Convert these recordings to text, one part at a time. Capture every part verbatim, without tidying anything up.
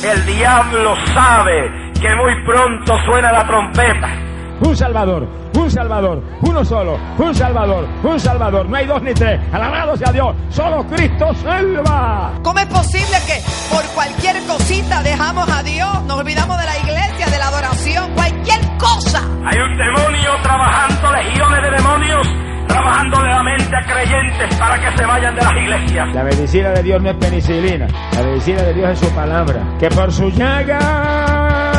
El diablo sabe que muy pronto suena la trompeta. Un Salvador, un Salvador, uno solo, un Salvador, un Salvador, no hay dos ni tres, alabado sea Dios, solo Cristo salva. ¿Cómo es posible que por cualquier cosita dejamos a Dios, nos olvidamos de la iglesia, de la adoración, cualquier cosa? Hay un demonio trabajando, legiones de demonios, trabajándole la mente a creyentes para que se vayan de las iglesias. La medicina de Dios no es penicilina, la medicina de Dios es su palabra, que por su llaga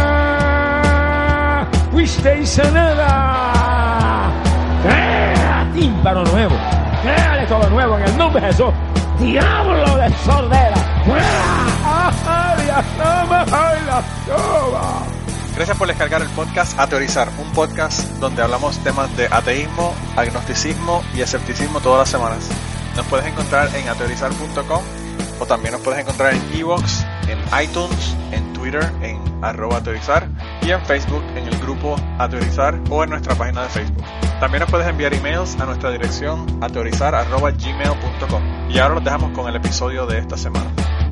fuisteis sanada. ¡Crea tímpano nuevo! ¡Créale todo nuevo en el nombre de Jesús! ¡Diablo de sordera! ¡Fuera! ¡Ay, la toma! ¡Ay, la toma! Gracias por descargar el podcast Ateorizar, un podcast donde hablamos temas de ateísmo, agnosticismo y escepticismo todas las semanas. Nos puedes encontrar en ateorizar punto com o también nos puedes encontrar en iVoox, en iTunes, en Twitter, en arroba ateorizar y en Facebook en el grupo Ateorizar o en nuestra página de Facebook. También nos puedes enviar emails a nuestra dirección ateorizar arroba gmail punto com. Y ahora los dejamos con el episodio de esta semana.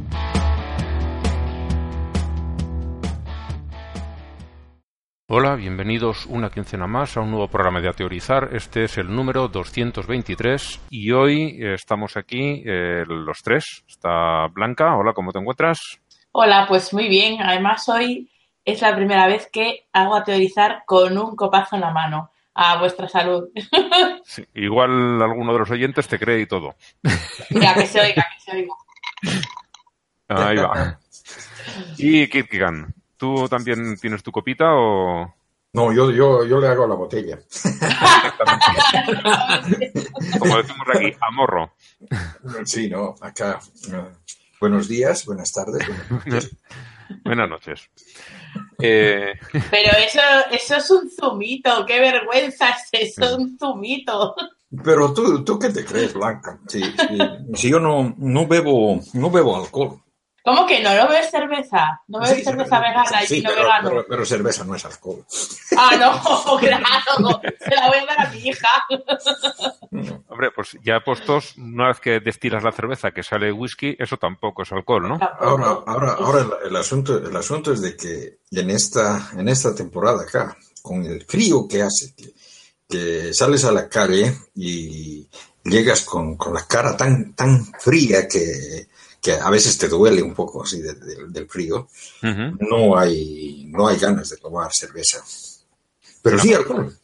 Hola, bienvenidos una quincena más a un nuevo programa de Ateorizar. Este es el número doscientos veintitrés y hoy estamos aquí eh, los tres. Está Blanca, hola, ¿cómo te encuentras? Hola, pues muy bien. Además hoy es la primera vez que hago Ateorizar con un copazo en la mano. A vuestra salud. Sí, igual alguno de los oyentes te cree y todo. Mira, que se oiga, que se oiga. Ahí va. Y Kierkegaard, ¿tú también tienes tu copita o...? No, yo, yo, yo le hago la botella. Como decimos aquí, a morro. Sí, no, acá. Uh, buenos días, buenas tardes. Buenas noches. Buenas noches. Eh... Pero eso, eso es un zumito, qué vergüenza es eso, un zumito. Pero tú, ¿tú qué te crees, Blanca? Si, si, si yo no, no bebo, no bebo alcohol. ¿Cómo que no? ¿No bebes cerveza? ¿No bebes sí, cerveza vegana y sí, vino pero, vegano? Pero, pero cerveza no es alcohol. Ah, no, claro. Se la voy a dar a mi hija. Hombre, pues ya puestos, una vez que destilas la cerveza que sale whisky, eso tampoco es alcohol, ¿no? Ahora, ahora, ahora el, el asunto, el asunto es de que en esta, en esta temporada acá, con el frío que hace, que, que sales a la calle y llegas con, con la cara tan, tan fría que que a veces te duele un poco así de, de, del frío, uh-huh. no hay no hay ganas de tomar cerveza. Pero no. Sí alcohol.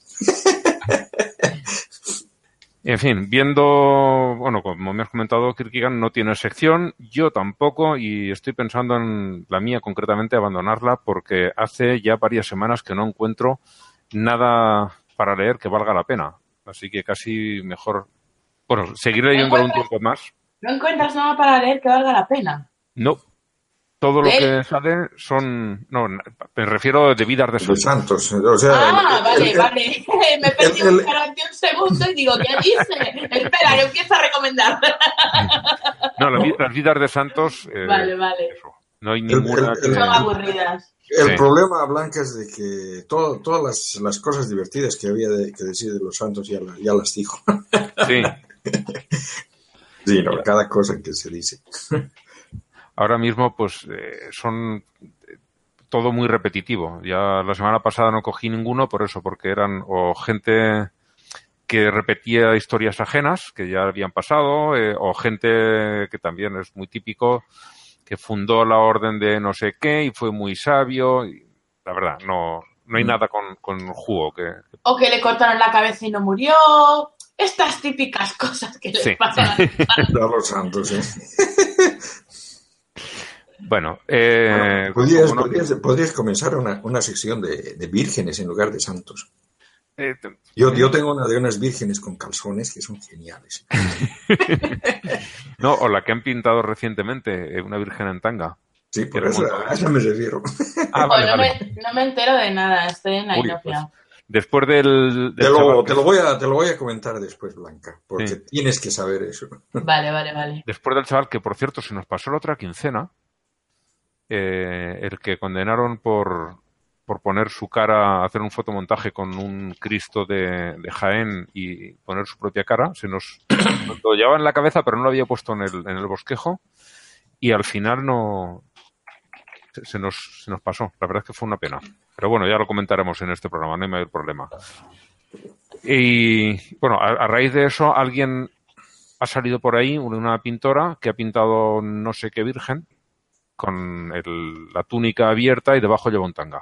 En fin, viendo, bueno, como me has comentado, Kierkegaard no tiene sección, yo tampoco, y estoy pensando en la mía concretamente, abandonarla, porque hace ya varias semanas que no encuentro nada para leer que valga la pena. Así que casi mejor, bueno, seguir leyéndolo un tiempo más. ¿No encuentras nada para leer que valga la pena? No. Todo lo ¿Eh? que sale son... No, me refiero de vidas de santos. santos. O sea, ah, el, vale, el, vale. Me he perdido durante un segundo y digo, ¿qué dice? Espera, que empiezo a recomendar. No, la, las vidas de santos... Eh, vale, vale. Eso. No hay ninguna... El, el, el, son aburridas. El sí. problema, Blanca, es de que todo, todas las, las cosas divertidas que había de, que decir de los santos ya, ya las dijo. Sí. Sí, no, cada cosa que se dice. Ahora mismo, pues, eh, son todo muy repetitivo. Ya la semana pasada no cogí ninguno por eso, porque eran o gente que repetía historias ajenas que ya habían pasado, eh, o gente que también es muy típico, que fundó la orden de no sé qué y fue muy sabio. Y, la verdad, no, no hay nada con, con jugo. Que, que... O que le cortaron la cabeza y no murió... Estas típicas cosas que les sí. pasan a los santos, ¿eh? Bueno, eh, bueno podrías, no... podrías, podrías comenzar una, una sección de, de vírgenes en lugar de santos. Eh, te... yo, yo tengo una de unas vírgenes con calzones que son geniales. No, o la que han pintado recientemente, una virgen en tanga. Sí, por eso, a eso me refiero. Ah, vale, no, vale. Me, no me entero de nada, estoy en la Uy, inopia. Pues... Después del... del te, lo, te, lo voy a, te lo voy a comentar después, Blanca, porque sí. Tienes que saber eso. Vale, vale, vale. Después del chaval, que por cierto se nos pasó la otra quincena, eh, el que condenaron por, por poner su cara, hacer un fotomontaje con un Cristo de, de Jaén y poner su propia cara, se nos lo llevaba en la cabeza, pero no lo había puesto en el, en el bosquejo, y al final no... se nos, se nos pasó. La verdad es que fue una pena. Pero bueno, ya lo comentaremos en este programa, no hay mayor problema. Y bueno, a, a raíz de eso, alguien ha salido por ahí, una pintora que ha pintado no sé qué virgen con el, la túnica abierta y debajo lleva un tanga.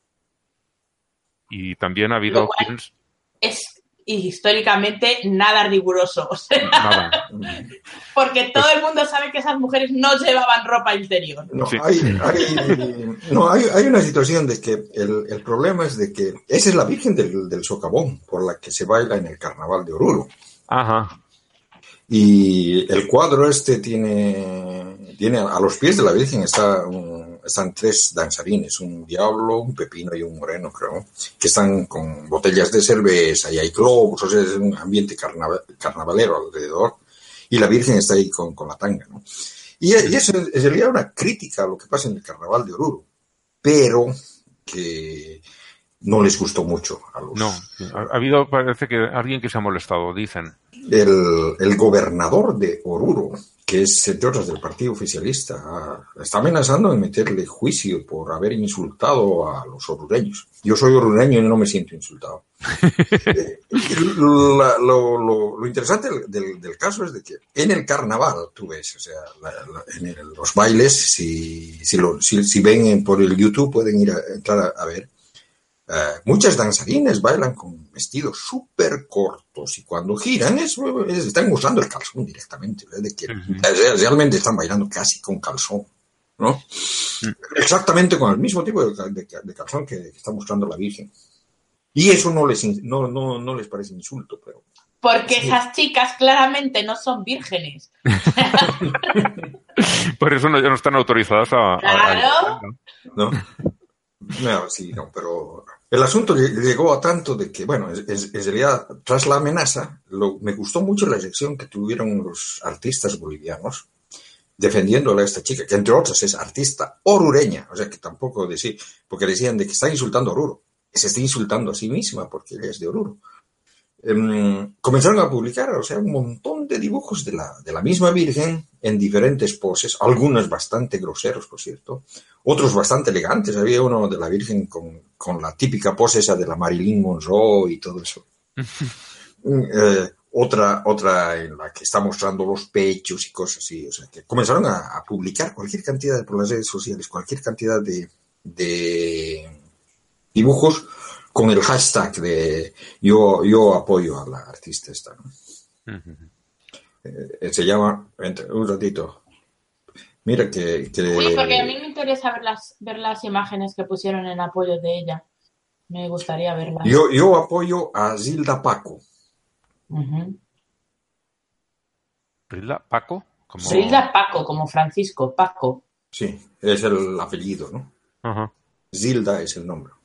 Y también ha habido quien... Es históricamente nada riguroso. O sea, nada. Porque todo el mundo sabe que esas mujeres no llevaban ropa interior. No, Sí. hay, hay, no hay, hay una situación de que el, el problema es de que esa es la Virgen del, del Socavón, por la que se baila en el Carnaval de Oruro. Ajá. Y el cuadro este tiene, tiene a los pies de la Virgen está un, están tres danzarines, un diablo, un pepino y un moreno, creo, que están con botellas de cerveza y hay globos, o sea, es un ambiente carnaval, carnavalero alrededor, y la Virgen está ahí con, con la tanga, ¿no? Y, y eso sería una crítica a lo que pasa en el Carnaval de Oruro, pero que no les gustó mucho a los... No, ha, ha habido, parece que alguien que se ha molestado, dicen. El, el gobernador de Oruro, que es, entre otras, del partido oficialista, está amenazando en meterle juicio por haber insultado a los orureños. Yo soy orureño y no me siento insultado. eh, la, lo, lo, lo interesante del, del caso es de que en el carnaval, tú ves, o sea, la, la, en el, los bailes, si, si, lo, si, si ven por el YouTube pueden ir a entrar a, a ver. Uh, muchas danzarines bailan con vestidos súper cortos y cuando giran es, es, están usando el calzón directamente, ¿verdad? De que uh-huh. realmente están bailando casi con calzón, ¿no? Uh-huh. Exactamente con el mismo tipo de, de, de calzón que, que está mostrando la Virgen. Y eso no les, no, no, no les parece insulto, pero... Porque sí. Esas chicas claramente no son vírgenes. Por eso no, no están autorizadas a... Claro. A, a, ¿no? No, sí, no, pero el asunto llegó a tanto de que, bueno, en, en realidad, tras la amenaza, lo, me gustó mucho la reacción que tuvieron los artistas bolivianos defendiéndole a esta chica, que entre otras es artista orureña, o sea que tampoco decir, porque decían de que está insultando a Oruro, se está insultando a sí misma porque ella es de Oruro. Um, comenzaron a publicar, o sea, un montón de dibujos de la, de la misma Virgen en diferentes poses, algunos bastante groseros, por cierto, otros bastante elegantes. Había uno de la Virgen con, con la típica pose esa de la Marilyn Monroe y todo eso. eh, otra, otra en la que está mostrando los pechos y cosas así. O sea, que comenzaron a, a publicar cualquier cantidad por las redes sociales, cualquier cantidad de, de dibujos con el hashtag de yo, yo apoyo a la artista esta, ¿no? Uh-huh. Eh, se llama, un ratito, mira que... que... Sí, porque a mí me interesa ver las, ver las imágenes que pusieron en apoyo de ella. Me gustaría verlas. Yo, yo apoyo a Zilda Paco. Uh-huh. ¿Zilda Paco? Como... Zilda Paco, como Francisco, Paco. Sí, es el apellido, ¿no? Uh-huh. Zilda es el nombre.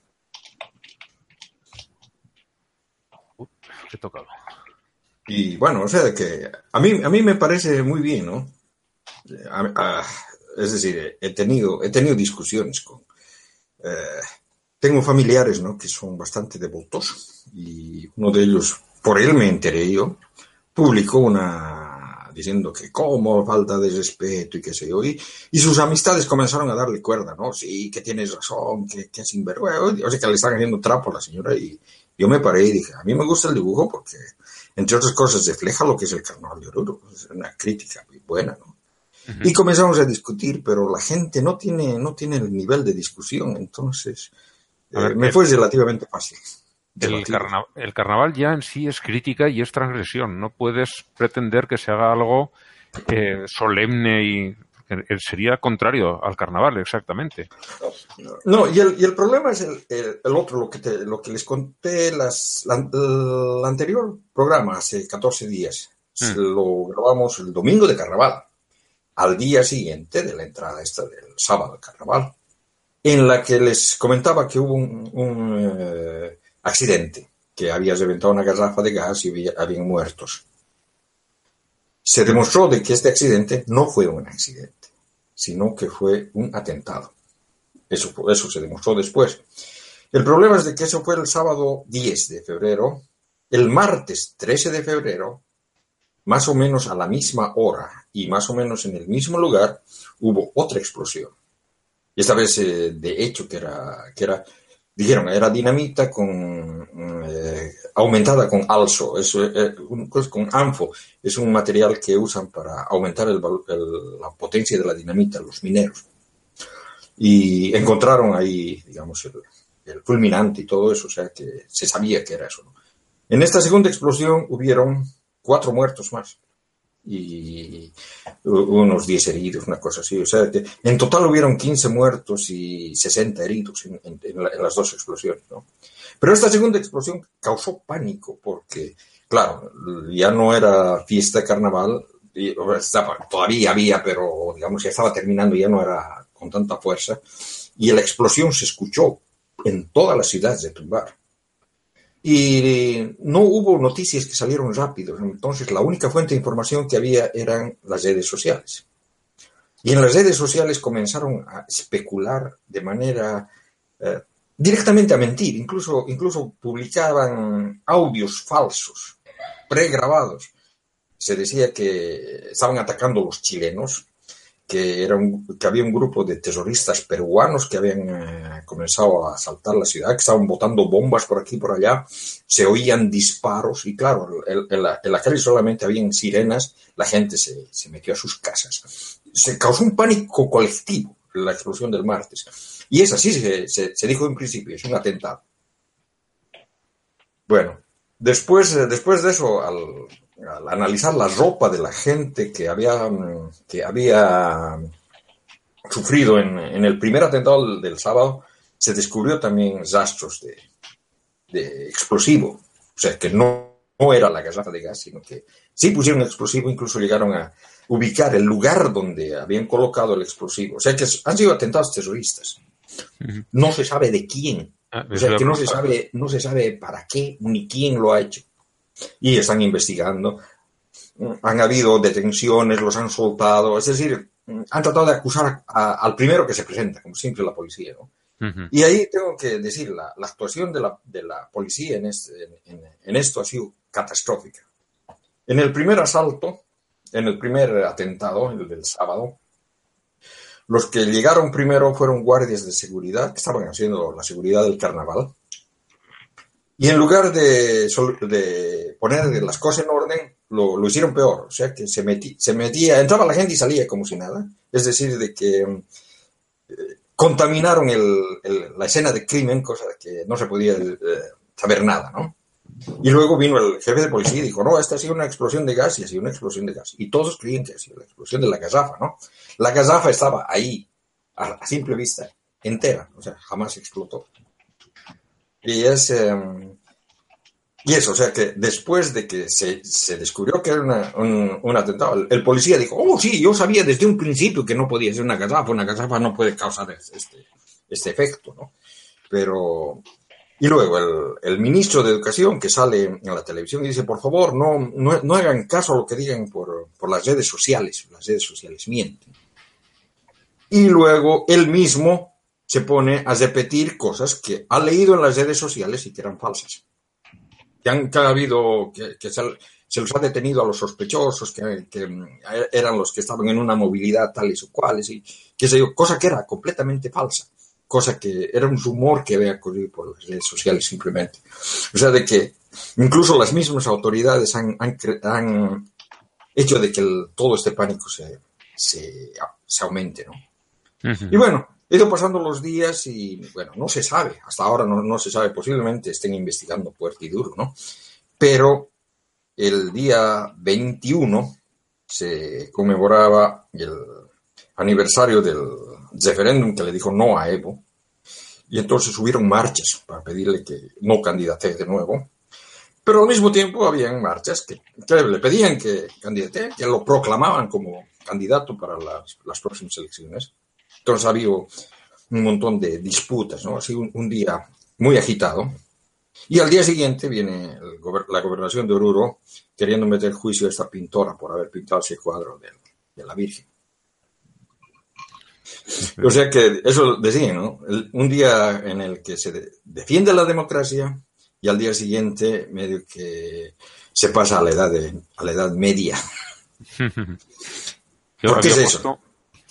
He tocado. Y bueno, o sea que a mí a mí me parece muy bien, ¿no? A, a, es decir, he tenido he tenido discusiones con eh, tengo familiares, ¿no? Que son bastante devotos y uno de ellos, por él me enteré yo, publicó una diciendo que cómo falta de respeto y qué sé yo, y, y sus amistades comenzaron a darle cuerda, ¿no? Sí, que tienes razón, que, que sinvergüenza, o sea que le están haciendo trapo a la señora y yo me paré y dije, a mí me gusta el dibujo porque, entre otras cosas, refleja lo que es el Carnaval de Oruro. Es una crítica muy buena, ¿no? Uh-huh. Y comenzamos a discutir, pero la gente no tiene, no tiene el nivel de discusión, entonces eh, ver, me el, fue relativamente fácil. El, carna, el Carnaval ya en sí es crítica y es transgresión. No puedes pretender que se haga algo eh, solemne y... sería contrario al carnaval, exactamente. No, y el, y el problema es el, el, el otro, lo que, te, lo que les conté las, la, el anterior programa, hace catorce días. Mm. Lo grabamos el domingo de carnaval, al día siguiente de la entrada esta del sábado de carnaval, en la que les comentaba que hubo un, un eh, accidente, que había reventado una garrafa de gas y había, habían muertos. Se demostró de que este accidente no fue un accidente, sino que fue un atentado. Eso, eso se demostró después. El problema es de que eso fue el sábado diez de febrero. El martes trece de febrero, más o menos a la misma hora y más o menos en el mismo lugar, hubo otra explosión. Y esta vez, eh, de hecho, que era, que era, dijeron, era dinamita con, eh, aumentada con alzo, es, eh, un, con anfo, es un material que usan para aumentar el, el, la potencia de la dinamita, los mineros. Y encontraron ahí, digamos, el, el fulminante y todo eso, o sea que se sabía que era eso, ¿no? En esta segunda explosión hubieron cuatro muertos más y unos diez heridos, una cosa así. O sea que en total hubieron quince muertos y sesenta heridos en, en, en, la, en las dos explosiones, ¿no? Pero esta segunda explosión causó pánico porque, claro, ya no era fiesta de carnaval, y, estaba, todavía había, pero digamos ya estaba terminando, ya no era con tanta fuerza, y la explosión se escuchó en toda la ciudad de Tumbar. Y no hubo noticias que salieron rápido, entonces la única fuente de información que había eran las redes sociales. Y en las redes sociales comenzaron a especular de manera eh, directamente a mentir, incluso, incluso publicaban audios falsos, pregrabados. Se decía que estaban atacando los chilenos, que, era un, que había un grupo de terroristas peruanos que habían eh, comenzado a asaltar la ciudad, que estaban botando bombas por aquí y por allá, se oían disparos y claro, en, en, la, en la calle solamente habían sirenas, la gente se, se metió a sus casas. Se causó un pánico colectivo la explosión del martes. Y es así, se, se, se dijo en principio, es un atentado. Bueno, después, después de eso, al... al analizar la ropa de la gente que había, que había sufrido en, en el primer atentado del, del sábado, se descubrió también rastros de, de explosivo. O sea, que no, no era la garrafa de gas, sino que sí pusieron explosivo, incluso llegaron a ubicar el lugar donde habían colocado el explosivo. O sea, que han sido atentados terroristas. Uh-huh. No se sabe de quién. Ah, o sea, que no se sabe, no se sabe para qué ni quién lo ha hecho. Y están investigando, han habido detenciones, los han soltado, es decir, han tratado de acusar a, a, al primero que se presenta, como siempre la policía, ¿no? Uh-huh. Y ahí tengo que decir, la, la actuación de la, de la policía en, este, en, en esto ha sido catastrófica. En el primer asalto, en el primer atentado, el del sábado, los que llegaron primero fueron guardias de seguridad que estaban haciendo la seguridad del carnaval. Y en lugar de, de poner las cosas en orden, lo, lo hicieron peor. O sea, que se, metí, se metía, entraba la gente y salía como si nada. Es decir, de que eh, contaminaron el, el, la escena de crimen, cosa de que no se podía eh, saber nada, ¿no? Y luego vino el jefe de policía y dijo, no, esta ha sido una explosión de gas y ha sido una explosión de gas. Y todos creían que ha sido la explosión de la garrafa, ¿no? La garrafa estaba ahí, a, a simple vista, entera. O sea, jamás explotó. Y es eh, y eso, o sea que después de que se, se descubrió que era una, un, un atentado, el, el policía dijo, oh sí, yo sabía desde un principio que no podía ser una garrafa, una garrafa no puede causar este, este efecto, ¿no? Pero, y luego el, el ministro de Educación que sale en la televisión y dice, por favor, no, no, no hagan caso a lo que digan por, por las redes sociales, las redes sociales mienten. Y luego él mismo se pone a repetir cosas que ha leído en las redes sociales y que eran falsas. Que han, que ha habido, que, que se, se los ha detenido a los sospechosos, que, que eran los que estaban en una movilidad tales o cuales, y qué sé yo, cosa que era completamente falsa, cosa que era un rumor que había corrido por las redes sociales simplemente. O sea, de que incluso las mismas autoridades han, han, han hecho de que el, todo este pánico se, se, se aumente, ¿no? Uh-huh. Y bueno, he ido pasando los días y, bueno, no se sabe, hasta ahora no, no se sabe, posiblemente estén investigando fuerte y duro, ¿no? Pero el día veintiuno se conmemoraba el aniversario del referéndum que le dijo no a Evo, y entonces hubieron marchas para pedirle que no candidate de nuevo, pero al mismo tiempo habían marchas que, que le pedían que candidate, que lo proclamaban como candidato para las, las próximas elecciones. Entonces ha habido un montón de disputas, ¿no? Ha sido un, un día muy agitado. Y al día siguiente viene el, la gobernación de Oruro queriendo meter juicio a esta pintora por haber pintado ese cuadro de, de la Virgen. O sea que eso decía, ¿no? El, un día en el que se de, defiende la democracia y al día siguiente medio que se pasa a la edad, de, a la edad media. Yo ¿Por qué es puesto... eso?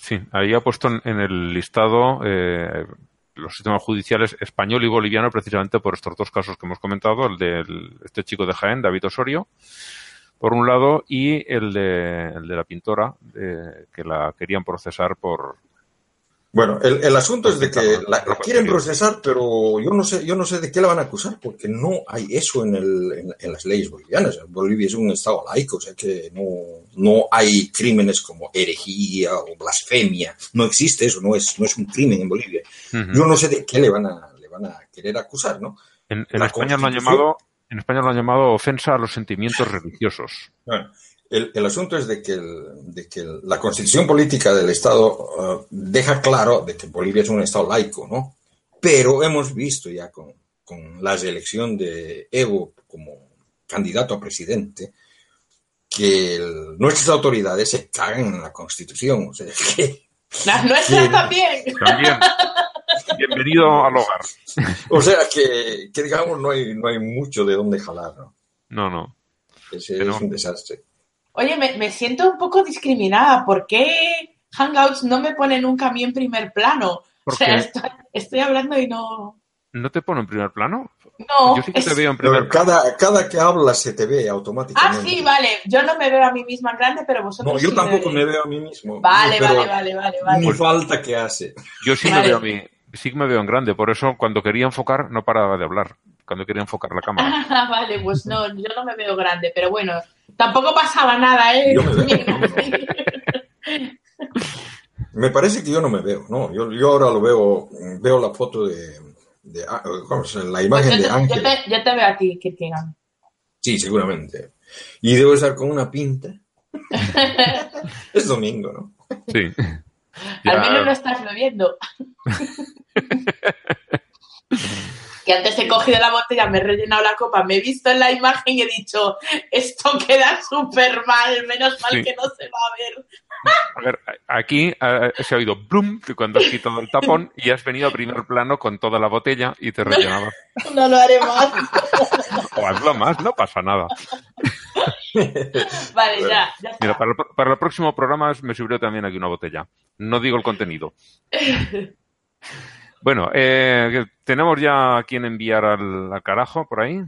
Sí, ahí ha puesto en, en el listado eh, los sistemas judiciales español y boliviano precisamente por estos dos casos que hemos comentado, el de este chico de Jaén, David Osorio, por un lado, y el de, el de la pintora, eh, que la querían procesar por... Bueno, el, el asunto es de que la, la quieren procesar, pero yo no sé yo no sé de qué la van a acusar, porque no hay eso en, el, en, en las leyes bolivianas. Bolivia es un estado laico, o sea que no, no hay crímenes como herejía o blasfemia. No existe eso, no es, no es un crimen en Bolivia. Uh-huh. Yo no sé de qué le van a, le van a querer acusar, ¿no? En, en España lo han llamado, en España lo han llamado ofensa a los sentimientos religiosos. Bueno, El, el asunto es de que, el, de que el, la constitución política del Estado uh, deja claro de que Bolivia es un Estado laico, ¿no? Pero hemos visto ya con, con la elección de Evo como candidato a presidente que el, nuestras autoridades se cagan en la constitución. O sea, que, las nuestras que, también. También. Bienvenido al hogar. O sea que, que digamos, no hay, no hay mucho de dónde jalar, ¿no? No, no. Ese que es no. un desastre. Oye, me, me siento un poco discriminada. ¿Por qué Hangouts no me pone nunca a mí en primer plano? ¿Por o sea, qué? estoy, estoy hablando y no... ¿No te pone en primer plano? No. Yo sí que es... te veo en primer plano. Cada, cada que hablas se te ve automáticamente. Ah, sí, vale. Yo no me veo a mí misma en grande, pero vosotros No, yo sí tampoco me, me veo a mí mismo. Vale, pero vale, vale, vale, vale. Ni falta que hace. Yo sí vale. me veo a mí, sí me veo en grande. Por eso, cuando quería enfocar, no paraba de hablar. Cuando quería enfocar la cámara. Ah, vale, pues no, yo no me veo grande, pero bueno, tampoco pasaba nada, ¿eh? Yo me veo, no, no. Me parece que yo no me veo, ¿no? Yo, yo ahora lo veo, veo la foto de, de ¿cómo se llama? La imagen pues yo te, de Ángel. Yo te, yo te veo a ti, Kierkegaard. Sí, seguramente. Y debo estar con una pinta. Es domingo, ¿no? Sí. Al menos no estás bebiendo. Que antes he cogido la botella, me he rellenado la copa, me he visto en la imagen y he dicho, esto queda súper mal, menos mal Sí. que no se va a ver. A ver, aquí uh, se ha oído blum cuando has quitado el tapón y has venido a primer plano con toda la botella y te rellenabas. No lo haré más. O hazlo más, no pasa nada. Vale, ya, ya está. Mira, para el, para el próximo programa me subiré también aquí una botella. No digo el contenido. Bueno, eh, ¿tenemos ya a quién enviar al, al carajo por ahí?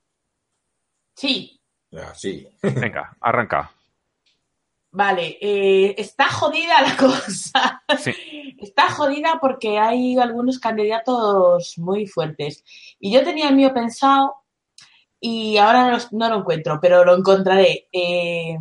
Sí. Ya, sí. Venga, arranca. Vale, eh, está jodida la cosa. Sí. Está jodida porque hay algunos candidatos muy fuertes. Y yo tenía el mío pensado y ahora no lo, no lo encuentro, pero lo encontraré. Eh,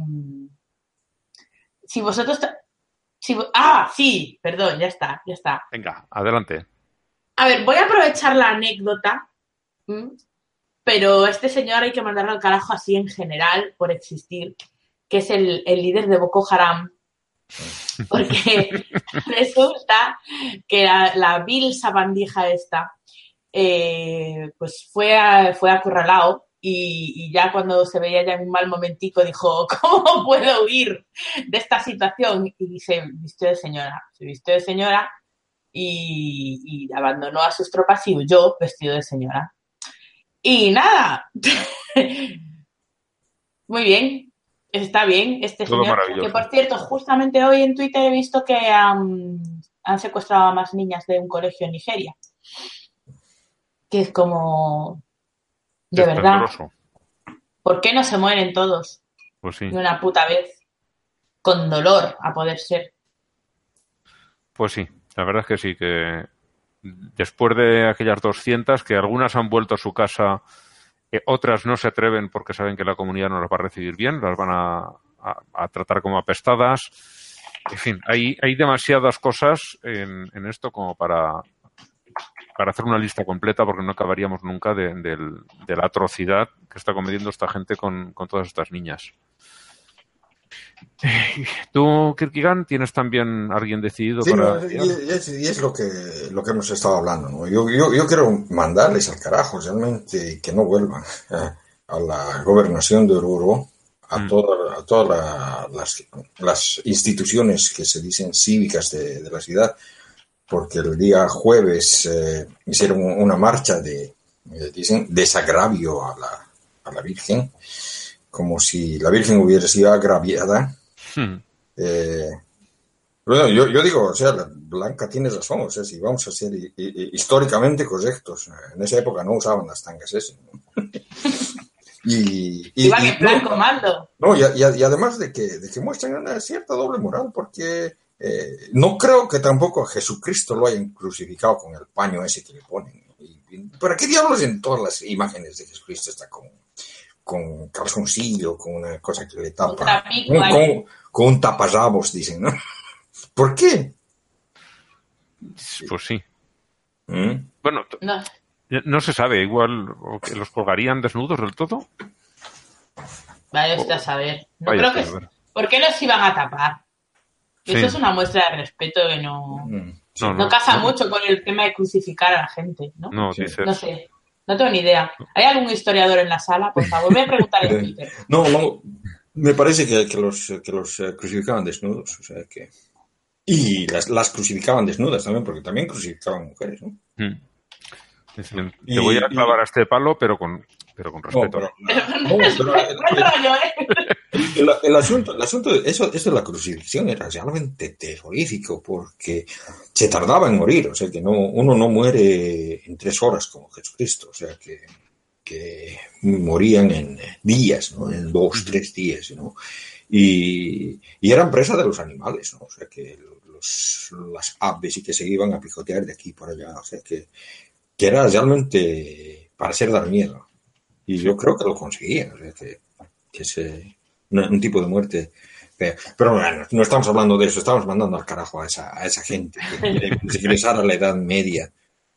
si vosotros... Si, ah, sí, perdón, ya está, ya está. Venga, adelante. A ver, voy a aprovechar la anécdota, ¿m? Pero este señor hay que mandarlo al carajo así en general por existir, que es el, el líder de Boko Haram, porque resulta que la, la vil sabandija esta eh, pues fue, a, fue acorralado y, y ya cuando se veía ya en un mal momentico dijo, ¿cómo puedo huir de esta situación? Y se vistió de señora, se vistió de señora y, y abandonó a sus tropas y huyó vestido de señora. Y nada, muy bien. Está bien, este Todo señor, maravilloso. que por cierto, justamente hoy en Twitter he visto que um, han secuestrado a más niñas de un colegio en Nigeria. Que es como, de verdad, Esplendoroso. ¿por qué no se mueren todos Pues sí, de una puta vez? Con dolor, a poder ser. pues sí. La verdad es que sí, que después de aquellas doscientas, que algunas han vuelto a su casa, eh, otras no se atreven porque saben que la comunidad no las va a recibir bien, las van a, a, a tratar como apestadas. En fin, hay, hay demasiadas cosas en, en esto como para, para hacer una lista completa, porque no acabaríamos nunca de, de, de la atrocidad que está cometiendo esta gente con, con todas estas niñas. ¿Tú, Kierkegaard, tienes también alguien decidido Sí, para...? no, y, y es, y es lo que lo que hemos estado hablando, ¿no? Yo, yo, yo quiero mandarles al carajo realmente que no vuelvan eh, a la gobernación de Oruro, a, Mm. toda, a todas la- las, las instituciones que se dicen cívicas de, de la ciudad, porque el día jueves eh, hicieron una marcha de, eh, dicen, desagravio a la, a la Virgen, como si la Virgen hubiera sido agraviada. Hmm. Eh, Bueno, yo, yo digo, o sea, la Blanca tiene razón, o sea, si vamos a ser hi- hi- históricamente correctos, en esa época no usaban las tangas esas, ¿no? y, y, Iban y- en plan no, comando. no, y, y- y además de que, de que muestran una cierta doble moral, porque eh, no creo que tampoco a Jesucristo lo hayan crucificado con el paño ese que le ponen. Y, y- ¿Para qué diablos en todas las imágenes de Jesucristo está con, con calzoncillo, con una cosa que le tapa, Un trapico con, ahí. con, con un taparrabos, dicen, ¿no? ¿Por qué? Pues sí. ¿Mm? Bueno, t- No, no se sabe, igual o que los colgarían desnudos del todo. vaya usted a saber. No Vaya creo usted que... a ver. ¿Por qué los iban a tapar? Sí. Eso es una muestra de respeto que no... Mm. No, No no, casa no, mucho con el tema de crucificar a la gente, ¿no? no, Sí. dices. No sé. No tengo ni idea. ¿Hay algún historiador en la sala? Por favor, voy a preguntar en Twitter. No, no, me parece que, que los, que los eh, crucificaban desnudos, o sea que... Y las, las crucificaban desnudas también, porque también crucificaban mujeres, ¿no? Mm. Dicen, te Y- voy a y- clavar a este palo, pero con, pero con No, respeto. pero, no, pero el, Buen rollo, ¿eh? el- el asunto, el asunto de eso, eso de la crucifixión era realmente terrorífico, porque se tardaba en morir, o sea que no, uno no muere en tres horas como Jesucristo, o sea que, que morían en días, ¿no? En dos, tres días, ¿no? Y, y eran presa de los animales, ¿no? O sea que los, las aves y que se iban a picotear de aquí para allá, o sea que, que era realmente para hacer dar miedo. Y yo creo que lo conseguían, o sea que, que es eh, una- un tipo de muerte fea. Pero bueno, no estamos hablando de eso, estamos mandando al carajo a esa, a esa gente que quiere regresar a la Edad Media.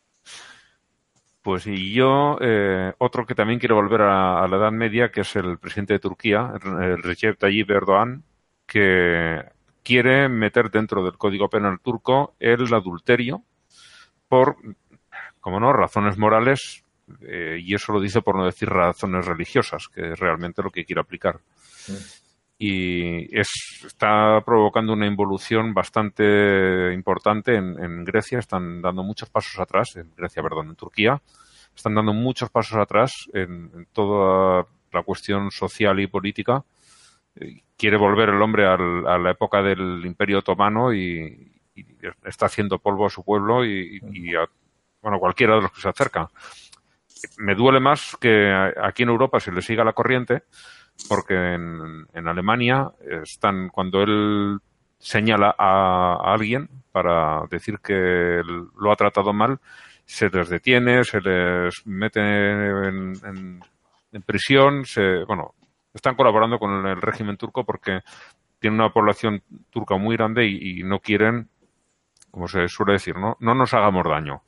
Pues y yo, eh, otro que también quiere volver a, a la Edad Media, que es el presidente de Turquía, el, el Recep Tayyip Erdogan, que quiere meter dentro del Código Penal turco el adulterio por, como no, razones morales, eh, y eso lo dice por no decir razones religiosas, que es realmente lo que quiere aplicar. Y es, está provocando una involución bastante importante en, en Grecia. Están dando muchos pasos atrás, en Grecia, perdón, en Turquía. Están dando muchos pasos atrás en, en toda la cuestión social y política. Eh, Quiere volver el hombre al, a la época del Imperio Otomano y, y está haciendo polvo a su pueblo y, y a, bueno, cualquiera de los que se acerca. Me duele más que aquí en Europa se le siga la corriente, porque en, en Alemania están, cuando él señala a, a alguien para decir que él lo ha tratado mal, se les detiene, se les mete en, en, en prisión, se, bueno, están colaborando con el régimen turco porque tiene una población turca muy grande y, y no quieren, como se suele decir, ¿no? No nos hagamos daño.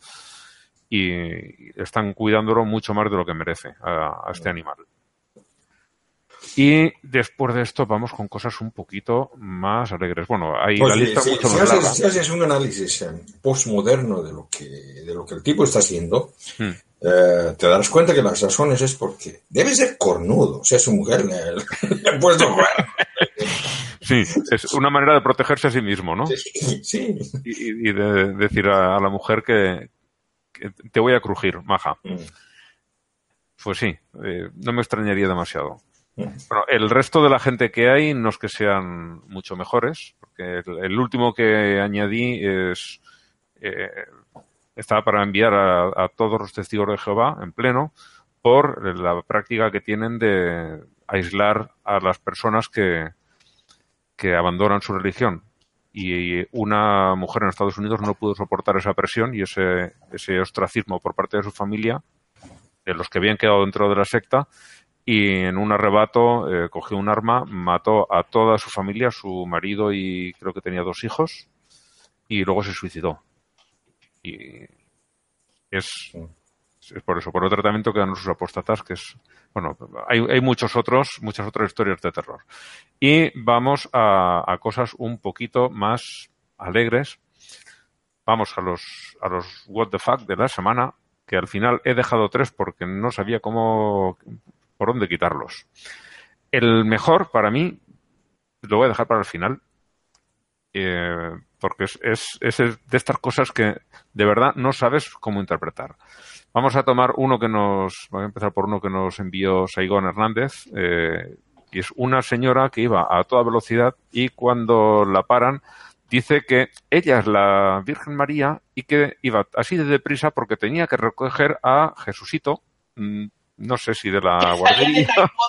Y están cuidándolo mucho más de lo que merece a, a este animal. Y después de esto vamos con cosas un poquito más alegres. Bueno, hay Pues la sí, lista sí, mucho si, más haces, larga. si haces un análisis eh, postmoderno de lo que de lo que el tipo está haciendo, Hmm. eh, te darás cuenta que las razones es porque debe ser cornudo, o sea, su mujer le, le ha puesto cuerno. Sí, es una manera de protegerse a sí mismo, ¿no? Sí, sí. Y, y de decir a, a la mujer que, que te voy a crujir, maja. Mm. Pues sí, eh, no me extrañaría demasiado. Mm. Bueno, el resto de la gente que hay no es que sean mucho mejores, porque el, el último que añadí es eh, está para enviar a, a todos los testigos de Jehová en pleno por la práctica que tienen de aislar a las personas que, que abandonan su religión. Y una mujer en Estados Unidos no pudo soportar esa presión y ese, ese ostracismo por parte de su familia, de los que habían quedado dentro de la secta, y en un arrebato eh, cogió un arma, mató a toda su familia, su marido y creo que tenía dos hijos, y luego se suicidó. Y es, es por eso, por el tratamiento que dan sus apóstatas, que es, bueno, hay, hay muchos otros, muchas otras historias de terror. Y vamos a, a cosas un poquito más alegres. Vamos a los, a los what the fuck de la semana, que al final he dejado tres porque no sabía cómo, por dónde quitarlos. El mejor para mí, lo voy a dejar para el final, eh, porque es, es, es de estas cosas que de verdad no sabes cómo interpretar. Vamos a tomar uno que nos, voy a empezar por uno que nos envió Saigón Hernández, eh, y es una señora que iba a toda velocidad y cuando la paran dice que ella es la Virgen María y que iba así de deprisa porque tenía que recoger a Jesucito, no sé si de la guardería.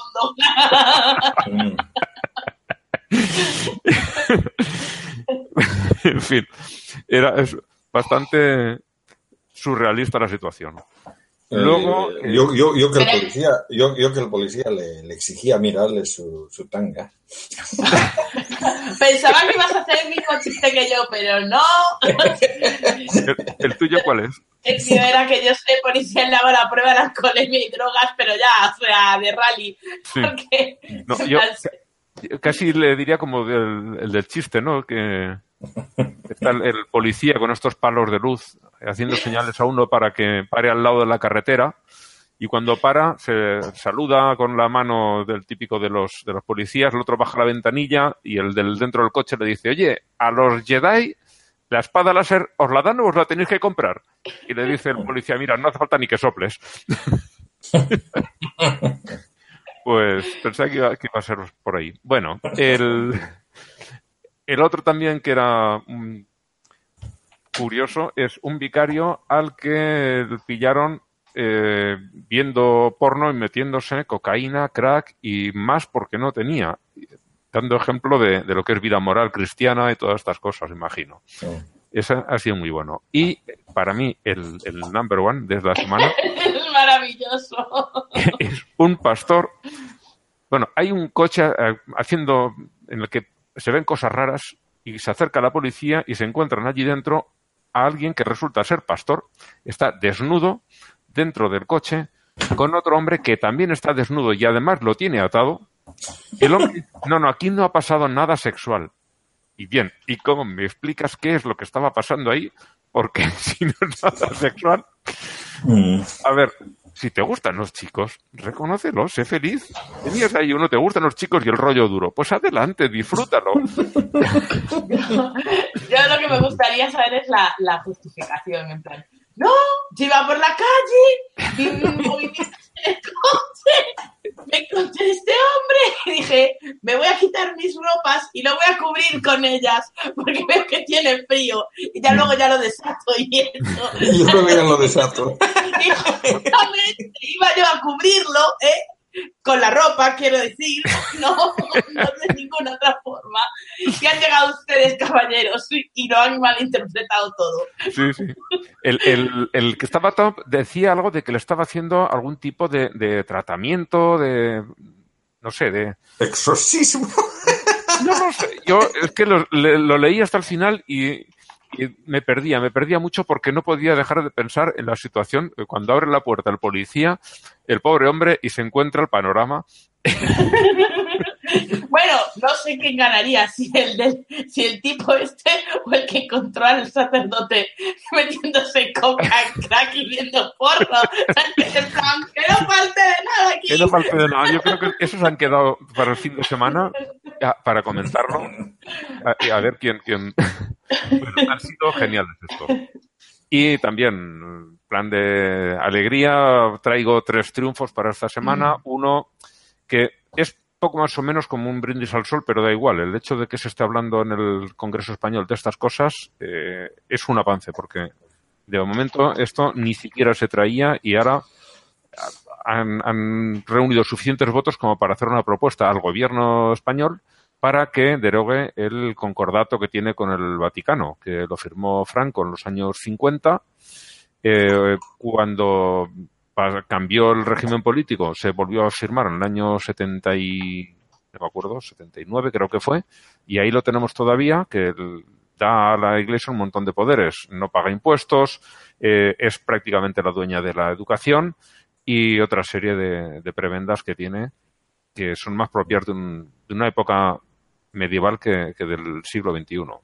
En fin, era es bastante surrealista la situación. Luego, eh, yo, yo, yo que el policía, yo, yo que el policía le, le exigía mirarle su, su tanga. Pensaba que ibas a hacer el mismo chiste que yo, pero no. ¿El, el tuyo cuál es? El mío era que yo soy policía en la la prueba de alcoholemia y drogas, pero ya, o sea, de rally. Sí. Porque No, yo casi le diría como del, el del chiste, ¿no? Que está el, el policía con estos palos de luz haciendo señales a uno para que pare al lado de la carretera y cuando para se saluda con la mano del típico de los de los policías, el otro baja la ventanilla y el del dentro del coche le dice, oye, a los Jedi la espada láser os la dan o os la tenéis que comprar. Y le dice el policía, mira, no hace falta ni que soples. Pues pensé que iba, que iba a ser por ahí. Bueno, el, el otro también que era um, curioso es un vicario al que pillaron eh, viendo porno y metiéndose cocaína, crack y más porque no tenía. Dando ejemplo de, de lo que es vida moral cristiana y todas estas cosas, imagino. Sí. Ese ha sido muy bueno. Y para mí, el, el number one de la semana... Es maravilloso. Es un pastor... Bueno, hay un coche eh, haciendo... en el que se ven cosas raras y se acerca a la policía y se encuentran allí dentro a alguien que resulta ser pastor. Está desnudo dentro del coche con otro hombre que también está desnudo y además lo tiene atado. El hombre... No, no, aquí no ha pasado nada sexual. Y bien, ¿y cómo me explicas qué es lo que estaba pasando ahí? Porque si no es nada sexual... Mm. A ver, si te gustan los chicos, reconócelos, sé feliz. Tenías ahí uno, te gustan los chicos y el rollo duro. Pues adelante, disfrútalo. Yo, yo lo que me gustaría saber es la, la justificación, en plan... No, yo iba por la calle, vi un movimiento en el coche, me encontré este hombre y dije, me voy a quitar mis ropas y lo voy a cubrir con ellas porque veo que tiene frío y ya luego ya lo desato y eso. Yo creo que ya lo desato. Y justamente iba yo a cubrirlo, ¿eh? Con la ropa, quiero decir, no, no de ninguna otra forma. Y han llegado ustedes, caballeros, y lo han malinterpretado todo. Sí, sí. El, el, el que estaba top decía algo de que le estaba haciendo algún tipo de, de tratamiento, de... no sé, de... exorcismo. No, no sé. Yo es que lo, le, lo leí hasta el final y... Y me perdía, me perdía mucho porque no podía dejar de pensar en la situación cuando abre la puerta el policía, el pobre hombre, y se encuentra el panorama. Bueno, no sé quién ganaría, si el del, si el tipo este o el que encontró al sacerdote metiéndose coca, crack y viendo porno. En plan, que no falte de nada aquí. Que no falte de nada. Yo creo que esos han quedado para el fin de semana, para comentarlo. A, a ver quién... quién... Bueno, han sido geniales esto. Y también, plan de alegría, traigo tres triunfos para esta semana. Uno que es poco más o menos como un brindis al sol, pero da igual. El hecho de que se esté hablando en el Congreso Español de estas cosas eh, es un avance, porque de momento esto ni siquiera se traía y ahora han, han reunido suficientes votos como para hacer una propuesta al gobierno español para que derogue el concordato que tiene con el Vaticano, que lo firmó Franco en los años cincuenta, eh, cuando cambió el régimen político, se volvió a firmar en el año setenta y, no me acuerdo, setenta y nueve creo que fue, y ahí lo tenemos todavía, que el, da a la Iglesia un montón de poderes, no paga impuestos, eh, es prácticamente la dueña de la educación y otra serie de, de prebendas que tiene, que son más propias de, un, de una época medieval que, que del siglo veintiuno.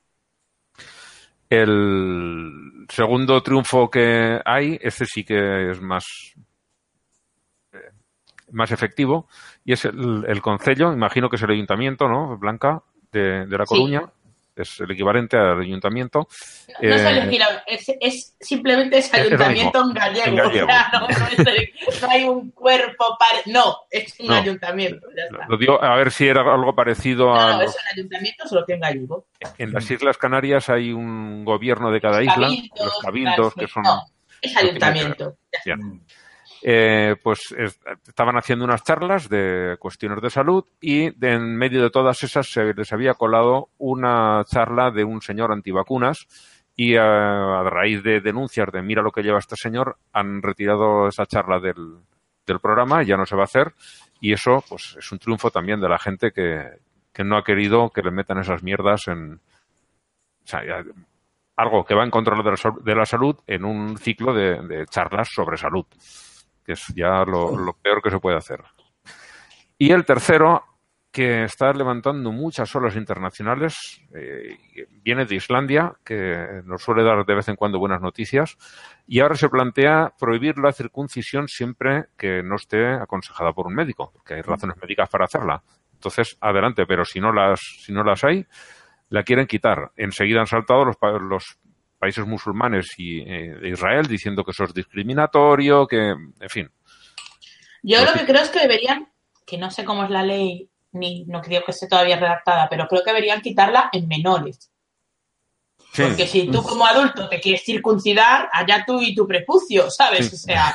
El segundo triunfo que hay, este sí que es más eh, más efectivo, y es el, el concello, imagino que es el ayuntamiento, ¿no, Blanca? De, de La Coruña. es el equivalente al ayuntamiento. No, eh, no es el equivalente, es, es simplemente ese es ayuntamiento en gallego. en gallego. O sea, no, no, es el- no hay un cuerpo para... No, es un No. ayuntamiento. Ya está. Lo digo a ver si era algo parecido No, a no, los- es un ayuntamiento, solo que en gallego. en las Islas Canarias hay un gobierno de cada isla, Cabildos, los cabildos, claro, que son... No, es no tiene que ver. ayuntamiento. Ya está. Bien. Eh, pues es- estaban haciendo unas charlas de cuestiones de salud y de, en medio de todas esas se les había colado una charla de un señor antivacunas y eh, a raíz de denuncias de mira lo que lleva este señor han retirado esa charla del, del programa, ya no se va a hacer y eso pues es un triunfo también de la gente que, que no ha querido que le metan esas mierdas en... O sea, ya- algo que va en contra de la, sal- de la salud en un ciclo de, de charlas sobre salud, que es ya lo, lo peor que se puede hacer. Y el tercero, que está levantando muchas olas internacionales, eh, viene de Islandia, que nos suele dar de vez en cuando buenas noticias, y ahora se plantea prohibir la circuncisión siempre que no esté aconsejada por un médico, porque hay razones médicas para hacerla. Entonces, adelante, pero si no las, si no las hay, la quieren quitar. Enseguida han saltado los, pa- los países musulmanes y eh, de Israel diciendo que eso es discriminatorio, que, en fin. Yo Pues lo sí. que creo es que deberían, que no sé cómo es la ley, ni no creo que esté todavía redactada, pero creo que deberían quitarla en menores. Sí. Porque si tú como adulto te quieres circuncidar, allá tú y tu prepucio, ¿sabes? Sí. O sea,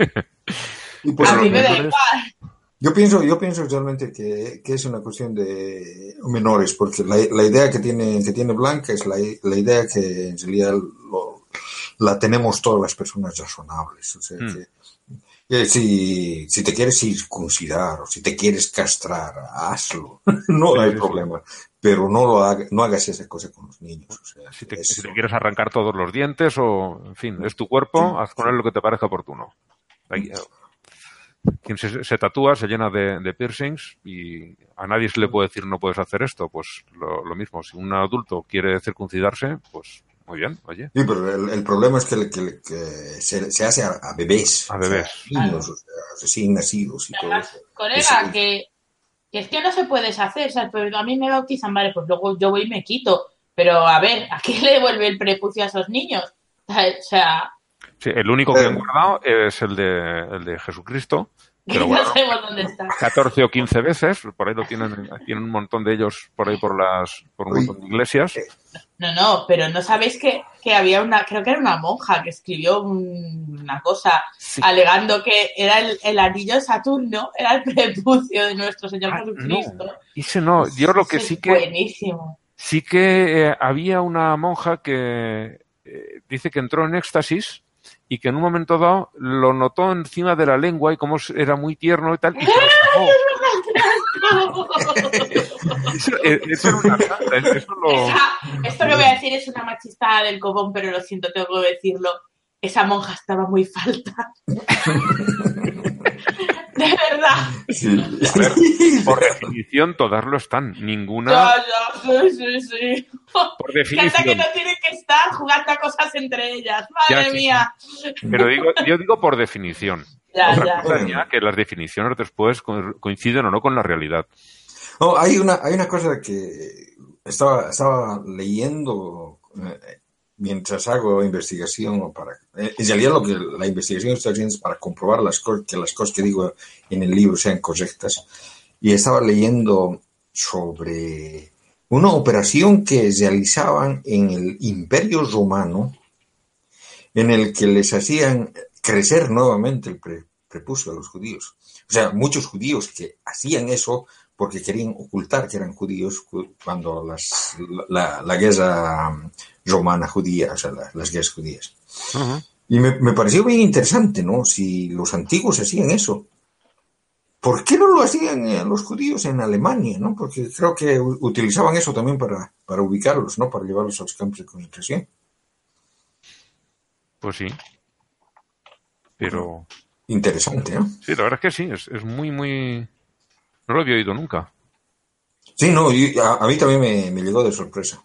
Y pues, a Pero mí me da menores- igual. yo pienso, yo pienso realmente que, que es una cuestión de menores, porque la, la idea que tiene, que tiene Blanca es la, la idea que en realidad lo- la tenemos todas las personas razonables. O sea, Mm. que, que si, si te quieres circuncidar o si te quieres castrar, hazlo. No Sí, hay sí, sí. problema. Pero no lo haga, no hagas esa cosa con los niños. O sea, Si te, eso- si te quieres arrancar todos los dientes o, en fin, es tu cuerpo, haz con él lo que te parezca oportuno. Ahí, eh, Quien se, se tatúa se llena de, de piercings y a nadie se le puede decir no puedes hacer esto. Pues lo, lo mismo, si un adulto quiere circuncidarse, pues muy bien, oye. Sí, pero el, el problema es que, le- que, le- que se, se hace a, a bebés. A o sea, bebés. niños, o sea, recién nacidos y todo Además, eso. colega, Eso- que, que es que no se puede deshacer, ¿sabes? Pero a mí me bautizan, vale, pues luego yo voy y me quito. Pero a ver, ¿a qué le devuelve el prepucio a esos niños? O sea, Sí, el único que Eh. han guardado es el de, el de Jesucristo, que lo no guardaron sabemos dónde está. catorce o quince veces, por ahí lo tienen, tienen un montón de ellos por ahí por las, por un Uy. montón de iglesias. No, no, pero no sabéis que, que había una, creo que era una monja que escribió un- una cosa Sí. alegando que era el, el anillo de Saturno, era el prepucio de nuestro Señor Ah, Jesucristo. no, ese no, yo lo que Eso sí es que, buenísimo. sí que eh, había una monja que eh, dice que entró en éxtasis y que en un momento dado lo notó encima de la lengua y como era muy tierno y tal, y se lo tragó. Eso, eh, eso era una santa, eso lo... Esa- esto que voy a decir es una machistada del copón, pero lo siento, tengo que decirlo. Esa monja estaba muy falta. De verdad. Sí. A ver, por definición todas lo están, ninguna Ya, ya, sí, sí, sí. por Que hasta que definición. no tienen que estar jugando a cosas entre ellas. Madre Ya, sí, mía. Pero digo, yo digo por definición. Ya, Otra ya. cosa es ya que las definiciones después co- coinciden o no con la realidad. No, hay una, hay una cosa que estaba, estaba leyendo eh, mientras hago investigación o para, eh, en realidad lo que la investigación está haciendo es para comprobar las cosas, que las cosas que digo en el libro sean correctas. Y estaba leyendo sobre una operación que realizaban en el Imperio Romano, en el que les hacían crecer nuevamente el pre- prepucio a los judíos. O sea, muchos judíos que hacían eso porque querían ocultar que eran judíos cu- cuando las, la, la guerra romana judía, o sea, la- las guerras judías. Ujú. Y me, me pareció bien interesante, ¿no? Si los antiguos hacían eso, ¿por qué no lo hacían eh, los judíos en Alemania, ¿no? Porque creo que u- utilizaban eso también para, para ubicarlos, ¿no? Para llevarlos a los campos de concentración. Pues sí. Pero Interesante, ¿no? sí, la verdad es que sí, es, es muy, muy... No lo había oído nunca. Sí, no, y a, a mí también me, me llegó de sorpresa.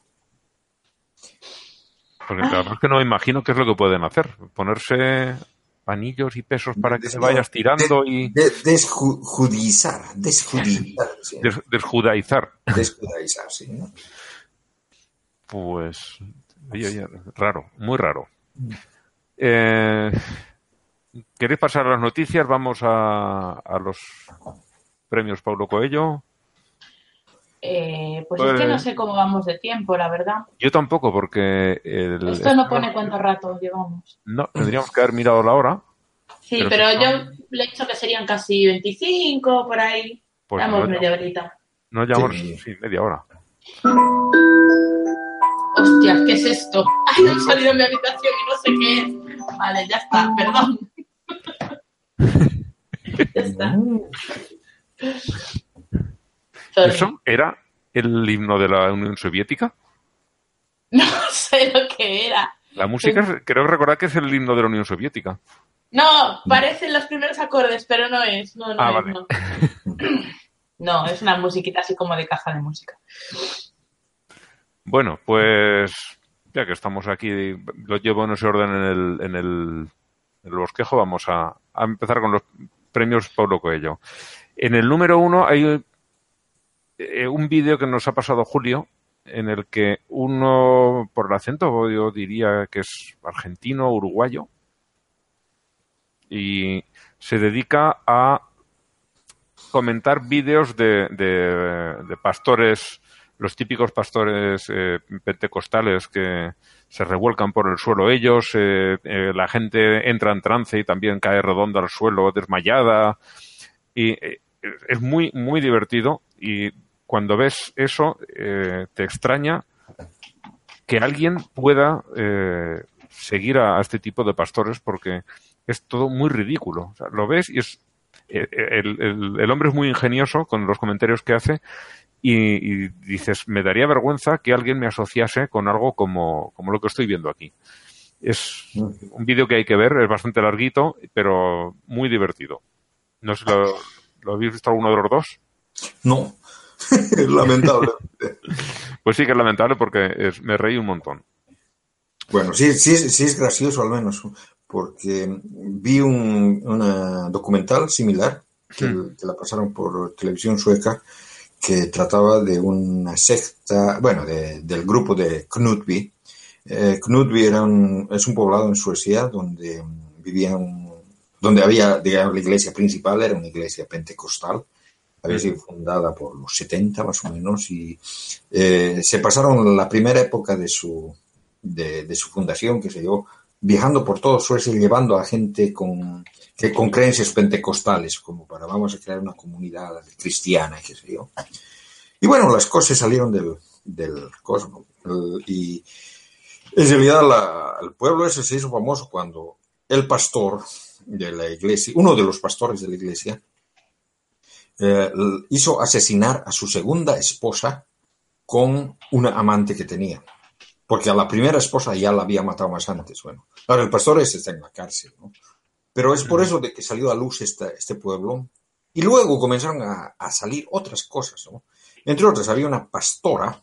Porque la verdad es que no me imagino qué es lo que pueden hacer. Ponerse anillos y pesos para que te vayas tirando y De, desjudizar, desjudizar, sí. des- desjudaizar. Desjudaizar, sí, ¿no? Pues, oye, oye, raro, muy raro. Eh, ¿Queréis pasar a las noticias? Vamos a, a los premios Paulo Coelho. Eh, pues, Pues- es que no sé cómo vamos de tiempo, la verdad. Yo tampoco, porque... El, Esto no pone cuánto rato llevamos. No, tendríamos que haber mirado la hora. Sí, Pero pero, si no- yo le he dicho que serían casi veinticinco, por ahí. Pues Vamos, no, media horita. No llevamos Sí. sí, media hora. Hostias, ¿qué es esto? Ay, no he salido de mi habitación y no sé qué es. Vale, ya está, perdón. Ya está. Sorry. ¿Eso era el himno de la Unión Soviética? No sé lo que era. La música, es- creo recordar que es el himno de la Unión Soviética. No, parecen los primeros acordes, pero no es. No, no Ah, es, vale. no. No, es una musiquita así como de caja de música. Bueno, pues ya que estamos aquí, lo llevo en ese orden en el, en el, en el bosquejo, vamos a, a empezar con los premios Paulo Coelho. En el número uno hay eh, un vídeo que nos ha pasado Julio, en el que uno, por el acento, yo diría que es argentino, uruguayo, y se dedica a comentar vídeos de, de, de pastores, los típicos pastores eh, pentecostales que se revuelcan por el suelo ellos, eh, eh, la gente entra en trance y también cae redonda al suelo, desmayada, y eh, es muy, muy divertido, y cuando ves eso eh, te extraña que alguien pueda eh, seguir a, a este tipo de pastores, porque es todo muy ridículo. O sea, lo ves y es el, el, el hombre es muy ingenioso con los comentarios que hace, y, y dices, me daría vergüenza que alguien me asociase con algo como, como lo que estoy viendo aquí. Es un vídeo que hay que ver, es bastante larguito, pero muy divertido. No sé, ¿lo, ¿lo habéis visto alguno de los dos? No, es lamentable. Pues sí que es lamentable, porque es, me reí un montón. Bueno, sí, sí, sí es gracioso al menos, porque vi un una documental similar que, Mm. que la pasaron por televisión sueca, que trataba de una secta, bueno, de, del grupo de Knutby. Eh, Knutby era un, es un poblado en Suecia donde vivían, donde había, digamos, la iglesia principal era una iglesia pentecostal. Había sido fundada por los setenta más o menos, y eh, se pasaron la primera época de su, de, de su fundación, que se yo, viajando por todo Suecia, llevando a gente con, que, con creencias pentecostales, como para vamos a crear una comunidad cristiana, qué sé yo. Y bueno, las cosas salieron del, del cosmos. El, y en realidad la, el pueblo ese se hizo famoso cuando el pastor de la iglesia, uno de los pastores de la iglesia, eh, hizo asesinar a su segunda esposa con una amante que tenía. Porque a la primera esposa ya la había matado más antes. Bueno, ahora el pastor ese está en la cárcel, ¿no? Pero es por eso de que salió a luz esta, este pueblo. Y luego comenzaron a, a salir otras cosas, ¿no? Entre otras, había una pastora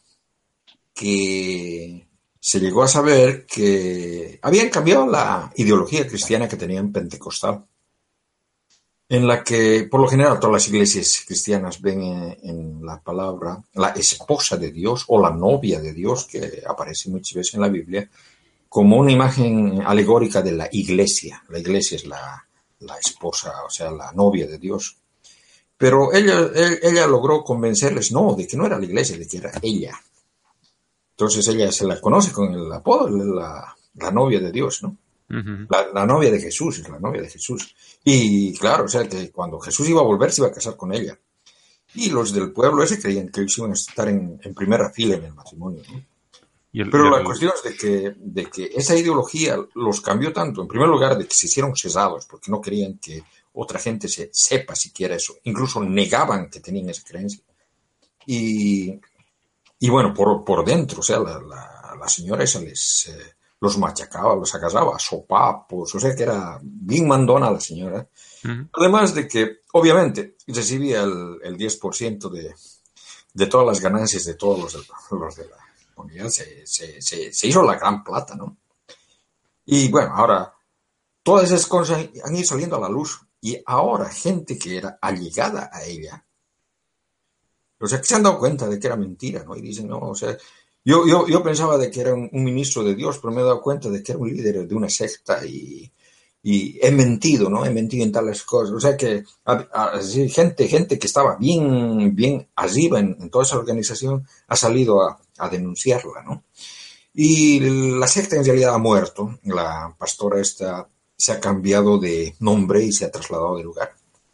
que se llegó a saber que habían cambiado la ideología cristiana que tenían pentecostal, en la que por lo general todas las iglesias cristianas ven en, en la palabra la esposa de Dios o la novia de Dios, que aparece muchas veces en la Biblia, como una imagen alegórica de la iglesia. La iglesia es la, la esposa, o sea, la novia de Dios. Pero ella, ella logró convencerles, no, de que no era la iglesia, de que era ella. Entonces ella se la conoce con el apodo, la, la novia de Dios, ¿no? Uh-huh. La, la novia de Jesús, es la novia de Jesús. Y claro, o sea, que cuando Jesús iba a volver se iba a casar con ella. Y los del pueblo ese creían que ellos iban a estar en, en primera fila en el matrimonio, ¿no? Y el, Pero y el, la cuestión es de que, de que esa ideología los cambió tanto, en primer lugar, de que se hicieron cesados, porque no querían que otra gente se sepa siquiera eso. Incluso negaban que tenían esa creencia. Y, y bueno, por, por dentro, o sea, la, la, la señora esa les... Eh, los machacaba, los agarraba a sopapos, o sea que era bien mandona la señora. Uh-huh. Además de que, obviamente, recibía el, el diez por ciento de, de todas las ganancias de todos los, los de la comunidad. Se, se, se, se hizo la gran plata, ¿no? Y bueno, ahora, todas esas cosas han ido saliendo a la luz, y ahora gente que era allegada a ella, o sea, que se han dado cuenta de que era mentira, ¿no? Y dicen, no, o sea, Yo, yo, yo pensaba de que era un, un ministro de Dios, pero me he dado cuenta de que era un líder de una secta y, y he mentido, ¿no? He mentido en tales cosas. O sea que a, a, gente, gente que estaba bien, bien arriba en, en toda esa organización ha salido a, a denunciarla, ¿no? Y la secta en realidad ha muerto. La pastora esta se ha cambiado de nombre y se ha trasladado de lugar.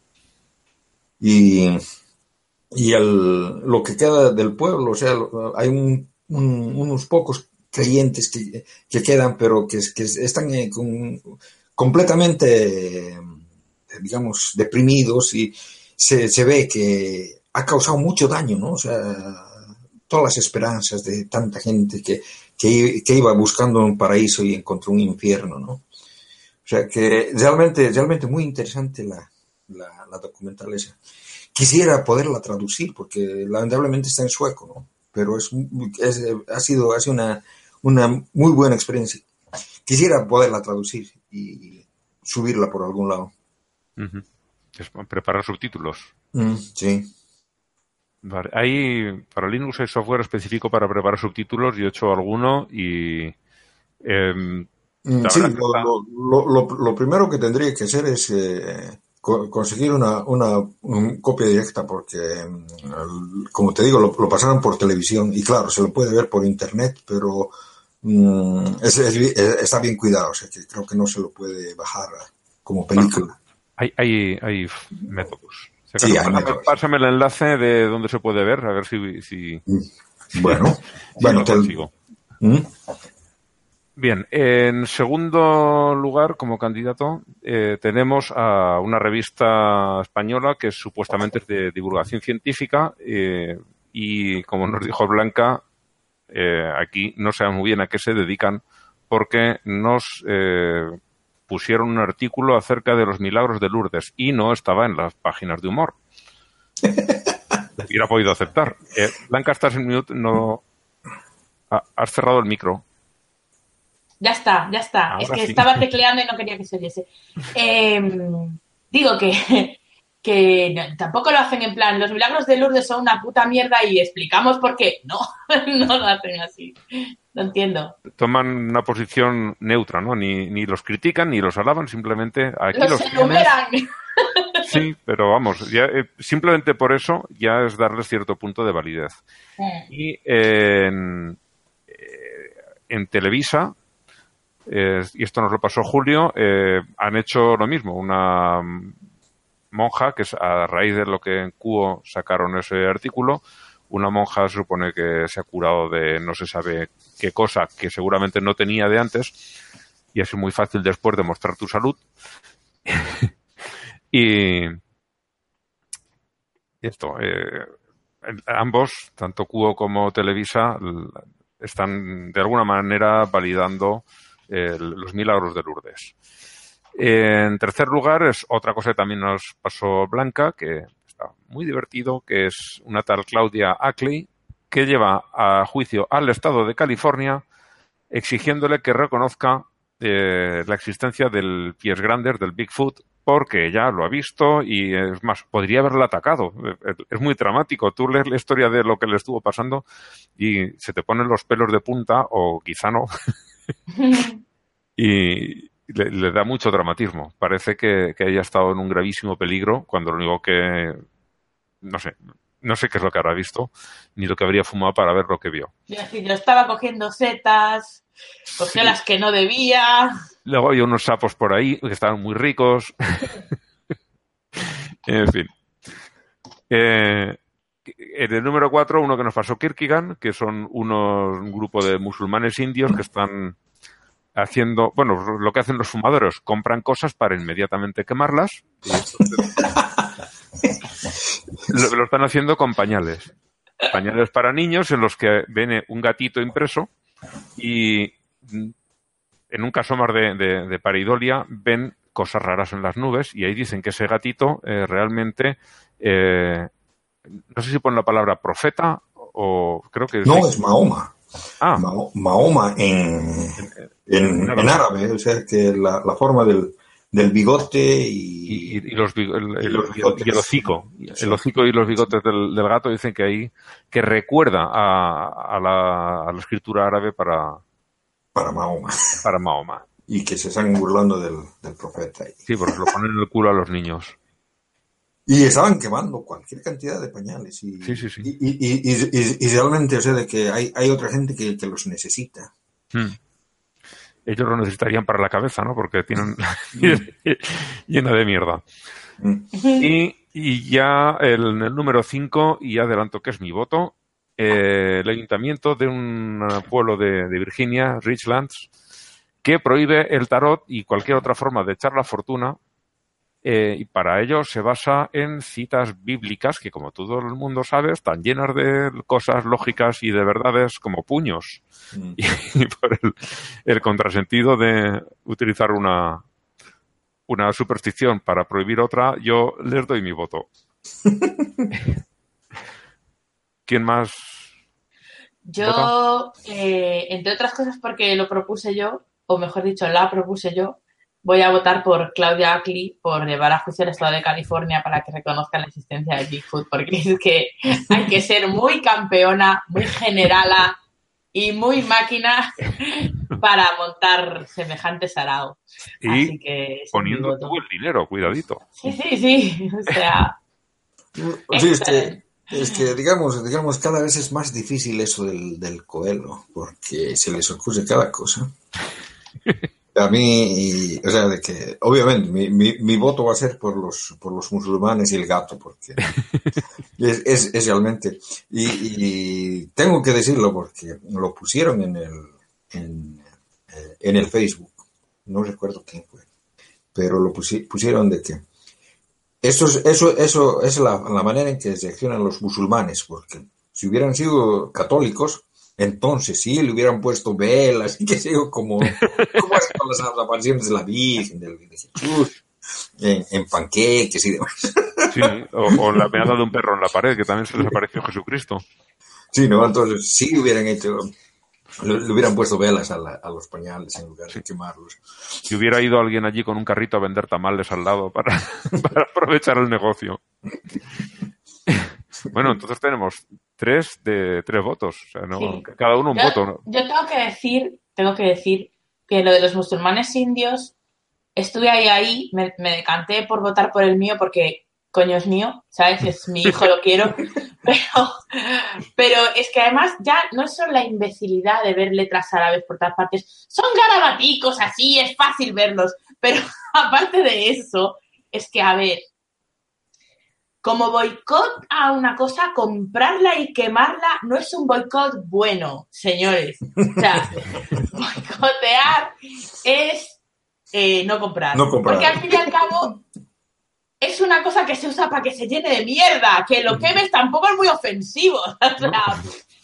Y, y el, lo que queda del pueblo, o sea, hay un, un, unos pocos creyentes que, que quedan, pero que, que están eh, con, completamente, eh, digamos, deprimidos y se, se ve que ha causado mucho daño, ¿no? O sea, todas las esperanzas de tanta gente que, que, que iba buscando un paraíso y encontró un infierno, ¿no? O sea que realmente, realmente muy interesante la, la, la documental esa. Quisiera poderla traducir porque lamentablemente está en sueco, ¿no? Pero es, es ha sido, ha sido una, una muy buena experiencia. Quisiera poderla traducir y subirla por algún lado. Uh-huh. Es preparar subtítulos. Mm, sí. Vale. Hay, para Linux hay software específico para preparar subtítulos. Yo he hecho alguno y... Eh, sí, lo, lo, lo, lo primero que tendría que hacer es eh, co- conseguir una, una un copia directa porque, el, como te digo, lo, lo pasaron por televisión y claro, se lo puede ver por internet, pero um, es, es, es, está bien cuidado, o sea que creo que no se lo puede bajar como película. Hay, hay, hay métodos. O sea, sí, pásame, hay métodos. Pásame el enlace de donde se puede ver, a ver si... si bueno, si bueno, lo te consigo. ¿Mm? Bien, en segundo lugar, como candidato, eh, tenemos a una revista española que supuestamente es de divulgación científica eh, y, como nos dijo Blanca, eh, aquí no sabemos muy bien a qué se dedican porque nos eh, pusieron un artículo acerca de los milagros de Lourdes y no estaba en las páginas de humor. Hubiera podido aceptar. Eh, Blanca, estás en mute, no... Ah, has cerrado el micro. Ya está, ya está. Ahora es que sí. estaba tecleando y no quería que se oyese. Eh, digo que, que no, tampoco lo hacen en plan, los milagros de Lourdes son una puta mierda y explicamos por qué. No, no lo hacen así. No entiendo. Toman una posición neutra, ¿no? Ni, ni los critican ni los alaban, simplemente aquí Los, los enumeran. tienes. Sí, pero vamos, ya, eh, simplemente por eso ya es darles cierto punto de validez. Y eh, en, eh, en Televisa, eh, y esto nos lo pasó Julio, eh, han hecho lo mismo. Una monja, que es a raíz de lo que en Cuo sacaron ese artículo, una monja se supone que se ha curado de no se sabe qué cosa, que seguramente no tenía de antes, y es muy fácil después demostrar tu salud. Y esto, eh, ambos, tanto Cuo como Televisa, están de alguna manera validando eh, los milagros de Lourdes. En tercer lugar, es otra cosa que también nos pasó Blanca, que está muy divertido, que es una tal Claudia Ackley, que lleva a juicio al estado de California exigiéndole que reconozca eh, la existencia del pies grandes, del Bigfoot, porque ella lo ha visto y, es más, podría haberla atacado. Es muy dramático. Tú lees la historia de lo que le estuvo pasando y se te ponen los pelos de punta, o quizá no, y le, le da mucho dramatismo. Parece que, que haya estado en un gravísimo peligro cuando lo único que... No sé, no sé qué es lo que habrá visto, ni lo que habría fumado para ver lo que vio. Yo, yo estaba cogiendo setas, cogió Sí. las que no debía. Luego hay unos sapos por ahí que estaban muy ricos. En fin. Eh, en el número cuatro, uno que nos pasó Kierkegaard, que son unos, un grupo de musulmanes indios que están haciendo, bueno, lo que hacen los fumadores, compran cosas para inmediatamente quemarlas. Y lo, lo están haciendo con pañales. Pañales para niños en los que viene un gatito impreso y en un caso más de, de, de pareidolia ven cosas raras en las nubes y ahí dicen que ese gatito eh, realmente, eh, no sé si pone la palabra profeta o creo que... No, sí. es Mahoma. Ah. Mah- Mahoma en, en, en árabe, o sea que la, la forma del, del bigote y... Y, y, y los, el, el, y los el, bigotes. y el hocico. Sí. El hocico y los bigotes del, del gato dicen que ahí, que recuerda a, a, la, a la escritura árabe para, Para Mahoma. para Mahoma. Y que se están burlando del, del profeta. Sí, porque lo ponen en el culo a los niños. Y estaban quemando cualquier cantidad de pañales. Y, Sí, sí, sí. Y, y, y, y, y realmente, o sea, de que hay, hay otra gente que, que los necesita. Hmm. Ellos lo necesitarían para la cabeza, ¿no? Porque tienen llena de mierda. Mm. Y, y ya el, el número cinco, y adelanto que es mi voto, eh, el ayuntamiento de un pueblo de, de Virginia, Richlands, que prohíbe el tarot y cualquier otra forma de echar la fortuna, eh, y para ello se basa en citas bíblicas que, como todo el mundo sabe, están llenas de cosas lógicas y de verdades como puños. Mm. Y, y por el, el contrasentido de utilizar una, una superstición para prohibir otra, yo les doy mi voto. ¿Quién más? Yo, eh, entre otras cosas porque lo propuse yo, o mejor dicho, la propuse yo, voy a votar por Claudia Ackley por llevar a juicio al estado de California para que reconozcan la existencia de Bigfoot, porque es que hay que ser muy campeona, muy generala y muy máquina para montar semejante sarao. Y Así que ese es mi poniendo voto. tú el dinero, cuidadito. Sí, sí, sí. O sea, Sí, es que, es que digamos, digamos, cada vez es más difícil eso del, del Coelho, porque se les ocurre cada cosa. A mí, o sea, de que, obviamente, mi, mi, mi voto va a ser por los, por los musulmanes y el gato, porque es, es, es realmente, y, y tengo que decirlo porque lo pusieron en el, en, eh, en el Facebook, no recuerdo quién fue, pero lo pusi, pusieron de que eso es, eso, eso es la, la manera en que reaccionan los musulmanes, porque si hubieran sido católicos, entonces sí le hubieran puesto velas y que sé yo, como, como hacen con las apariciones de la Virgen, de, de Jesús, en, en panqueques y demás. Sí, o, o la meada de un perro en la pared, que también se les apareció Jesucristo. Sí, ¿no? Entonces sí hubieran hecho, le, le hubieran puesto velas a, la, a los pañales en lugar de quemarlos. Si hubiera ido alguien allí con un carrito a vender tamales al lado para, para aprovechar el negocio. Bueno, entonces tenemos tres de tres votos. O sea, ¿no? Sí. Cada uno un yo, voto, ¿no? yo tengo que decir, tengo que decir que lo de los musulmanes indios, estuve ahí, ahí, me, me decanté por votar por el mío porque, coño, es mío, ¿sabes? Es mi hijo, lo quiero. Pero, pero es que además ya no es solo la imbecilidad de ver letras árabes por todas partes. Son garabaticos, así, es fácil verlos. Pero aparte de eso, es que, a ver, como boicot a una cosa, comprarla y quemarla no es un boicot bueno, señores. O sea, boicotear es eh, no comprar. No comprar. Porque al fin y al cabo es una cosa que se usa para que se llene de mierda. Que lo quemes tampoco es muy ofensivo. O sea,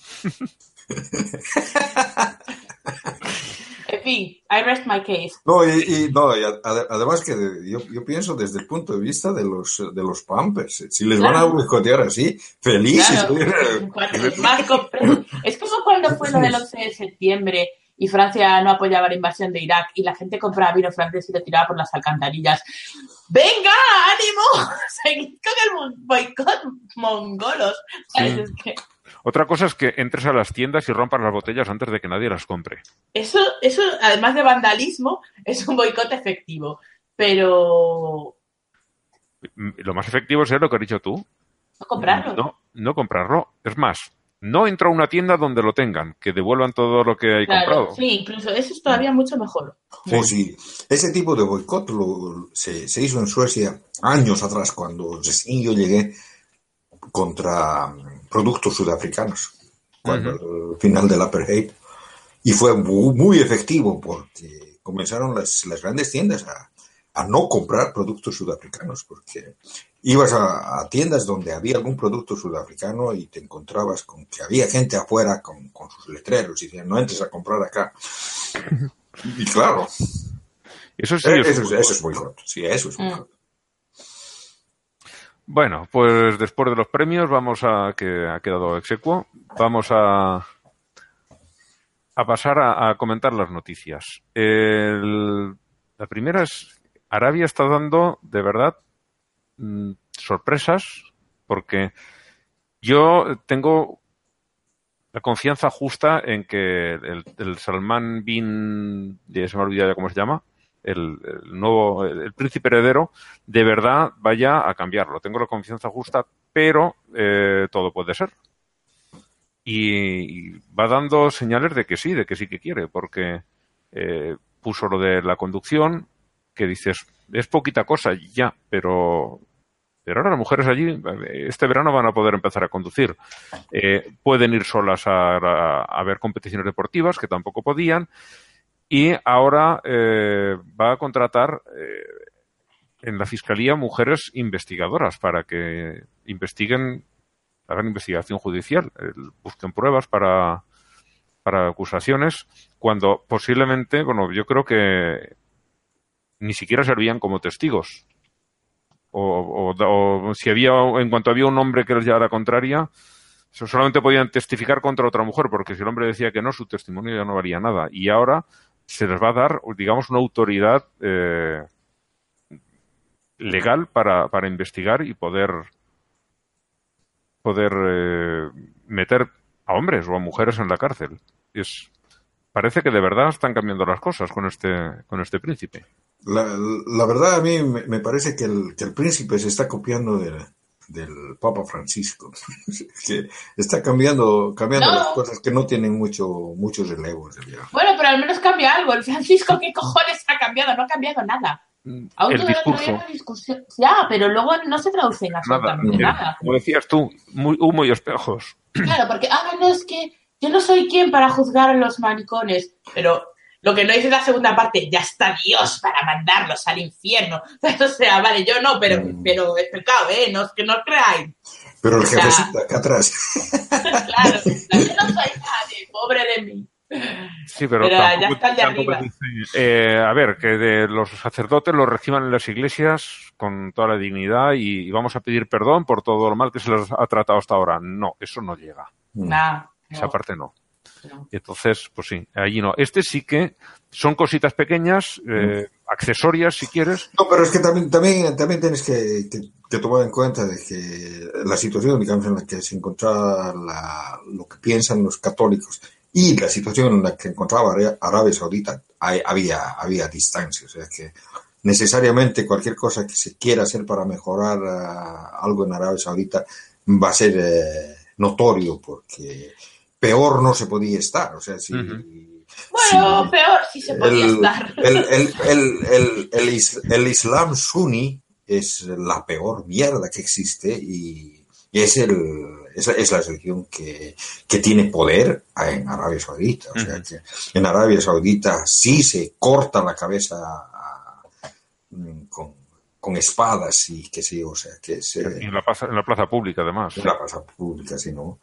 en fin, I rest my case. No, y, y, no, y a, además que de, yo, yo pienso desde el punto de vista de los, de los Pampers. Si les claro. van a boicotear así, felices. Claro. Más es como cuando fue lo del once de septiembre y Francia no apoyaba la invasión de Irak y la gente compraba vino francés y lo tiraba por las alcantarillas. ¡Venga, ánimo! Seguid con el boicot mongolos. Sí. Es que... Otra cosa es que entres a las tiendas y rompas las botellas antes de que nadie las compre. Eso, eso además de vandalismo, es un boicot efectivo. Pero... Lo más efectivo es lo que has dicho tú. No comprarlo. No, no comprarlo. Es más, no entro a una tienda donde lo tengan, que devuelvan todo lo que hay claro, comprado. Sí, incluso eso es todavía mucho mejor. Sí, sí. Ese tipo de boicot lo, se, se hizo en Suecia años atrás, cuando recién yo llegué, contra productos sudafricanos, cuando uh-huh. el final del apartheid, y fue muy, muy efectivo porque comenzaron las, las grandes tiendas a, a no comprar productos sudafricanos, porque ibas a, a tiendas donde había algún producto sudafricano y te encontrabas con que había gente afuera con, con sus letreros y decían, no entres a comprar acá. Y claro, eso sí es, es, eso, eso es boicot, sí, eso es boicot. Mm. Bueno, pues después de los premios vamos a, que ha quedado execuo, vamos a, a pasar a, a comentar las noticias. El, la primera es, Arabia está dando, de verdad, mmm, sorpresas, porque yo tengo la confianza justa en que el, el Salman bin, ya se me ha olvidado ya cómo se llama, el, el nuevo, el, el príncipe heredero, de verdad vaya a cambiarlo. Tengo la confianza justa, pero eh, todo puede ser. Y, y va dando señales de que sí, de que sí que quiere, porque eh, puso lo de la conducción, que dices, es poquita cosa ya, pero... Pero ahora las mujeres allí, este verano van a poder empezar a conducir. Eh, pueden ir solas a, a, a ver competiciones deportivas, que tampoco podían. Y ahora eh, va a contratar eh, en la Fiscalía mujeres investigadoras para que investiguen, hagan investigación judicial, eh, busquen pruebas para, para acusaciones, cuando posiblemente, bueno, yo creo que ni siquiera servían como testigos. O, o, o si había, en cuanto había un hombre que les llevara la contraria, solamente podían testificar contra otra mujer, porque si el hombre decía que no, su testimonio ya no valía nada. Y ahora se les va a dar, digamos, una autoridad eh, legal para, para investigar y poder poder eh, meter a hombres o a mujeres en la cárcel. Es, parece que de verdad están cambiando las cosas con este con este príncipe. La, la verdad a mí me, me parece que el, que el príncipe se está copiando de, del Papa Francisco, que está cambiando cambiando no. las cosas que no tienen mucho mucho relevo. Bueno, pero al menos cambia algo. El Francisco, ¿qué cojones ha cambiado? No ha cambiado nada. Aún el discurso. Una discusión. Ya, pero luego no se traduce en absolutamente nada. nada. Como decías tú, muy humo y espejos. Claro, porque, ah, no, es que yo no soy quien para juzgar a los maricones, pero... Lo que no dice la segunda parte, ya está Dios para mandarlos al infierno. O sea, vale, yo no, pero, mm. pero es pecado, ¿eh? No, que no os creáis. Pero el jefecito acá atrás. Claro, yo no soy nadie, pobre de mí. Sí, pero, pero tampoco, ya está el de arriba. Dice, eh, a ver, que de los sacerdotes los reciban en las iglesias con toda la dignidad y, y vamos a pedir perdón por todo lo mal que se les ha tratado hasta ahora. No, eso no llega. Nah, Esa no. parte no. No. Entonces, pues sí, allí no. Este sí que son cositas pequeñas, eh, accesorias si quieres. No, pero es que también también también tienes que, que, que tomar en cuenta de que la situación, digamos, en la que se encontraba la, lo que piensan los católicos y la situación en la que encontraba Arabia Saudita, hay, había había distancia, o sea que necesariamente cualquier cosa que se quiera hacer para mejorar uh, algo en Arabia Saudita va a ser eh, notorio, porque peor no se podía estar, o sea, si... Uh-huh. Bueno, si, peor sí se podía el, estar. El, el, el, el, el, is, el Islam suní es la peor mierda que existe y, y es, el, es, es la religión que, que tiene poder en Arabia Saudita. O sea, uh-huh. que en Arabia Saudita sí se corta la cabeza a, con... con espadas y que sí, o sea, que se... En la plaza, en la plaza pública, además. En la plaza pública, sí, ¿no?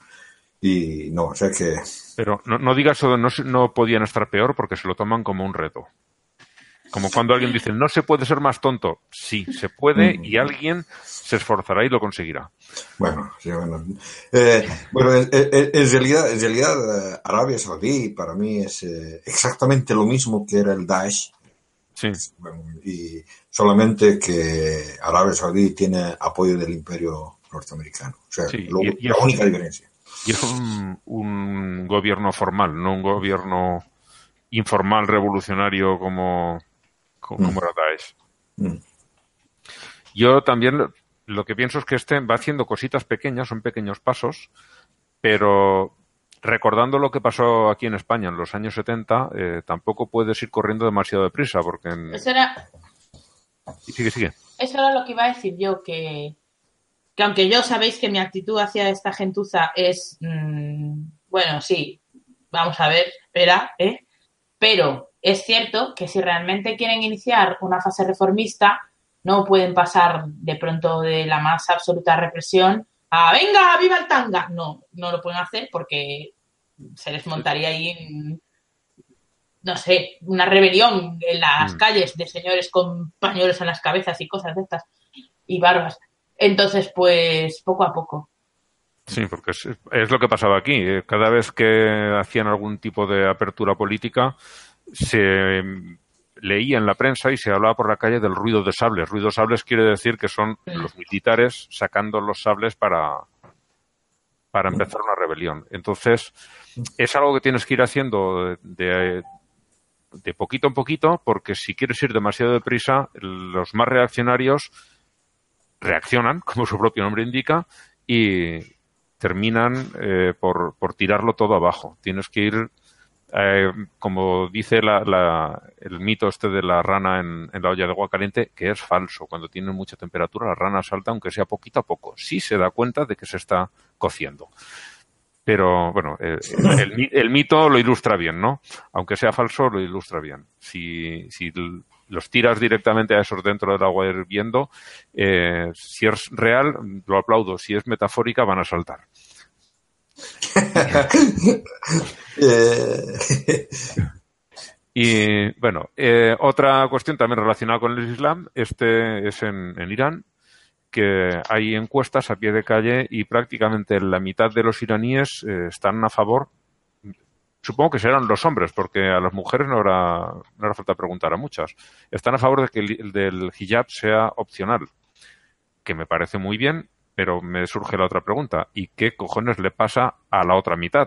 Y no, o sea que... Pero no, no digas eso, no, no podían estar peor porque se lo toman como un reto. Como cuando alguien dice, no se puede ser más tonto. Sí, se puede y alguien se esforzará y lo conseguirá. Bueno, sí, bueno. Eh, bueno, en, en, en realidad, en realidad Arabia Saudí para mí es eh, exactamente lo mismo que era el Daesh. Sí. Bueno, y solamente que Arabia Saudí tiene apoyo del Imperio norteamericano. O sea, sí, lo, y, y la es, única diferencia. Y es un, un gobierno formal, no un gobierno informal, revolucionario como, como, mm. como era Daesh. Mm. Yo también lo que pienso es que este va haciendo cositas pequeñas, son pequeños pasos, pero recordando lo que pasó aquí en España en los años setenta, eh, tampoco puedes ir corriendo demasiado deprisa, porque... En... Eso era... Sigue, sigue. Eso era lo que iba a decir yo, que... que aunque yo sabéis que mi actitud hacia esta gentuza es, mmm, bueno, sí, vamos a ver, espera, ¿eh? Pero es cierto que si realmente quieren iniciar una fase reformista, no pueden pasar de pronto de la más absoluta represión a ¡venga, viva el tanga! No, no lo pueden hacer porque se les montaría ahí, no sé, una rebelión en las mm. calles de señores con pañuelos en las cabezas y cosas de estas, y barbas. Entonces, pues, poco a poco. Sí, porque es, es lo que pasaba aquí. Cada vez que hacían algún tipo de apertura política, se leí en la prensa y se hablaba por la calle del ruido de sables. Ruido de sables quiere decir que son los militares sacando los sables para, para empezar una rebelión. Entonces, es algo que tienes que ir haciendo de, de poquito en poquito, porque si quieres ir demasiado deprisa, los más reaccionarios reaccionan, como su propio nombre indica, y terminan eh, por, por tirarlo todo abajo. Tienes que ir, eh, como dice la, la, el mito este de la rana en, en la olla de agua caliente, que es falso. Cuando tiene mucha temperatura, la rana salta, aunque sea poquito a poco. Sí se da cuenta de que se está cociendo. Pero, bueno, el, el, el mito lo ilustra bien, ¿no? Aunque sea falso, lo ilustra bien. Si, si los tiras directamente a esos dentro del agua hirviendo, eh, si es real, lo aplaudo. Si es metafórica, van a saltar. Y, bueno, eh, otra cuestión también relacionada con el Islam, este es en, en Irán, que hay encuestas a pie de calle y prácticamente la mitad de los iraníes eh, están a favor, supongo que serán los hombres, porque a las mujeres no habrá, no hará falta preguntar a muchas, están a favor de que el, el del hijab sea opcional, que me parece muy bien, pero me surge la otra pregunta, ¿y qué cojones le pasa a la otra mitad?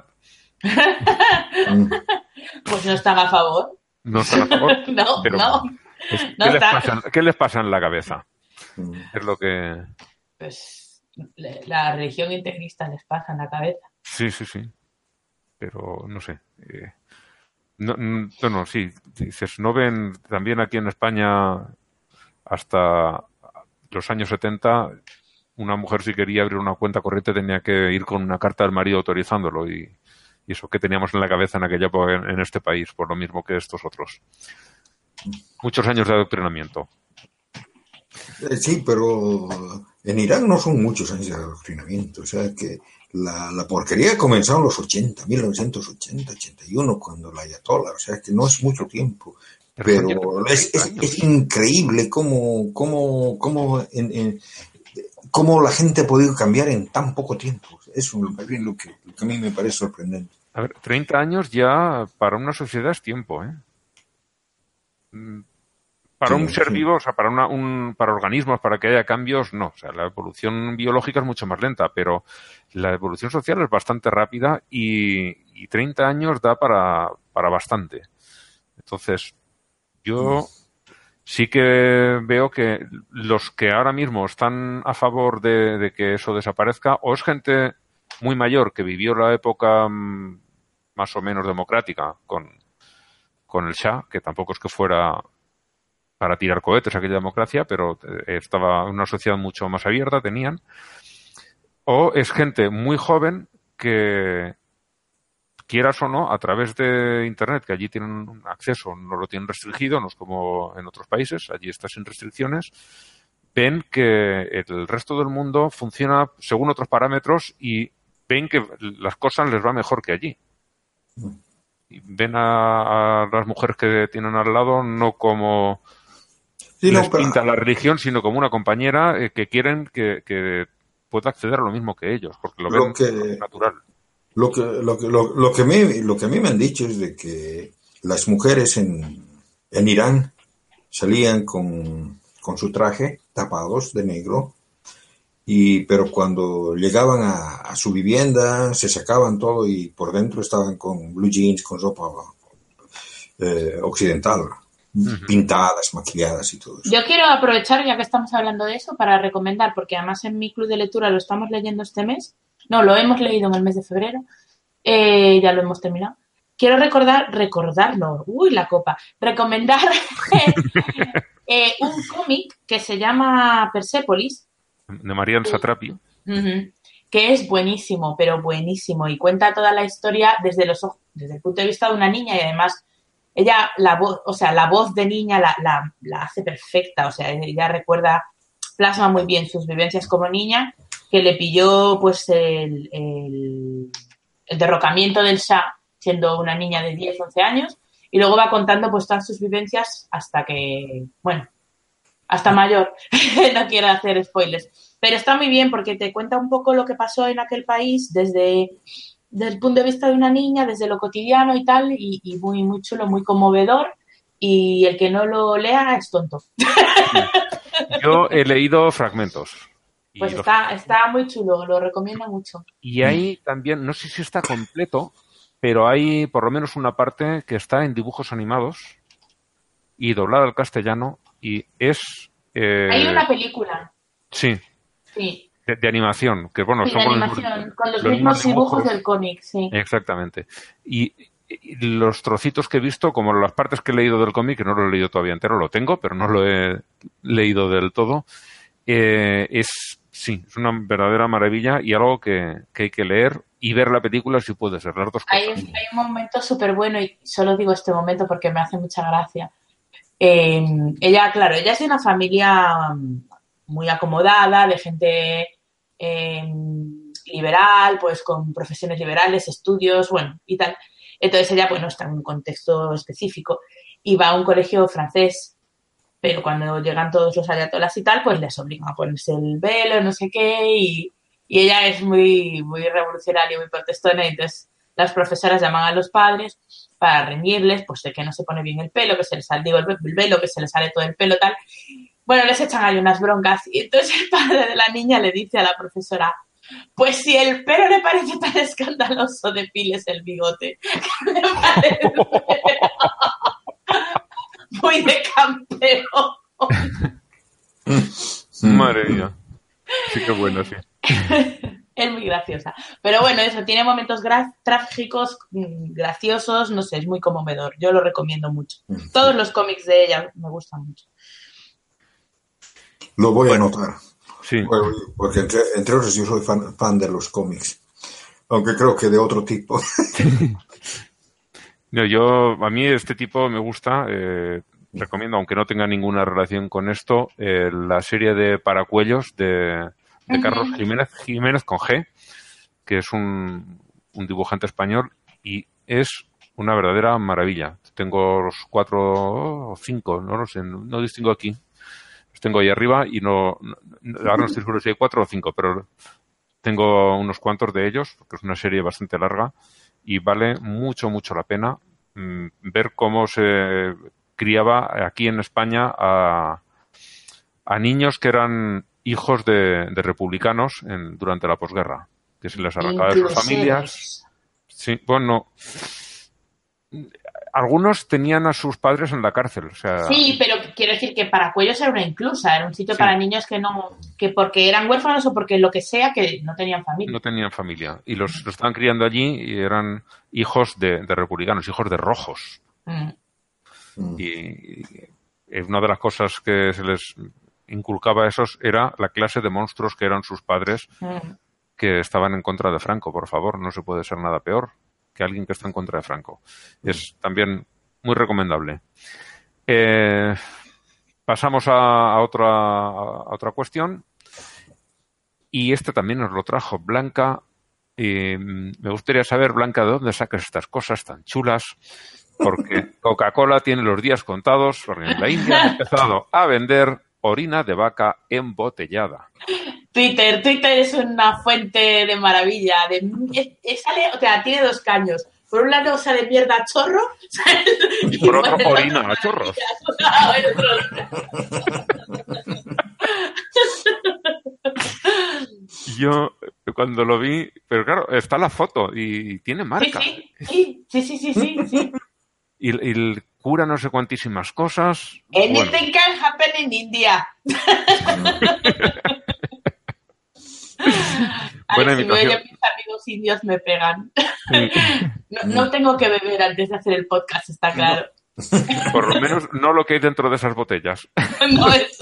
Pues no están a favor. No están a favor. no, pero, no. Es, ¿qué, no les está. pasa, ¿Qué les pasa en la cabeza? Es lo que... Pues la religión integrista les pasa en la cabeza. Sí, sí, sí. Pero no sé. Eh, no, no, no, sí. Dices, ¿no ven también aquí en España hasta los años setenta una mujer si quería abrir una cuenta corriente tenía que ir con una carta del marido autorizándolo y, y eso que teníamos en la cabeza en aquella época en, en este país, por lo mismo que estos otros. Muchos años de adoctrinamiento. Sí, pero en Irán no son muchos años de adoctrinamiento. O sea que la, la porquería comenzó en los ochenta, mil novecientos ochenta, ochenta y uno, cuando la Ayatollah. O sea que no es mucho tiempo. Pero, pero es, es, es increíble cómo, cómo, cómo, en, en, cómo la gente ha podido cambiar en tan poco tiempo. Eso es lo que, lo que a mí me parece sorprendente. A ver, treinta años ya para una sociedad es tiempo, ¿eh? Para sí, un ser sí. vivo, o sea, para una, un, para organismos, para que haya cambios, no. O sea, la evolución biológica es mucho más lenta, pero la evolución social es bastante rápida y, y treinta años da para, para bastante. Entonces, yo sí que veo que los que ahora mismo están a favor de, de que eso desaparezca, o es gente muy mayor que vivió la época mmm, más o menos democrática con, con el Shah, que tampoco es que fuera para tirar cohetes aquella democracia, pero estaba en una sociedad mucho más abierta, tenían. O es gente muy joven que, quieras o no, a través de Internet, que allí tienen un acceso, no lo tienen restringido, no es como en otros países, allí está sin restricciones, ven que el resto del mundo funciona según otros parámetros y ven que las cosas les va mejor que allí. Y ven a, a las mujeres que tienen al lado no como sí, les no, pero... pinta la religión, sino como una compañera eh, que quieren que, que pueda acceder a lo mismo que ellos, porque lo, lo ven que, natural. Lo que, lo, que, lo, lo, que me, lo que a mí me han dicho es de que las mujeres en, en Irán salían con, con su traje tapados de negro, y pero cuando llegaban a, a su vivienda se sacaban todo y por dentro estaban con blue jeans, con ropa eh, occidental, uh-huh. pintadas, maquilladas y todo eso. Yo quiero aprovechar, ya que estamos hablando de eso, para recomendar, porque además en mi club de lectura lo estamos leyendo este mes, no, lo hemos leído en el mes de febrero, eh, ya lo hemos terminado. Quiero recordar, recordarlo, uy, la copa, recomendar eh, un cómic que se llama Persepolis, de Marian Satrapi, uh-huh, que es buenísimo, pero buenísimo, y cuenta toda la historia desde los ojos, desde el punto de vista de una niña, y además ella, la voz, o sea, la voz de niña la, la, la hace perfecta, o sea, ella recuerda, plasma muy bien sus vivencias como niña, que le pilló pues el, el, el derrocamiento del Shah siendo una niña de diez, once años, y luego va contando pues todas sus vivencias hasta que, bueno, hasta mayor, no quiero hacer spoilers, pero está muy bien porque te cuenta un poco lo que pasó en aquel país desde, desde el punto de vista de una niña, desde lo cotidiano y tal, y, y muy, muy chulo, muy conmovedor, y el que no lo lea es tonto. Yo he leído fragmentos. Pues y está, los... está muy chulo, lo recomiendo mucho. Y hay también, no sé si está completo, pero hay por lo menos una parte que está en dibujos animados y doblada al castellano y es... Eh... Hay una película. Sí. Sí. De, de animación, que bueno, sí, son de con animación, los, con los, los mismos dibujos, dibujos del cómic, sí. Exactamente. Y, y los trocitos que he visto, como las partes que he leído del cómic, que no lo he leído todavía entero, lo tengo, pero no lo he leído del todo, eh, es, sí, es una verdadera maravilla y algo que, que hay que leer y ver la película si puede ser, las dos cosas. Hay, hay un momento súper bueno y solo digo este momento porque me hace mucha gracia. Eh, ella, claro, ella es de una familia muy acomodada, de gente eh, liberal, pues con profesiones liberales, estudios, bueno, y tal. Entonces ella, pues no está en un contexto específico y va a un colegio francés, pero cuando llegan todos los ayatolas y tal, pues les obligan a ponerse el velo, no sé qué, y, y ella es muy, muy revolucionaria, muy protestona, y entonces las profesoras llaman a los padres para reñirles, pues de que no se pone bien el pelo, que se les sale, digo, el velo, que se les sale todo el pelo, tal. Bueno, les echan ahí unas broncas y entonces el padre de la niña le dice a la profesora, pues si el pelo le parece tan escandaloso, depiles el bigote. Me parece muy de campero. Madre mía. Sí que bueno, sí. Es muy graciosa. Pero bueno, eso, tiene momentos gra- trágicos, graciosos, no sé, es muy conmovedor. Yo lo recomiendo mucho. Todos los cómics de ella me gustan mucho. Lo voy a anotar. Sí. Porque entre, entre otros yo soy fan, fan de los cómics. Aunque creo que de otro tipo. No, yo, a mí este tipo me gusta. Eh, recomiendo, aunque no tenga ninguna relación con esto, eh, la serie de Paracuellos de... de Carlos Jiménez, Jiménez con G, que es un, un dibujante español y es una verdadera maravilla. Tengo los cuatro o cinco, no lo sé, no distingo aquí. Los tengo ahí arriba y no, no ahora no estoy seguro si hay cuatro o cinco, pero tengo unos cuantos de ellos, porque es una serie bastante larga y vale mucho, mucho la pena mmm, ver cómo se criaba aquí en España a, a niños que eran hijos de, de republicanos en, durante la posguerra, que se les arrancaba de sus familias. Sí, bueno, algunos tenían a sus padres en la cárcel. O sea, sí, pero quiero decir que Paracuellos era una inclusa, era un sitio sí. para niños que no, que porque eran huérfanos o porque lo que sea, que no tenían familia. No tenían familia. Y los, los estaban criando allí y eran hijos de, de republicanos, hijos de rojos. Mm. Y, y una de las cosas que se les inculcaba a esos era la clase de monstruos que eran sus padres, mm. que estaban en contra de Franco. Por favor, no se puede ser nada peor que alguien que está en contra de Franco. Es también muy recomendable. Eh, pasamos a, a, otra, a otra cuestión. Y este también nos lo trajo Blanca. Y me gustaría saber, Blanca, de dónde sacas estas cosas tan chulas. Porque Coca-Cola tiene los días contados, porque en la India ha empezado a vender orina de vaca embotellada. Twitter, Twitter es una fuente de maravilla. De, es, es, sale, o sea, tiene dos caños. Por un lado sale mierda a chorro. Y por otro por orina a chorros. Yo cuando lo vi, pero claro, está la foto y tiene marca. Sí, sí, sí, sí, sí, sí, sí. Y, y el cura no sé cuantísimas cosas. Anything bueno. can happen in India. Buena si me oyen mis amigos indios me pegan. Sí. No, no tengo que beber antes de hacer el podcast, está claro. No. Por lo menos no lo que hay dentro de esas botellas. No es...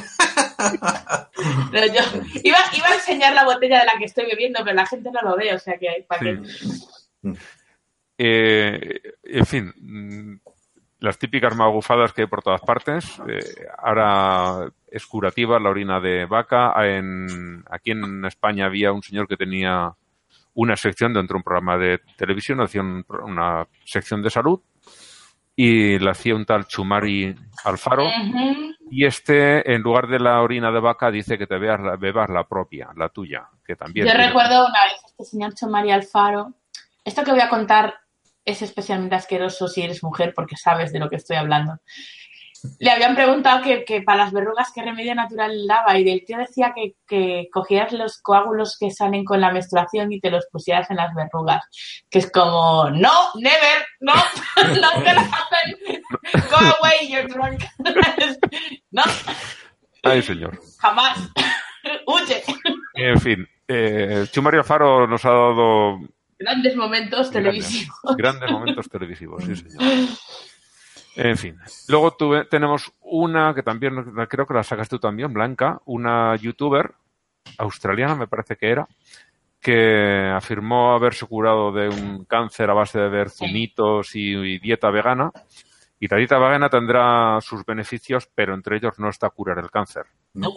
No, yo iba, iba a enseñar la botella de la que estoy bebiendo, pero la gente no lo ve, o sea que hay para sí. que... Eh, en fin, las típicas magufadas que hay por todas partes. Eh, ahora es curativa la orina de vaca. En, aquí en España había un señor que tenía una sección dentro de un programa de televisión, hacía un, una sección de salud y la hacía un tal Chumari Alfaro. Uh-huh. Y este, en lugar de la orina de vaca, dice que te veas la, bebas la propia, la tuya, que también. Yo tiene... recuerdo una vez este señor Chumari Alfaro. Esto que voy a contar es especialmente asqueroso si eres mujer porque sabes de lo que estoy hablando. Le habían preguntado que, que para las verrugas qué remedio natural daba y el tío decía que, que cogieras los coágulos que salen con la menstruación y te los pusieras en las verrugas. Que es como, no, never, no, not gonna happen. Go away, you're drunk. No. Ay, señor. Jamás. Huye. En fin, eh, Chumario Alfaro nos ha dado... Grandes momentos grandes, televisivos. Grandes momentos televisivos, sí, señor. En fin. Luego tuve, tenemos una que también, creo que la sacas tú también, Blanca, una youtuber australiana, me parece que era, que afirmó haberse curado de un cáncer a base de ver zumitos y, y dieta vegana. Y la dieta vegana tendrá sus beneficios, pero entre ellos no está curar el cáncer. No.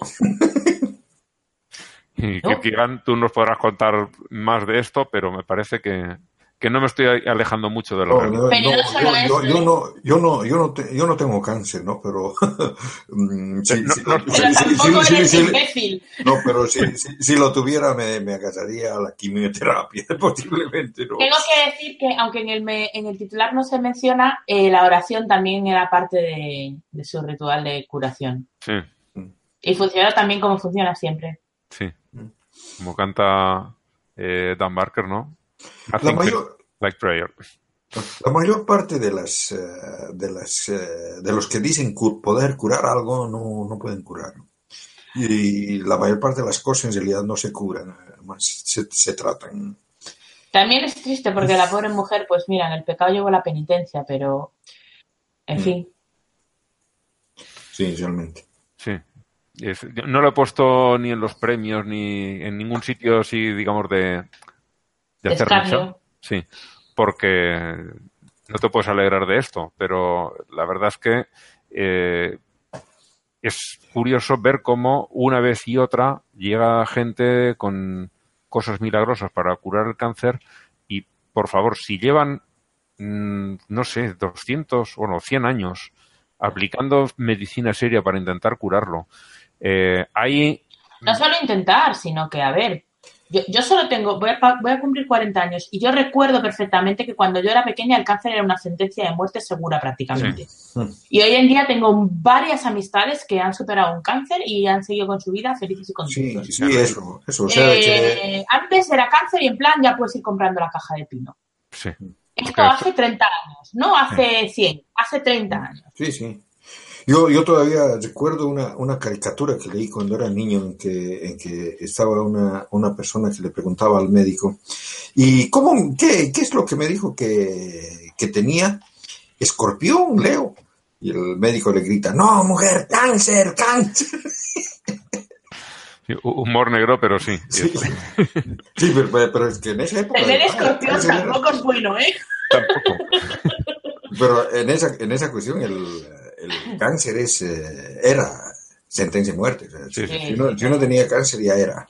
Y ¿No? que Kigan, tú nos podrás contar más de esto, pero me parece que, que no me estoy alejando mucho de lo No, real. no, Pero no, no solo yo, yo, eso, yo ¿eh? no, yo no, yo no, te- yo no tengo cáncer, ¿no? Pero mm, sí, No, sí, no, sí, Pero sí, tampoco sí, eres sí, sí, imbécil. no, pero si, si, si lo tuviera me, me agacharía a la quimioterapia, posiblemente, ¿no? Tengo que decir que, aunque en el, me- en el titular no se menciona, eh, la oración también era parte de, de su ritual de curación. Sí, Y funcionó también como funciona siempre. sí. Como canta eh, Dan Barker, ¿no? La Nothing mayor, like prayer. la mayor parte de las, eh, de las, eh, de los que dicen cu- poder curar algo no, no pueden curarlo. Y la mayor parte de las cosas en realidad no se curan, más se, se tratan. También es triste porque la pobre mujer, pues mira, en el pecado llevó la penitencia, pero, en Mm. fin. Sí, realmente. Sí. Es- yo no lo he puesto ni en los premios ni en ningún sitio así, digamos, de, de De hacer escarnio. mención. Sí, porque no te puedes alegrar de esto, pero la verdad es que eh, es curioso ver cómo una vez y otra llega gente con cosas milagrosas para curar el cáncer y, por favor, si llevan, mm, no sé, doscientos, bueno, cien años aplicando medicina seria para intentar curarlo, eh, hay... No solo intentar, sino que, a ver, yo, yo solo tengo, voy a, pa- voy a cumplir cuarenta años y yo recuerdo perfectamente que cuando yo era pequeña el cáncer era una sentencia de muerte segura prácticamente. Y hoy en día tengo varias amistades que han superado un cáncer y han seguido con su vida felices y Sí, contentos. sí, eso, eso. O sea, que- Eh, antes era cáncer y en plan ya puedes ir comprando la caja de pino. Sí. Esto Porque- hace treinta años, no hace cien, hace treinta años. sí, sí. Yo, yo todavía recuerdo una, una caricatura que leí cuando era niño en que, en que estaba una, una persona que le preguntaba al médico, ¿y cómo, qué, qué es lo que me dijo que, que tenía? Escorpión, Leo. Y el médico le grita, no, mujer, cáncer, cáncer. Sí, humor negro, pero sí. Sí, sí, pero, pero- pero es que en esa época... Tener escorpión cáncer era- tampoco es bueno, ¿eh? Tampoco. Pero en esa, en esa cuestión el, el cáncer es, eh, era sentencia de muerte. O sea, Sí, si, sí. si uno, si uno tenía cáncer ya era.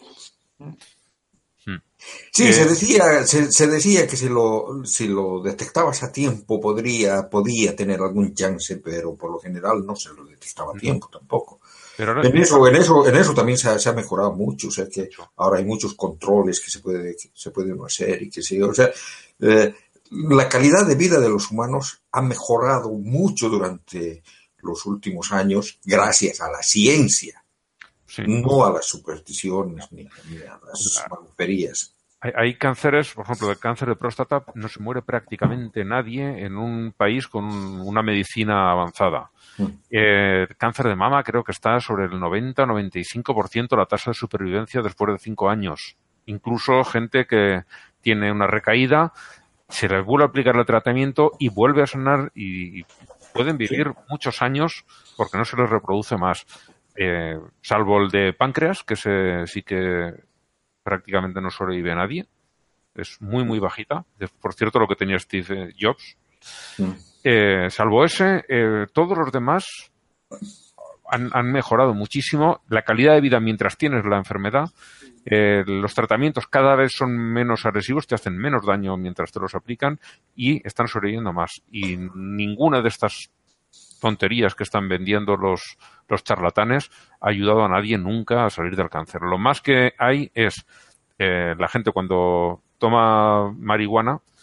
Hmm. Sí, Eh, se decía, se, se decía que si lo, si lo detectabas a tiempo podría, podía tener algún chance, pero por lo general no se lo detectaba a tiempo tampoco. Pero ahora- En eso, en eso, en eso también se ha, se ha mejorado mucho, o sea que ahora hay muchos controles que se puede, que se puede uno hacer y que se, o sea, eh, la calidad de vida de los humanos ha mejorado mucho durante los últimos años gracias a la ciencia, sí. no a las supersticiones ni, ni a las maluperías. Hay, hay cánceres, por ejemplo, el cáncer de próstata no se muere prácticamente nadie en un país con un- una medicina avanzada. Mm. Eh, el cáncer de mama creo que está sobre el noventa a noventa y cinco por ciento la tasa de supervivencia después de cinco años. Incluso gente que tiene una recaída, se les vuelve a aplicar el tratamiento y vuelve a sanar y, y pueden vivir muchos años porque no se les reproduce más. Eh, salvo el de páncreas, que se, sí que prácticamente no sobrevive nadie. Es muy, muy bajita. Es, por cierto, lo que tenía Steve Jobs. Mm. Eh, salvo ese, eh, todos los demás han, han mejorado muchísimo la calidad de vida mientras tienes la enfermedad. Eh, los tratamientos cada vez son menos agresivos, te hacen menos daño mientras te los aplican y están sobreviviendo más. Y ninguna de estas tonterías que están vendiendo los, los charlatanes ha ayudado a nadie nunca a salir del cáncer. Lo más que hay es eh, la gente cuando toma marihuana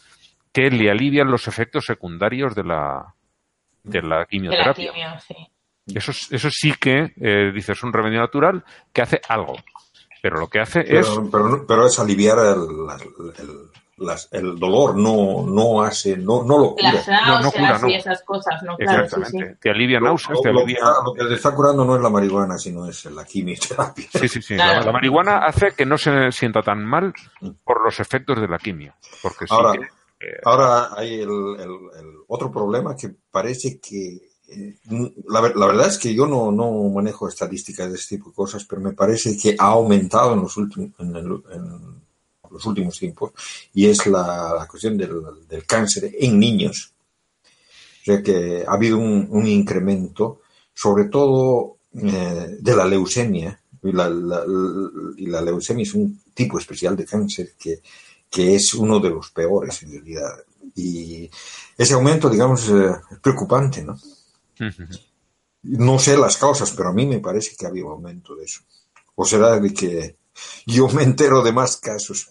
que le alivian los efectos secundarios de la, de la quimioterapia. De la quimio, sí. Eso, eso sí que, eh, dice, es un remedio natural que hace algo. Pero lo que hace pero, es... Pero, pero es aliviar el, el, las, el dolor, no, no hace, no, no lo cura. Las náuseas no, no cura, no. y esas cosas, ¿no? Claro, exactamente. Sí, sí. Te alivia náuseas, lo, te lo, alivia... Lo que le está curando no es la marihuana, sino es la quimioterapia. Sí, sí, sí. Claro. La, la marihuana hace que no se sienta tan mal por los efectos de la quimio. Porque sí ahora, que, eh, ahora hay el, el, el otro problema que parece que... Eh, la, la verdad es que yo no, no manejo estadísticas de este tipo de cosas, pero me parece que ha aumentado en los últimos... En el, en, los últimos tiempos, y es la, la cuestión del, del cáncer en niños. O sea que ha habido un, un incremento, sobre todo eh, de la leucemia, y la, la, la, y la leucemia es un tipo especial de cáncer que, que es uno de los peores en realidad. Y ese aumento, digamos, eh, es preocupante, ¿no? uh-huh. No sé las causas, pero a mí me parece que ha habido aumento de eso. O será de que yo me entero de más casos.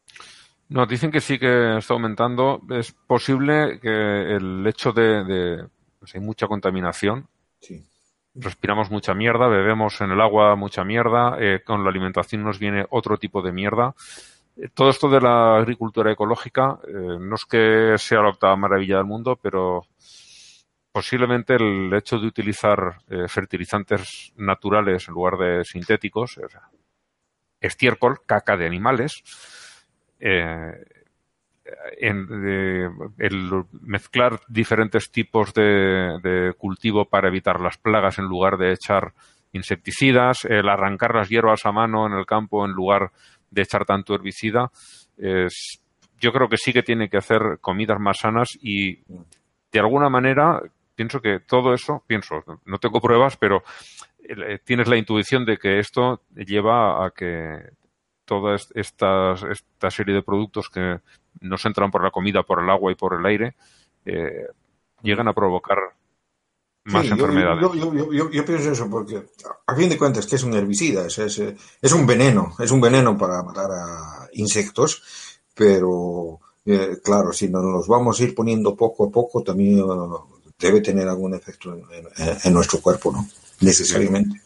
No, dicen que sí que está aumentando. Es posible que el hecho de, de pues hay mucha contaminación. Sí. Respiramos mucha mierda, bebemos en el agua mucha mierda, eh, con la alimentación nos viene otro tipo de mierda. Eh, todo esto de la agricultura ecológica, eh, no es que sea la octava maravilla del mundo, pero posiblemente el hecho de utilizar eh, fertilizantes naturales en lugar de sintéticos, o sea, estiércol, caca de animales, Eh, en, de, el mezclar diferentes tipos de, de cultivo para evitar las plagas en lugar de echar insecticidas, el arrancar las hierbas a mano en el campo en lugar de echar tanto herbicida, es, yo creo que sí que tiene que hacer comidas más sanas y de alguna manera pienso que todo eso, pienso, no tengo pruebas, pero eh, tienes la intuición de que esto lleva a que toda esta, esta serie de productos que nos entran por la comida, por el agua y por el aire, eh, llegan a provocar más sí, enfermedades. Yo, yo, yo, yo, yo pienso eso porque, a fin de cuentas, que es un herbicida, es, es, es un veneno, es un veneno para matar a insectos, pero, eh, claro, si nos los vamos a ir poniendo poco a poco, también uh, debe tener algún efecto en, en, en nuestro cuerpo, ¿no? Necesariamente.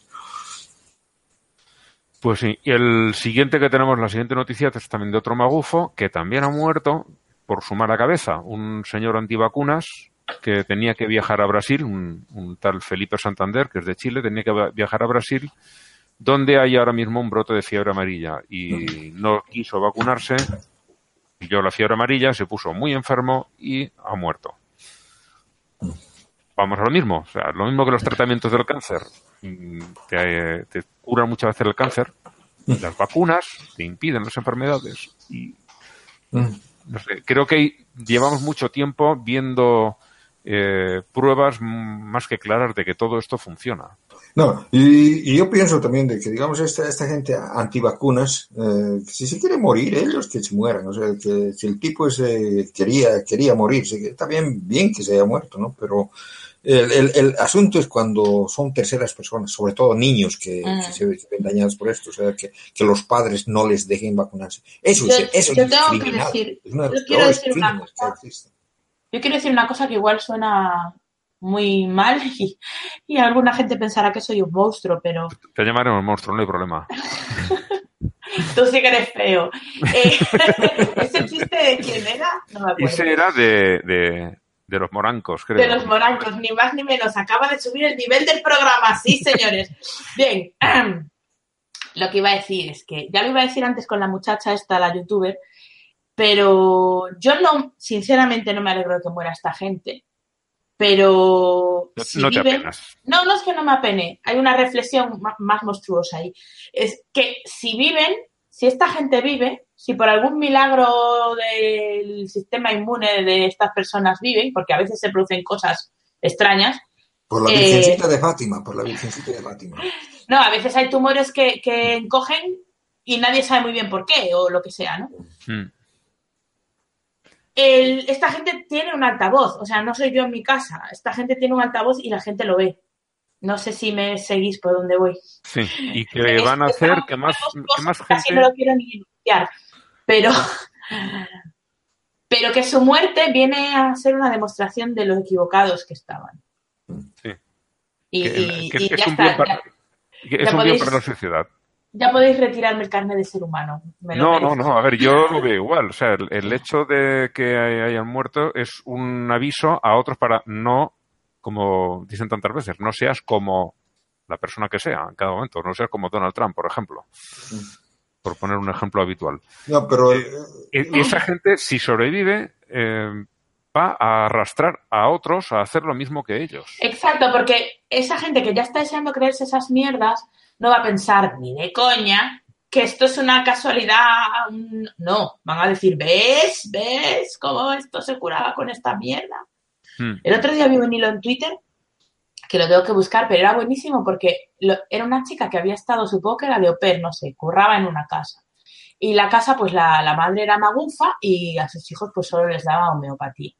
Pues sí, y el siguiente que tenemos, la siguiente noticia es también de otro magufo que también ha muerto por su mala cabeza. Un señor antivacunas que tenía que viajar a Brasil, un, un tal Felipe Santander, que es de Chile, tenía que viajar a Brasil, donde hay ahora mismo un brote de fiebre amarilla y no quiso vacunarse, pilló la fiebre amarilla, se puso muy enfermo y ha muerto. Vamos a lo mismo, o sea, lo mismo que los tratamientos del cáncer. Te, te curan muchas veces el cáncer, las vacunas te impiden las enfermedades y no sé, creo que llevamos mucho tiempo viendo eh, pruebas más que claras de que todo esto funciona. No, y, y yo pienso también de que, digamos, esta, esta gente antivacunas, eh, si se quiere morir, ellos que se mueran, o sea, que si el tipo ese quería, quería morirse, está bien, bien que se haya muerto, ¿no? Pero el, el, el asunto es cuando son terceras personas, sobre todo niños que, mm. que se, se ven dañados por esto, o sea, que, que los padres no les dejen vacunarse. Eso, yo, es, eso yo es tengo que criminal. decir, Es una de yo quiero decir una que cosa. Yo quiero decir una cosa que igual suena muy mal y, y alguna gente pensará que soy un monstruo, pero... Te llamaremos monstruo, no hay problema. Tú sí que eres feo. Eh, ¿Ese chiste de quién era? No me acuerdo. Ese era de, de, de los morancos, creo. De los morancos, ni más ni menos. Acaba de subir el nivel del programa, sí, señores. Bien, lo que iba a decir es que, ya lo iba a decir antes con la muchacha esta, la youtuber, pero yo no, sinceramente no me alegro de que muera esta gente. Pero no, si no te viven, apenas. No, no es que no me apene. Hay una reflexión más, más monstruosa ahí. Es que si viven, si esta gente vive, si por algún milagro del sistema inmune de estas personas viven, porque a veces se producen cosas extrañas. Por la Virgencita eh, de Fátima, por la Virgencita de Fátima. No, a veces hay tumores que, que encogen y nadie sabe muy bien por qué o lo que sea, ¿no? Mm. El, esta gente tiene un altavoz, o sea, no soy yo en mi casa, esta gente tiene un altavoz y la gente lo ve. No sé si me seguís por dónde voy. Sí, y que es, van a hacer que más, que más gente... Casi no lo quiero ni enunciar, pero, pero que su muerte viene a ser una demostración de lo equivocados que estaban. Sí. Y, que, y, que, y que ya es un está. bien para, Ya, que es ya un podéis, bien para la sociedad. Ya podéis retirarme el carnet de ser humano. Me lo No, no, merezco. no. A ver, yo lo veo igual. O sea, el, el hecho de que hayan muerto es un aviso a otros para no, como dicen tantas veces, no seas como la persona que sea en cada momento. No seas como Donald Trump, por ejemplo. Por poner un ejemplo habitual. No, pero... Eh, esa gente, si sobrevive, eh, va a arrastrar a otros a hacer lo mismo que ellos. Exacto, porque esa gente que ya está deseando creerse esas mierdas no va a pensar ni de coña que esto es una casualidad. No, van a decir, ¿ves? ¿Ves cómo esto se curaba con esta mierda? Hmm. El otro día vi un hilo en Twitter que lo tengo que buscar, pero era buenísimo porque lo, era una chica que había estado, supongo que era de au pair, no sé, curraba en una casa. Y la casa, pues la, la madre era magufa y a sus hijos pues solo les daba homeopatía.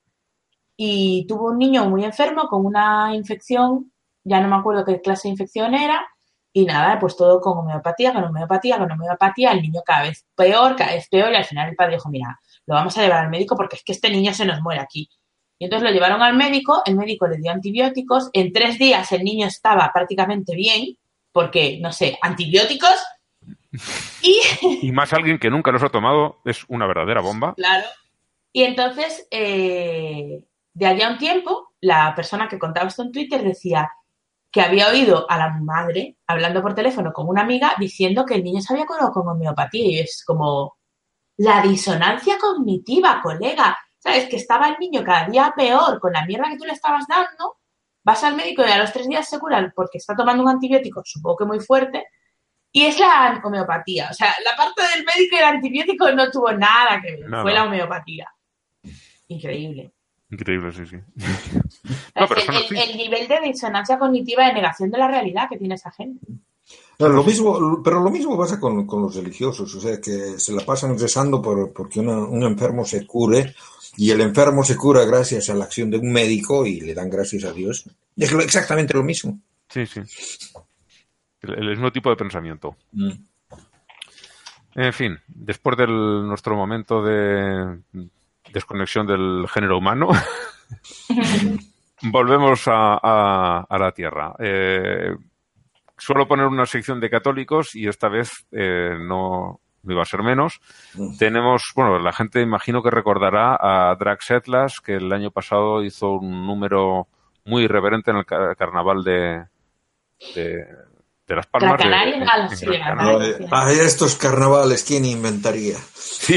Y tuvo un niño muy enfermo con una infección, ya no me acuerdo qué clase de infección era, y nada, pues todo con homeopatía, con homeopatía, con homeopatía, el niño cada vez peor, cada vez peor, y al final el padre dijo, mira, lo vamos a llevar al médico porque es que este niño se nos muere aquí. Y entonces lo llevaron al médico, el médico le dio antibióticos, en tres días el niño estaba prácticamente bien, porque, no sé, antibióticos, y... y más alguien que nunca los ha tomado es una verdadera bomba. Claro. Y entonces... Eh... De allá un tiempo, la persona que contaba esto en Twitter decía que había oído a la madre hablando por teléfono con una amiga diciendo que el niño se había curado con homeopatía. Y es como la disonancia cognitiva, colega. ¿Sabes? Que estaba el niño cada día peor con la mierda que tú le estabas dando. Vas al médico y a los tres días se cura porque está tomando un antibiótico, supongo que muy fuerte. Y es la homeopatía. O sea, la parte del médico y el antibiótico no tuvo nada que ver. Nada. Fue la homeopatía. Increíble. Increíble, sí, sí. No, pero el, el, el nivel de disonancia cognitiva de negación de la realidad que tiene esa gente. No, lo mismo, pero lo mismo pasa con, con los religiosos, o sea, que se la pasan rezando por porque una, un enfermo se cure y el enfermo se cura gracias a la acción de un médico y le dan gracias a Dios. Es lo, exactamente lo mismo. Sí, sí. El, el mismo tipo de pensamiento. Mm. En fin, después de nuestro momento de... desconexión del género humano, volvemos a, a, a la Tierra. Eh, suelo poner una sección de católicos y esta vez eh, no, no iba a ser menos. Mm. Tenemos, bueno, la gente imagino que recordará a Drax Atlas, que el año pasado hizo un número muy irreverente en el car carnaval de, de, de Las Palmas. De, de, de, ah, sí, de Ay, estos carnavales, ¿quién inventaría? Sí.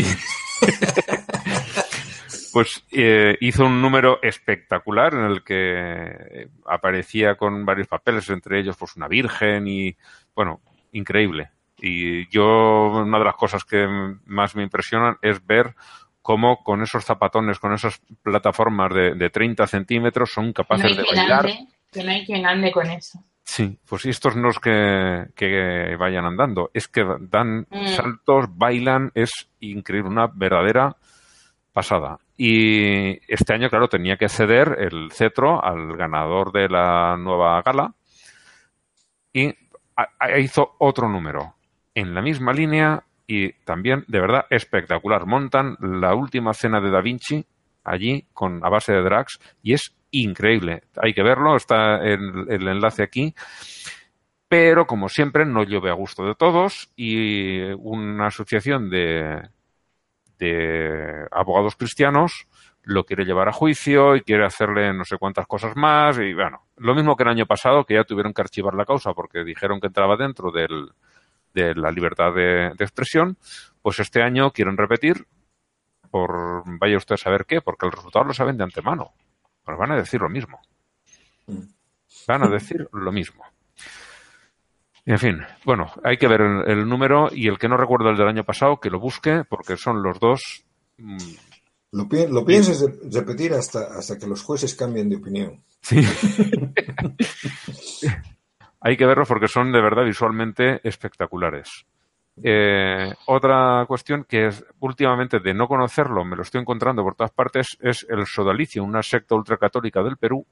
Pues eh, hizo un número espectacular en el que aparecía con varios papeles, entre ellos pues una virgen y, bueno, increíble. Y yo, una de las cosas que más me impresionan es ver cómo con esos zapatones, con esas plataformas de, de treinta centímetros son capaces no de bailar. Ande, que no hay quien ande con eso. Sí, pues estos no es que, que vayan andando, es que dan mm. saltos, bailan, es increíble, una verdadera pasada. Y este año, claro, tenía que ceder el cetro al ganador de la nueva gala y hizo otro número en la misma línea y también, de verdad, espectacular. Montan la última cena de Da Vinci allí con a base de drags y es increíble. Hay que verlo, está el, el enlace aquí. Pero, como siempre, no llueve a gusto de todos y una asociación de... de abogados cristianos lo quiere llevar a juicio y quiere hacerle no sé cuántas cosas más y bueno, lo mismo que el año pasado, que ya tuvieron que archivar la causa porque dijeron que entraba dentro del, de la libertad de, de expresión, pues este año quieren repetir por vaya usted a saber qué, porque el resultado lo saben de antemano, pues van a decir lo mismo van a decir lo mismo. En fin, bueno, hay que ver el, el número y el que no recuerdo el del año pasado, que lo busque, porque son los dos. Mmm, lo, pi lo piensas repetir hasta, hasta que los jueces cambien de opinión. Sí. Hay que verlos porque son de verdad visualmente espectaculares. Eh, otra cuestión que es últimamente de no conocerlo, me lo estoy encontrando por todas partes, es el sodalicio, una secta ultracatólica del Perú,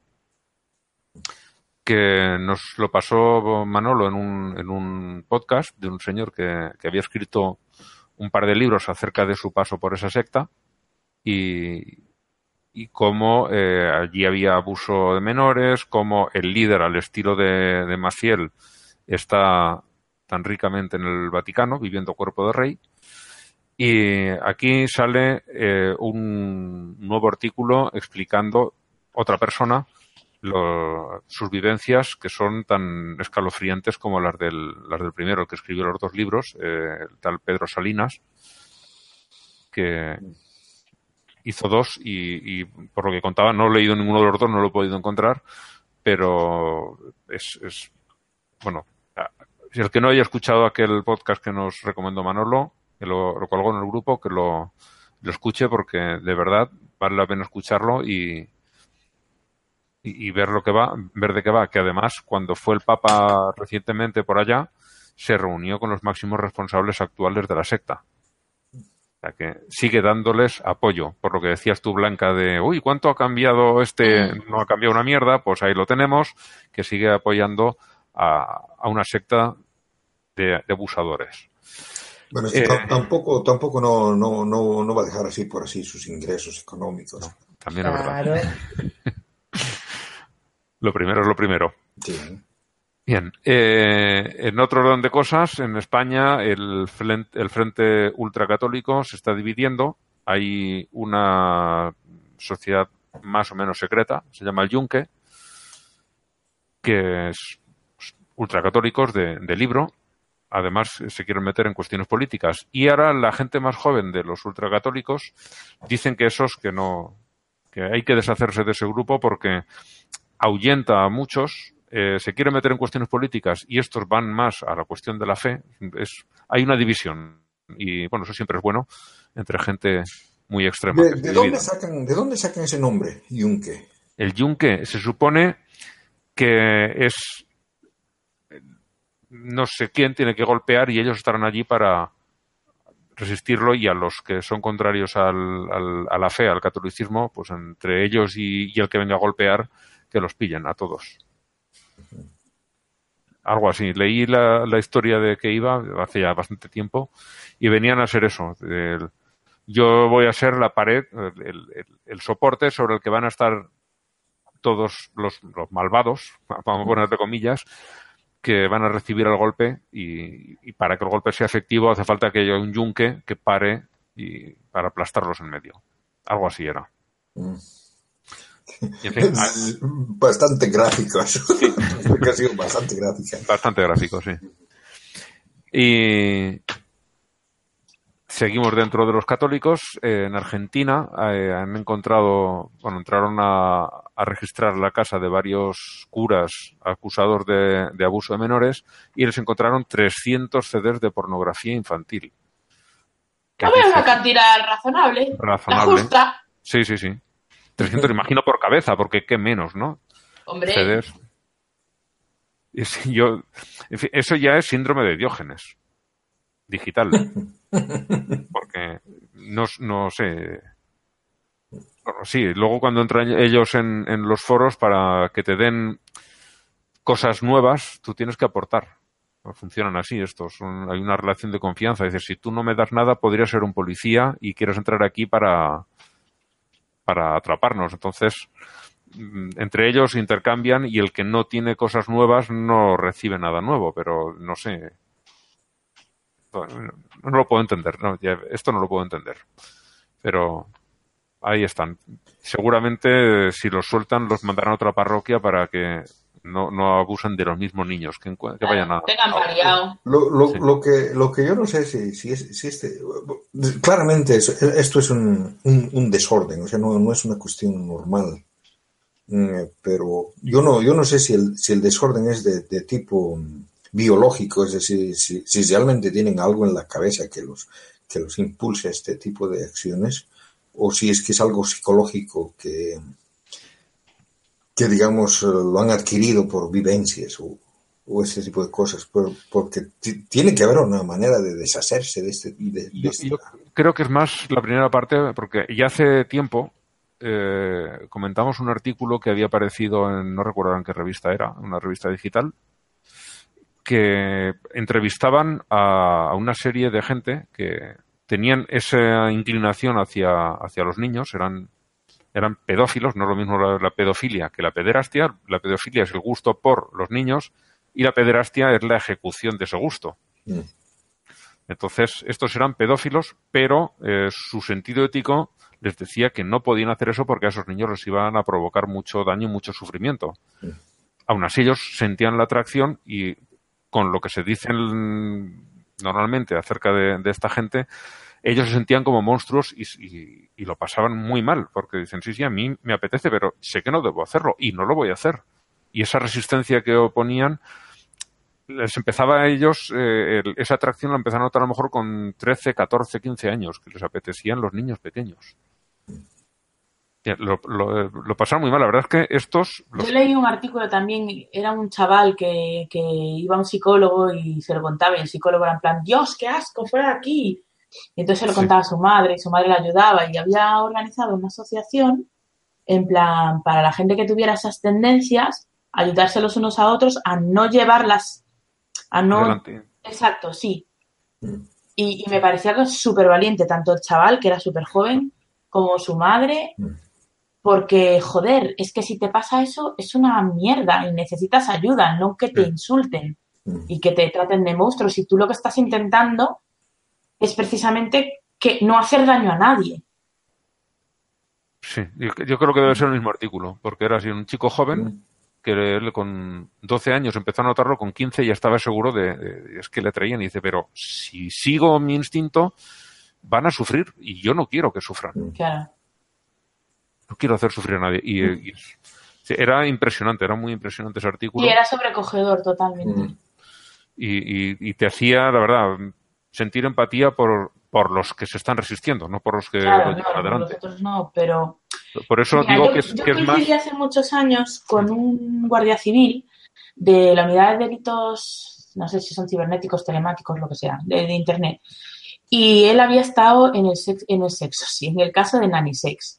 que nos lo pasó Manolo en un, en un podcast de un señor que, que había escrito un par de libros acerca de su paso por esa secta y, y cómo eh, allí había abuso de menores, cómo el líder, al estilo de, de Maciel, está tan ricamente en el Vaticano, viviendo cuerpo de rey. Y aquí sale eh, un nuevo artículo explicando otra persona lo, sus vivencias, que son tan escalofriantes como las del, las del primero, el que escribió los dos libros, eh, el tal Pedro Salinas, que hizo dos y, y por lo que contaba, no he leído ninguno de los dos, no lo he podido encontrar, pero es, es bueno, si el que no haya escuchado aquel podcast que nos recomendó Manolo, que lo, lo colgó en el grupo, que lo, lo escuche, porque de verdad vale la pena escucharlo y, y, y ver lo que va, ver de qué va, que además cuando fue el Papa recientemente por allá, se reunió con los máximos responsables actuales de la secta. O sea que sigue dándoles apoyo. Por lo que decías tú, Blanca, de uy, ¿cuánto ha cambiado este? No ha cambiado una mierda, pues ahí lo tenemos, que sigue apoyando a, a una secta de, de abusadores. Bueno, es que Eh, tampoco, tampoco no, no, no, no va a dejar así por así sus ingresos económicos. No, también Claro. es verdad. Lo primero es lo primero. Sí. Bien. Eh, en otro orden de cosas, en España el frente, el frente ultracatólico se está dividiendo. Hay una sociedad más o menos secreta, se llama el Yunque, que es ultracatólicos de, de libro. Además, se quieren meter en cuestiones políticas. Y ahora la gente más joven de los ultracatólicos dicen que esos que no, que hay que deshacerse de ese grupo porque ahuyenta a muchos, eh, se quieren meter en cuestiones políticas y estos van más a la cuestión de la fe. Es, hay una división. Y bueno, eso siempre es bueno entre gente muy extrema. ¿De, de dónde sacan, ¿De dónde sacan ese nombre, Yunque? El Yunque se supone que es... no sé quién tiene que golpear y ellos estarán allí para resistirlo, y a los que son contrarios al, al, a la fe, al catolicismo, pues entre ellos y, y el que venga a golpear, que los pillen a todos. Algo así. Leí la, la historia de que iba hace ya bastante tiempo y venían a ser eso. El, yo voy a ser la pared, el, el, el soporte sobre el que van a estar todos los, los malvados, vamos a poner de comillas, que van a recibir el golpe, y, y para que el golpe sea efectivo hace falta que haya un yunque que pare y para aplastarlos en medio. Algo así era. Mm. Y en fin, es bastante gráfico eso. Sí. Porque ha sido bastante gráfica. Bastante gráfico, sí. Y seguimos dentro de los católicos. Eh, en Argentina eh, han encontrado, bueno, entraron a, a registrar la casa de varios curas acusados de, de abuso de menores y les encontraron trescientos C Ds de pornografía infantil. No veo una cantidad razonable. Razonable. La justa. Sí, sí, sí. trescientos, imagino por cabeza, porque qué menos, ¿no? Hombre. C Ds. Es, yo, en fin, eso ya es síndrome de Diógenes. Digital. Porque no, no sé. Bueno, sí, luego cuando entran ellos en, en los foros para que te den cosas nuevas, tú tienes que aportar. No funcionan así estos. Son, hay una relación de confianza. Es decir, si tú no me das nada, podría ser un policía y quieres entrar aquí para, para atraparnos. Entonces, entre ellos intercambian y el que no tiene cosas nuevas no recibe nada nuevo, pero no sé. No, no lo puedo entender, no, ya, esto no lo puedo entender. Pero ahí están. Seguramente si los sueltan los mandarán a otra parroquia para que no, no abusen de los mismos niños, que, que vayan a... Tengan variado. Lo, lo, Sí. lo, que, lo que yo no sé si, si, es, si este... Claramente es, esto es un, un, un desorden, o sea, no, no es una cuestión normal. Mm, pero yo no, yo no sé si el, si el desorden es de, de tipo biológico, es decir, si, si realmente tienen algo en la cabeza que los, que los impulse a este tipo de acciones, o si es que es algo psicológico que, que digamos, lo han adquirido por vivencias o, o ese tipo de cosas, por, porque t- tiene que haber una manera de deshacerse de este... De, de Yo, esta... yo creo que es más la primera parte, porque ya hace tiempo eh, comentamos un artículo que había aparecido en, no recuerdo en qué revista era, una revista digital, que entrevistaban a, a una serie de gente que tenían esa inclinación hacia, hacia los niños, eran, eran pedófilos, no es lo mismo la, la pedofilia que la pederastia. La pedofilia es el gusto por los niños y la pederastia es la ejecución de ese gusto. Mm. Entonces, estos eran pedófilos, pero eh, su sentido ético les decía que no podían hacer eso porque a esos niños les iban a provocar mucho daño y mucho sufrimiento. Mm. Aún así, ellos sentían la atracción y con lo que se dicen normalmente acerca de, de esta gente, ellos se sentían como monstruos y, y, y lo pasaban muy mal, porque dicen, sí, sí, a mí me apetece, pero sé que no debo hacerlo y no lo voy a hacer. Y esa resistencia que oponían, les empezaba a ellos, eh, el, esa atracción la empezaron a notar a lo mejor con trece, catorce, quince años, que les apetecían los niños pequeños. Lo, lo, lo pasaron muy mal. La verdad es que estos... Los... Yo leí un artículo también, era un chaval que, que iba a un psicólogo y se lo contaba y el psicólogo era en plan, Dios, qué asco, fuera de aquí. Y entonces se lo contaba a su madre y su madre le ayudaba y había organizado una asociación en plan para la gente que tuviera esas tendencias, ayudarse los unos a otros a no llevarlas, a no... Adelante. Exacto, sí. Y, y me parecía que súper valiente, tanto el chaval, que era súper joven, como su madre... Porque, joder, es que si te pasa eso, es una mierda y necesitas ayuda, no que te insulten y que te traten de monstruos. Y tú lo que estás intentando es precisamente que no hacer daño a nadie. Sí, yo creo que debe ser el mismo artículo, porque era así un chico joven que él con doce años empezó a notarlo, con quince ya estaba seguro de, de es que le traían y dice, pero si sigo mi instinto, van a sufrir y yo no quiero que sufran. Claro. No quiero hacer sufrir a nadie. Y, y sí, era impresionante, era muy impresionante ese artículo. Y era sobrecogedor totalmente. Mm. Y, y, y te hacía, la verdad, sentir empatía por, por los que se están resistiendo, no por los que claro, lo llevan no, adelante. Por los otros no, pero... Por eso mira, digo yo, que es, yo que es más... Yo hace muchos años con un guardia civil de la unidad de delitos, no sé si son cibernéticos, telemáticos, lo que sea, de, de Internet. Y él había estado en el, sex, en el sexo, sí, en el caso de Nanny Sex.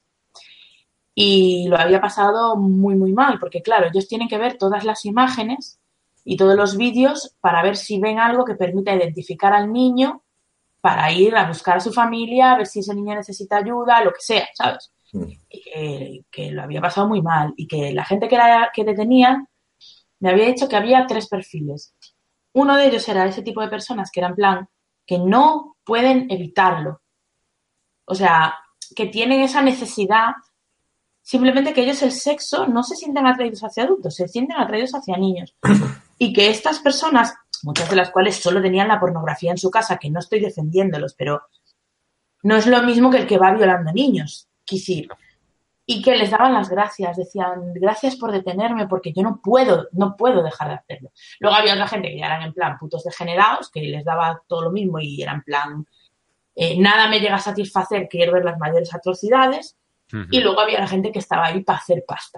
Y lo había pasado muy, muy mal, porque claro, ellos tienen que ver todas las imágenes y todos los vídeos para ver si ven algo que permita identificar al niño para ir a buscar a su familia, a ver si ese niño necesita ayuda, lo que sea, ¿sabes? Mm. Y que, que lo había pasado muy mal y que la gente que, era, que detenían me había dicho que había tres perfiles. Uno de ellos era ese tipo de personas que eran en plan que no pueden evitarlo. O sea, que tienen esa necesidad. Simplemente que ellos el sexo no se sienten atraídos hacia adultos, se sienten atraídos hacia niños. Y que estas personas, muchas de las cuales solo tenían la pornografía en su casa, que no estoy defendiéndolos, pero no es lo mismo que el que va violando niños, quisir. Y que les daban las gracias, decían, gracias por detenerme porque yo no puedo, no puedo dejar de hacerlo. Luego había otra gente que ya eran en plan putos degenerados, que les daba todo lo mismo y eran en plan, eh, nada me llega a satisfacer, quiero ver las mayores atrocidades. Y luego había la gente que estaba ahí para hacer pasta.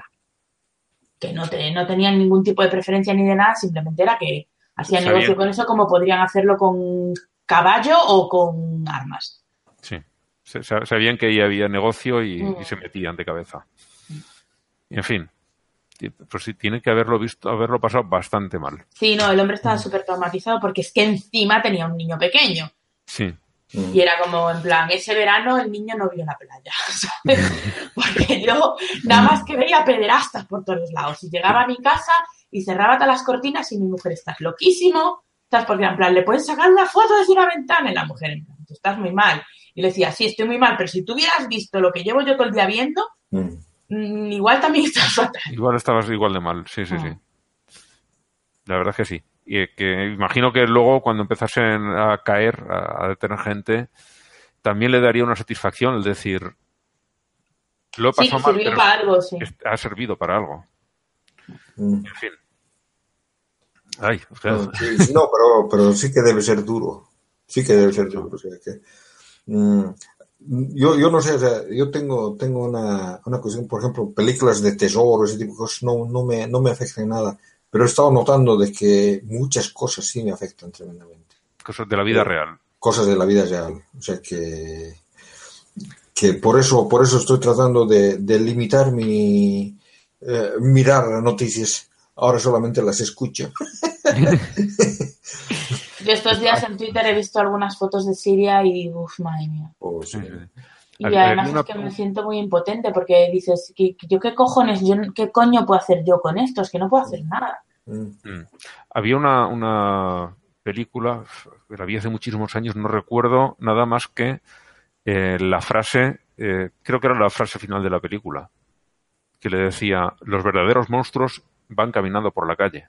Que no, te, no tenían ningún tipo de preferencia ni de nada, simplemente era que hacían Sabían. negocio con eso como podrían hacerlo con caballo o con armas. Sí, sabían que ahí había negocio y, mm. y se metían de cabeza. Y en fin, pues sí, tiene que haberlo visto, haberlo pasado bastante mal. Sí, no, el hombre estaba súper traumatizado porque es que encima tenía un niño pequeño. Sí. Y era como, en plan, ese verano el niño no vio la playa, ¿sabes? Porque yo nada más que veía pederastas por todos lados. Y llegaba a mi casa y cerraba todas las cortinas y mi mujer, estás loquísimo, ¿sabes? Porque en plan, le puedes sacar una foto desde una ventana y la mujer, en plan, tú estás muy mal. Y le decía, sí, estoy muy mal, pero si tú hubieras visto lo que llevo yo todo el día viendo, mm. igual también estás fatal. Igual estabas igual de mal, sí, sí, ah. sí. La verdad es que sí. Y que imagino que luego cuando empezasen a caer, a detener gente, también le daría una satisfacción el decir, lo he pasado sí, mal, pero para algo, sí. ha servido para algo. Mm. En fin. Ay, o sea... no, sí, no pero, pero sí que debe ser duro. Sí que debe ser duro. O sea, que, mm, yo, yo no sé, o sea, yo tengo, tengo una, una cuestión, por ejemplo, películas de tesoro, ese tipo de cosas, no, no, me, no me afectan nada. Pero he estado notando de que muchas cosas sí me afectan tremendamente. Cosas de la vida eh, real. Cosas de la vida real. O sea que, que por eso, por eso estoy tratando de, de limitar mi eh, mirar noticias. Ahora solamente las escucho. Yo estos días en Twitter he visto algunas fotos de Siria y, uff, madre mía. Oh, sí. Y además es que me siento muy impotente porque dices, ¿qué, yo qué cojones, yo, qué coño puedo hacer yo con esto? Es que no puedo hacer nada. Mm. Había una, una película, que la vi hace muchísimos años, no recuerdo nada más que eh, la frase, eh, creo que era la frase final de la película, que le decía, los verdaderos monstruos van caminando por la calle.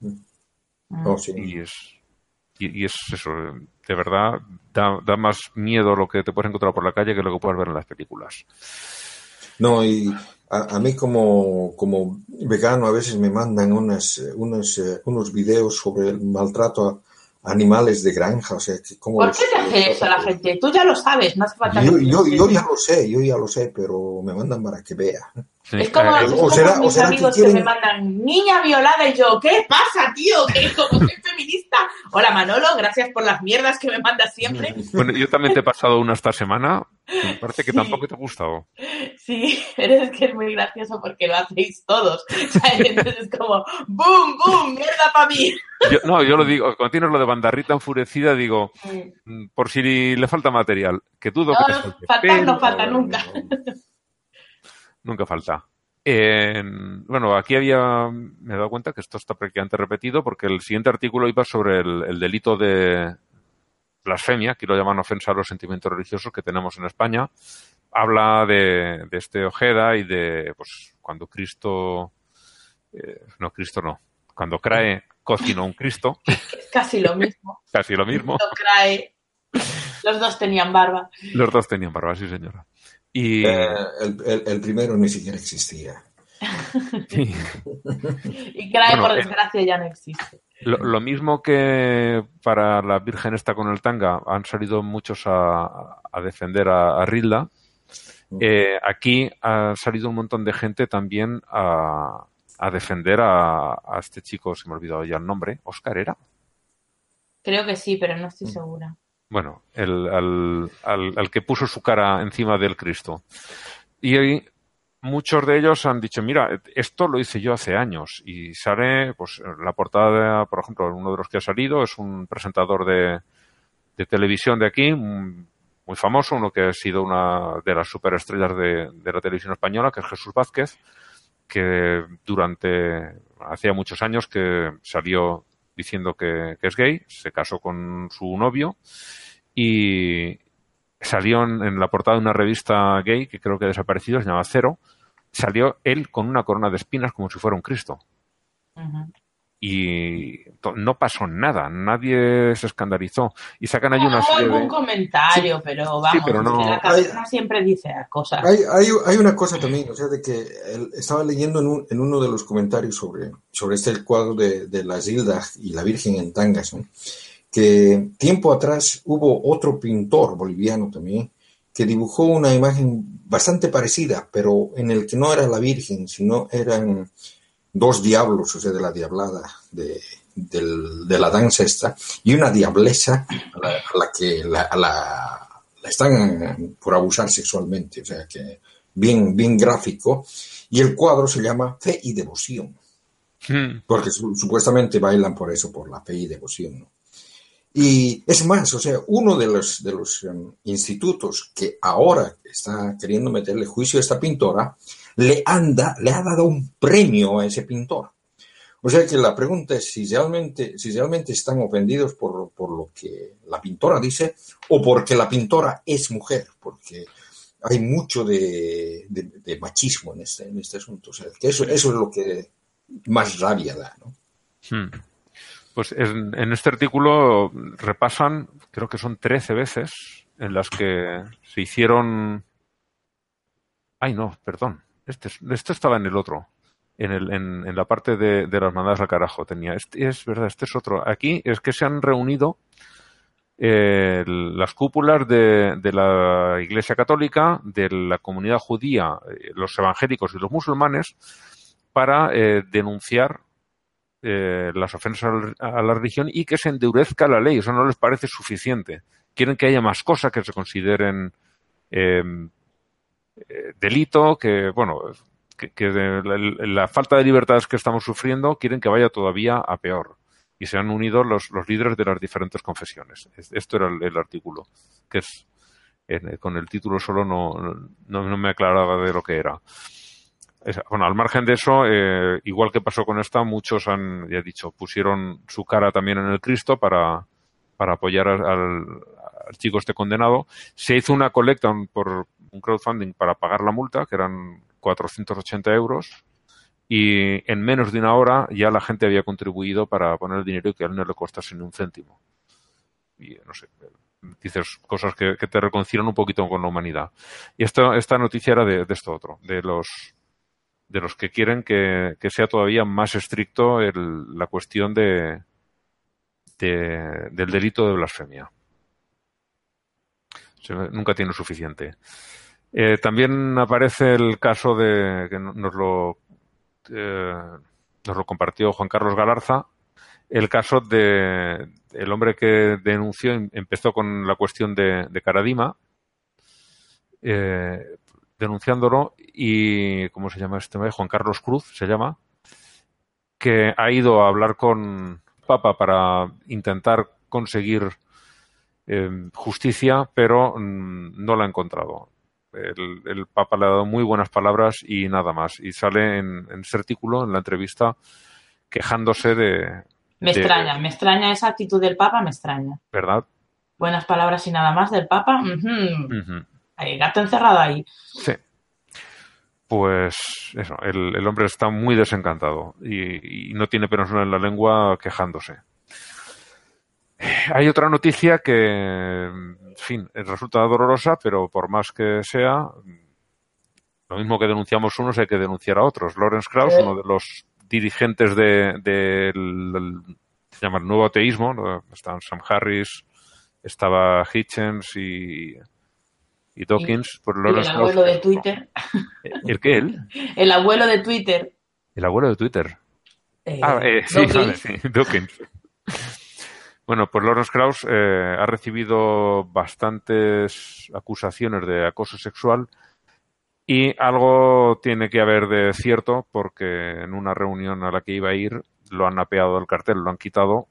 Oh, sí. Y es, y, y es eso, de verdad, da, da más miedo lo que te puedes encontrar por la calle que lo que puedes ver en las películas. No, y a, a mí como, como vegano a veces me mandan unas, unos, eh, unos videos sobre el maltrato a animales de granja, o sea, que cómo ¿Por los- qué te hace eso la gente? Tú ya lo sabes, no hace falta Yo, que- yo, yo ya lo sé, yo ya lo sé, pero me mandan para que vea. Sí. Es como, Eh, es o como será- mis o será que amigos que, quieren- me mandan niña violada y yo, ¿qué pasa, tío? Que como soy feminista. Hola, Manolo, gracias por las mierdas que me mandas siempre. Bueno, yo también te he pasado una esta semana, que me parece que Sí. tampoco te ha gustado. Sí, pero es que es muy gracioso porque lo hacéis todos. ¿Sabes? Entonces es como, ¡boom, boom! ¡Mierda para mí! Yo, no, yo lo digo, cuando tienes lo de bandarrita enfurecida, digo, mm, por si le falta material, que dudo No, que te no, falte, faltar pero no falta nunca. nunca falta. Eh, bueno, aquí había, me he dado cuenta que esto está prácticamente repetido porque el siguiente artículo iba sobre el, el delito de blasfemia, aquí lo llaman ofensa a los sentimientos religiosos que tenemos en España. Habla de, de este Ojeda y de, pues, cuando Cristo, eh, no, Cristo no, cuando Crae cocinó un Cristo, Es casi lo mismo. casi lo mismo. Lo trae. Los dos tenían barba. Los dos tenían barba, sí señora. Y, Eh, el, el, el primero ni siquiera existía. y Y Crae, Bueno, por eh, desgracia, ya no existe. lo, lo mismo que para la Virgen esta con el tanga han salido muchos a, a defender a, a Rilda, eh, aquí ha salido un montón de gente también a, a defender a, a este chico, se me ha olvidado ya el nombre, Óscar era. Creo que sí, pero no estoy segura. Bueno, el, al, al, al que puso su cara encima del Cristo. Y hoy muchos de ellos han dicho, mira, esto lo hice yo hace años. Y sale, pues, la portada, de, por ejemplo, uno de los que ha salido es un presentador de, de televisión de aquí, muy famoso, uno que ha sido una de las superestrellas de, de la televisión española, que es Jesús Vázquez, que durante, hacía muchos años que salió diciendo que, que es gay, se casó con su novio y salió en, en la portada de una revista gay que creo que ha desaparecido, se llama Cero, salió él con una corona de espinas como si fuera un Cristo. Uh-huh. Y to- no pasó nada, nadie se escandalizó. Y sacan ahí una Hubo serie algún de... comentario, pero vamos, Sí, pero no- que la cabeza siempre dice cosas. Hay, hay, hay una cosa también, o sea, de que el- estaba leyendo en, un, en uno de los comentarios sobre, sobre este cuadro de, de la Zilda y la Virgen en tangas, ¿no? Que tiempo atrás hubo otro pintor boliviano también que dibujó una imagen bastante parecida, pero en el que no era la Virgen, sino eran dos diablos, o sea, de la diablada, de, del- de la danza esta, y una diablesa a la, a la que la, a la, la están por abusar sexualmente, o sea, que bien, bien gráfico, y el cuadro se llama Fe y Devoción, Hmm. porque su- supuestamente bailan por eso, por la fe y devoción, ¿no? Y es más, o sea, uno de los, de los um, institutos que ahora está queriendo meterle juicio a esta pintora, le, anda, le ha dado un premio a ese pintor. O sea que la pregunta es si realmente, si realmente están ofendidos por, por lo que la pintora dice o porque la pintora es mujer, porque hay mucho de, de, de machismo en este, en este asunto. O sea, que eso, eso es lo que más rabia da, ¿no? Hmm. Pues en, en este artículo repasan, creo que son trece veces en las que se hicieron... Ay, no, perdón. Este, es- este estaba en el otro. En, el, en, en la parte de, de las mandadas al carajo tenía. Este es verdad, este es otro. Aquí es que se han reunido eh, las cúpulas de, de la Iglesia Católica, de la comunidad judía, eh, los evangélicos y los musulmanes para eh, denunciar eh, las ofensas a la religión y que se endurezca la ley. Eso no les parece suficiente. Quieren que haya más cosas que se consideren eh, eh, delito, que, bueno, que, que de la, la falta de libertades que estamos sufriendo quieren que vaya todavía a peor. y se han unido los, los líderes de las diferentes confesiones. Esto era el, el artículo, que es eh, con el título solo no, no, no me aclaraba de lo que era. Es, bueno, al margen de eso, eh, igual que pasó con esta, muchos han, ya he dicho, pusieron su cara también en el Cristo para, para apoyar al, al chico este condenado. Se hizo una colecta por un crowdfunding para pagar la multa, que eran cuatrocientos ochenta euros, y en menos de una hora ya la gente había contribuido para poner el dinero y que a él no le costase ni un céntimo. Y no sé, dices cosas que, que te reconcilian un poquito con la humanidad. Y esto, esta noticia era de, de esto otro, de los de los que quieren que, que sea todavía más estricto el, la cuestión de, de del delito de blasfemia. O sea, nunca tiene suficiente. Eh, también aparece el caso de que nos lo eh, nos lo compartió Juan Carlos Galarza, el caso de el hombre que denunció, empezó con la cuestión de, de Caradima, eh, denunciándolo, y ¿cómo se llama este hombre? Juan Carlos Cruz se llama, que ha ido a hablar con Papa para intentar conseguir eh, justicia, pero mm, no la ha encontrado. El, el Papa le ha dado muy buenas palabras y nada más. Y sale en, en ese artículo, en la entrevista, quejándose de... Me de, extraña, me extraña esa actitud del Papa, me extraña. ¿Verdad? Buenas palabras y nada más del Papa. Uh-huh. Uh-huh. Hay gato encerrado ahí. Sí. Pues eso, el, el hombre está muy desencantado y, y no tiene pelos en la lengua quejándose. Hay otra noticia que, en fin, resulta dolorosa, pero por más que sea, lo mismo que denunciamos unos, hay que denunciar a otros. Lawrence Krauss, ¿Eh? uno de los dirigentes del de, de se llama el nuevo ateísmo, ¿no? Estaban Sam Harris, estaba Hitchens y, y Dawkins. Y, por y Lawrence el abuelo Krauss, de Twitter. ¿El qué? ¿Él? El abuelo de Twitter. El abuelo de Twitter. Eh, ah, eh, sí, Dawkins. vale, sí, Dawkins. Bueno, pues Lawrence Krauss eh, ha recibido bastantes acusaciones de acoso sexual y algo tiene que haber de cierto, porque en una reunión a la que iba a ir lo han apeado del cartel, lo han quitado.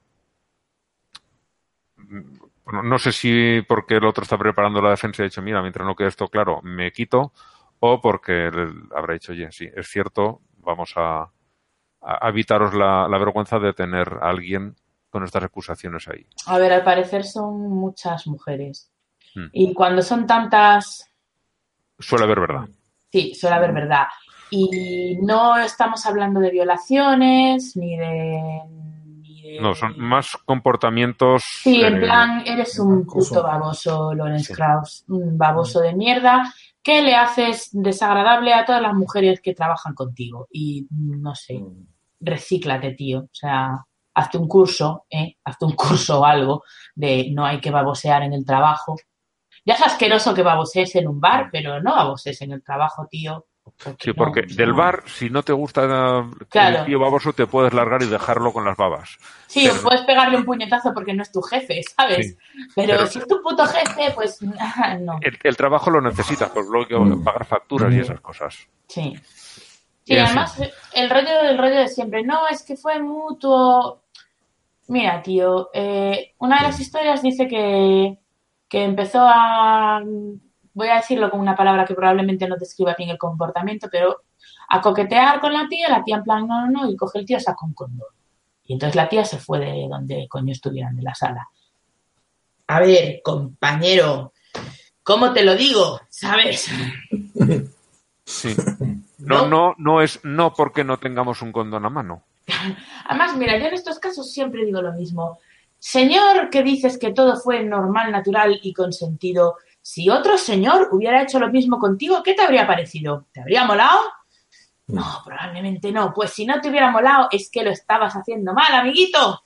Bueno, no sé si porque el otro está preparando la defensa y ha dicho, mira, mientras no quede esto claro, me quito, o porque habrá dicho, oye, sí, es cierto, vamos a, a evitaros la, la vergüenza de tener a alguien con estas acusaciones ahí. A ver, al parecer son muchas mujeres. Hmm. Y cuando son tantas... Suele haber verdad. Sí, suele haber verdad. Y no estamos hablando de violaciones, ni de... Ni de... No, son más comportamientos... Sí, en eh, plan, eres un puto baboso, Lawrence Sí. Krauss, un baboso de mierda, que le haces desagradable a todas las mujeres que trabajan contigo. Y, no sé, recíclate, tío. O sea... Hazte un curso, ¿eh? Hazte un curso o algo de no hay que babosear en el trabajo. Ya es asqueroso que babosees en un bar, pero no babosees en el trabajo, tío. Porque Sí, porque no, del no. bar, si no te gusta Claro. el tío baboso, te puedes largar y dejarlo con las babas. Sí, Pero- o puedes pegarle un puñetazo porque no es tu jefe, ¿sabes? Sí. Pero, Pero- si es tu puto jefe, pues no. El, el trabajo lo necesitas, pues luego hay que pagar facturas y esas cosas. Sí. Sí, Y en además, el rollo del rollo de siempre. No, es que fue mutuo. Mira, tío, eh, una de las historias dice que, que empezó a, voy a decirlo con una palabra que probablemente no describa bien el comportamiento, pero a coquetear con la tía, la tía en plan, no, no, no, y coge el tío, saca un condón. Y entonces la tía se fue de donde coño estuvieran, de la sala. A ver, compañero, ¿cómo te lo digo? ¿Sabes? Sí. No, no, no es no porque no tengamos un condón a mano. Además, mira, yo en estos casos siempre digo lo mismo. Señor, que dices que todo fue normal, natural y consentido, si otro señor hubiera hecho lo mismo contigo, ¿qué te habría parecido? ¿Te habría molado? No, probablemente no. Pues si no te hubiera molado, es que lo estabas haciendo mal, amiguito.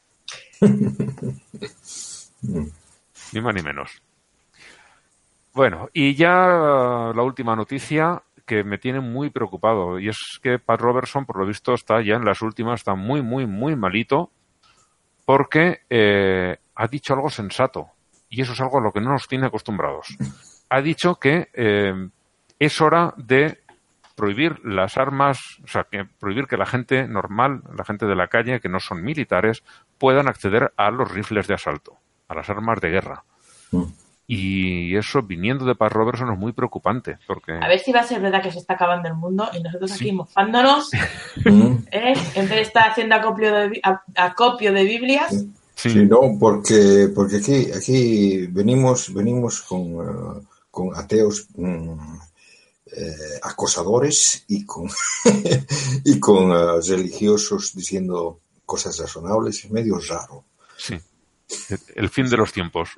Ni más ni menos. Bueno, y ya la última noticia que me tiene muy preocupado, y es que Pat Robertson, por lo visto, está ya en las últimas, está muy, muy, muy malito, porque eh, ha dicho algo sensato, y eso es algo a lo que no nos tiene acostumbrados. Ha dicho que eh, es hora de prohibir las armas, o sea, que prohibir que la gente normal, la gente de la calle, que no son militares, puedan acceder a los rifles de asalto, a las armas de guerra. Mm. Y eso, viniendo de Pat Robertson, es muy preocupante, porque... A ver si va a ser verdad que se está acabando el mundo y nosotros aquí sí. mofándonos, ¿eh? En vez de estar haciendo acopio de, acopio de Biblias. Sí, sí. sí no, porque, porque aquí, aquí venimos, venimos con, uh, con ateos um, eh, acosadores y con, y con uh, religiosos diciendo cosas razonables. Es medio raro. Sí, el fin de los tiempos.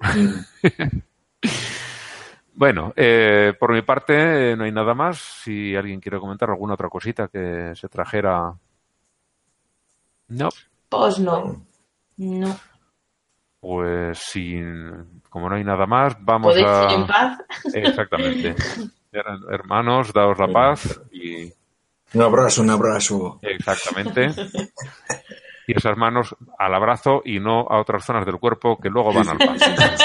Bueno, eh, por mi parte eh, no hay nada más. Si alguien quiere comentar alguna otra cosita que se trajera. No. Pues no. No. Pues si, como no hay nada más, vamos ¿Podéis a... ir en paz? Exactamente. Hermanos, daos la paz y... Un abrazo, un abrazo. Exactamente. Y esas manos al abrazo y no a otras zonas del cuerpo que luego van al paso.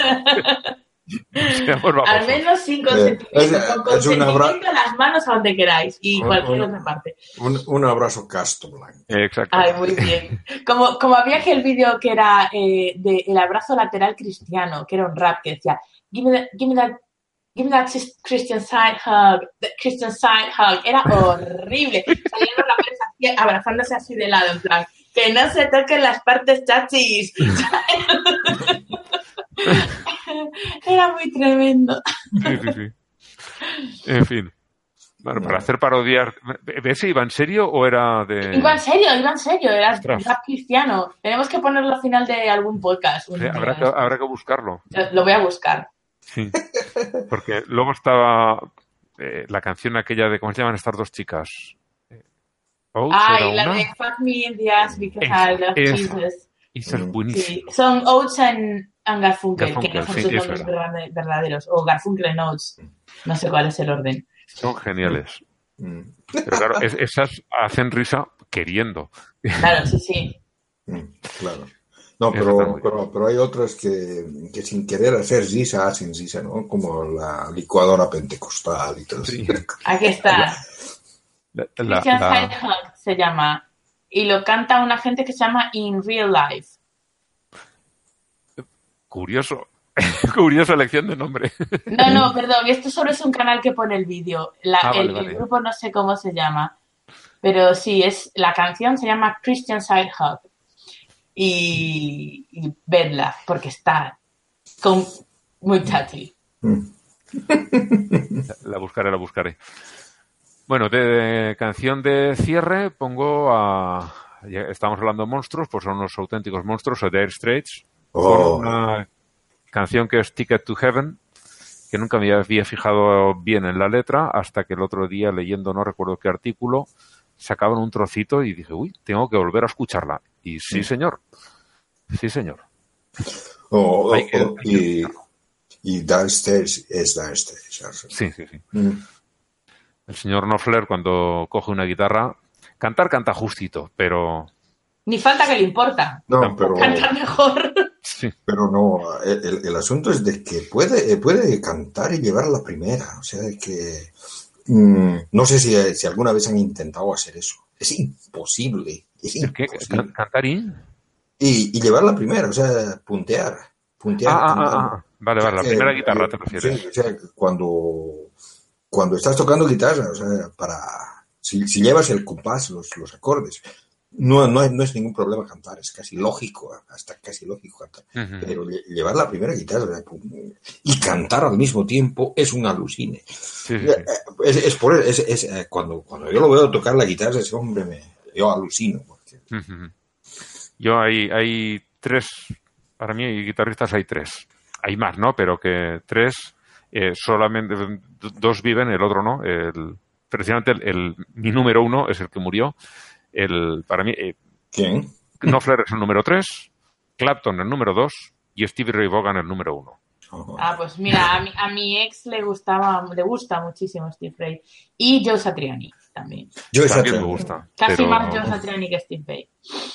Al menos sin consentimiento. Eh, es, con consentimiento abra... las manos a donde queráis y un, cualquier un, otra parte. Un, un abrazo casto blanco. Exacto. Ay, muy bien. Como, como había que el vídeo que era eh, de el abrazo lateral cristiano, que era un rap que decía give me, that, give me that, give me that Christian side hug, the Christian side hug. Era horrible. Saliendo la prensa así, abrazándose así de lado, en plan, que no se toquen las partes chachis. Era muy tremendo. Sí, sí, sí. En fin. Bueno, para hacer parodias... ¿Ese iba en serio o era de...? Iba en serio, iba en serio. Era rap cristiano. Tenemos que ponerlo al final de algún podcast. Sí, habrá, que, habrá que buscarlo. Lo voy a buscar. Sí. Porque luego estaba eh, la canción aquella de... ¿Cómo se llaman estas dos chicas? Oates, Ay, la una? de Fuck Me in the Ass Because esa, I Love esa, Jesus. Esa es buenísima. Sí. Son Oates and... And Garfunkel, Garfunkel, que no son sí, sus nombres verdaderos, o Garfunkel and Oates, no sé cuál es el orden. Son geniales. Pero claro, es, esas hacen risa queriendo. Claro, sí, sí. Claro. No, pero, pero, pero hay otras que, que sin querer hacer risa hacen risa, ¿no? Como la licuadora pentecostal y todo eso. Sí. Aquí está. La, la, Christian la... Sidehug se llama, y lo canta una gente que se llama In Real Life. Curioso, curiosa elección de nombre. No, no, perdón, esto solo es un canal que pone el vídeo. La, ah, vale, el, vale. el grupo no sé cómo se llama, pero sí, es la canción se llama Christian Side Hug. Y, y vedla, porque está con, muy chachi. La buscaré, la buscaré. Bueno, de, de canción de cierre pongo a... Ya estamos hablando de monstruos, pues son unos auténticos monstruos, o Dire Straits. Oh. Con una canción que es Ticket to Heaven, que nunca me había fijado bien en la letra, hasta que el otro día, leyendo no recuerdo qué artículo, sacaban un trocito y dije, uy, tengo que volver a escucharla. Y sí, señor. Sí, señor. Oh, oh, que, oh, y, y Dire Straits es Dire Straits. Sí, sí, sí. Mm. El señor Knopfler, cuando coge una guitarra, cantar canta justito, pero... Ni falta que le importa. No, pero... Canta mejor. Sí. Pero no, el, el asunto es de que puede, puede cantar y llevar a la primera. O sea, de que mmm, no sé si, si alguna vez han intentado hacer eso. Es imposible. Es imposible. ¿Cantar y? y? Y llevar la primera, o sea, puntear. puntear ah, ah, ah, vale, vale, la que, primera guitarra eh, te refieres. Sí, o sea, cuando, cuando estás tocando guitarra, o sea, para si, si llevas el compás, los, los acordes, No, no, no es ningún problema cantar, es casi lógico, hasta casi lógico cantar. Uh-huh. Pero llevar la primera guitarra y cantar al mismo tiempo es un alucine. Sí, sí, sí. Es, es por es, es, cuando, cuando yo lo veo tocar la guitarra, ese hombre me, yo alucino. Porque... Uh-huh. Yo hay, hay tres, para mí guitarristas hay tres. Hay más, ¿no? Pero que tres, eh, solamente dos viven, el otro no. El, precisamente el, el, mi número uno es el que murió. El, para mí, eh, ¿quién? Knopfler es el número tres, Clapton el número dos y Stevie Ray Vaughan el número uno. Oh. Ah, pues mira, a mi, a mi ex le gustaba, le gusta muchísimo Steve Ray y Joe Satriani también. Joe Satriani me gusta. Casi pero... más Joe Satriani que Steve Ray.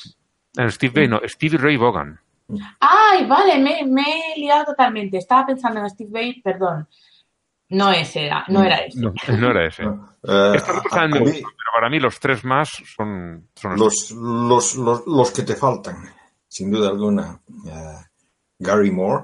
El Steve Ray no, Stevie Ray Vaughan. Ay, vale, me, me he liado totalmente. Estaba pensando en Steve Ray, perdón. No ese era, no era ese. No, no era ese. Eh, Estos otros también me gustan, pero para mí los tres más son, son los, los, los, los que te faltan, sin duda alguna. Uh, Gary Moore.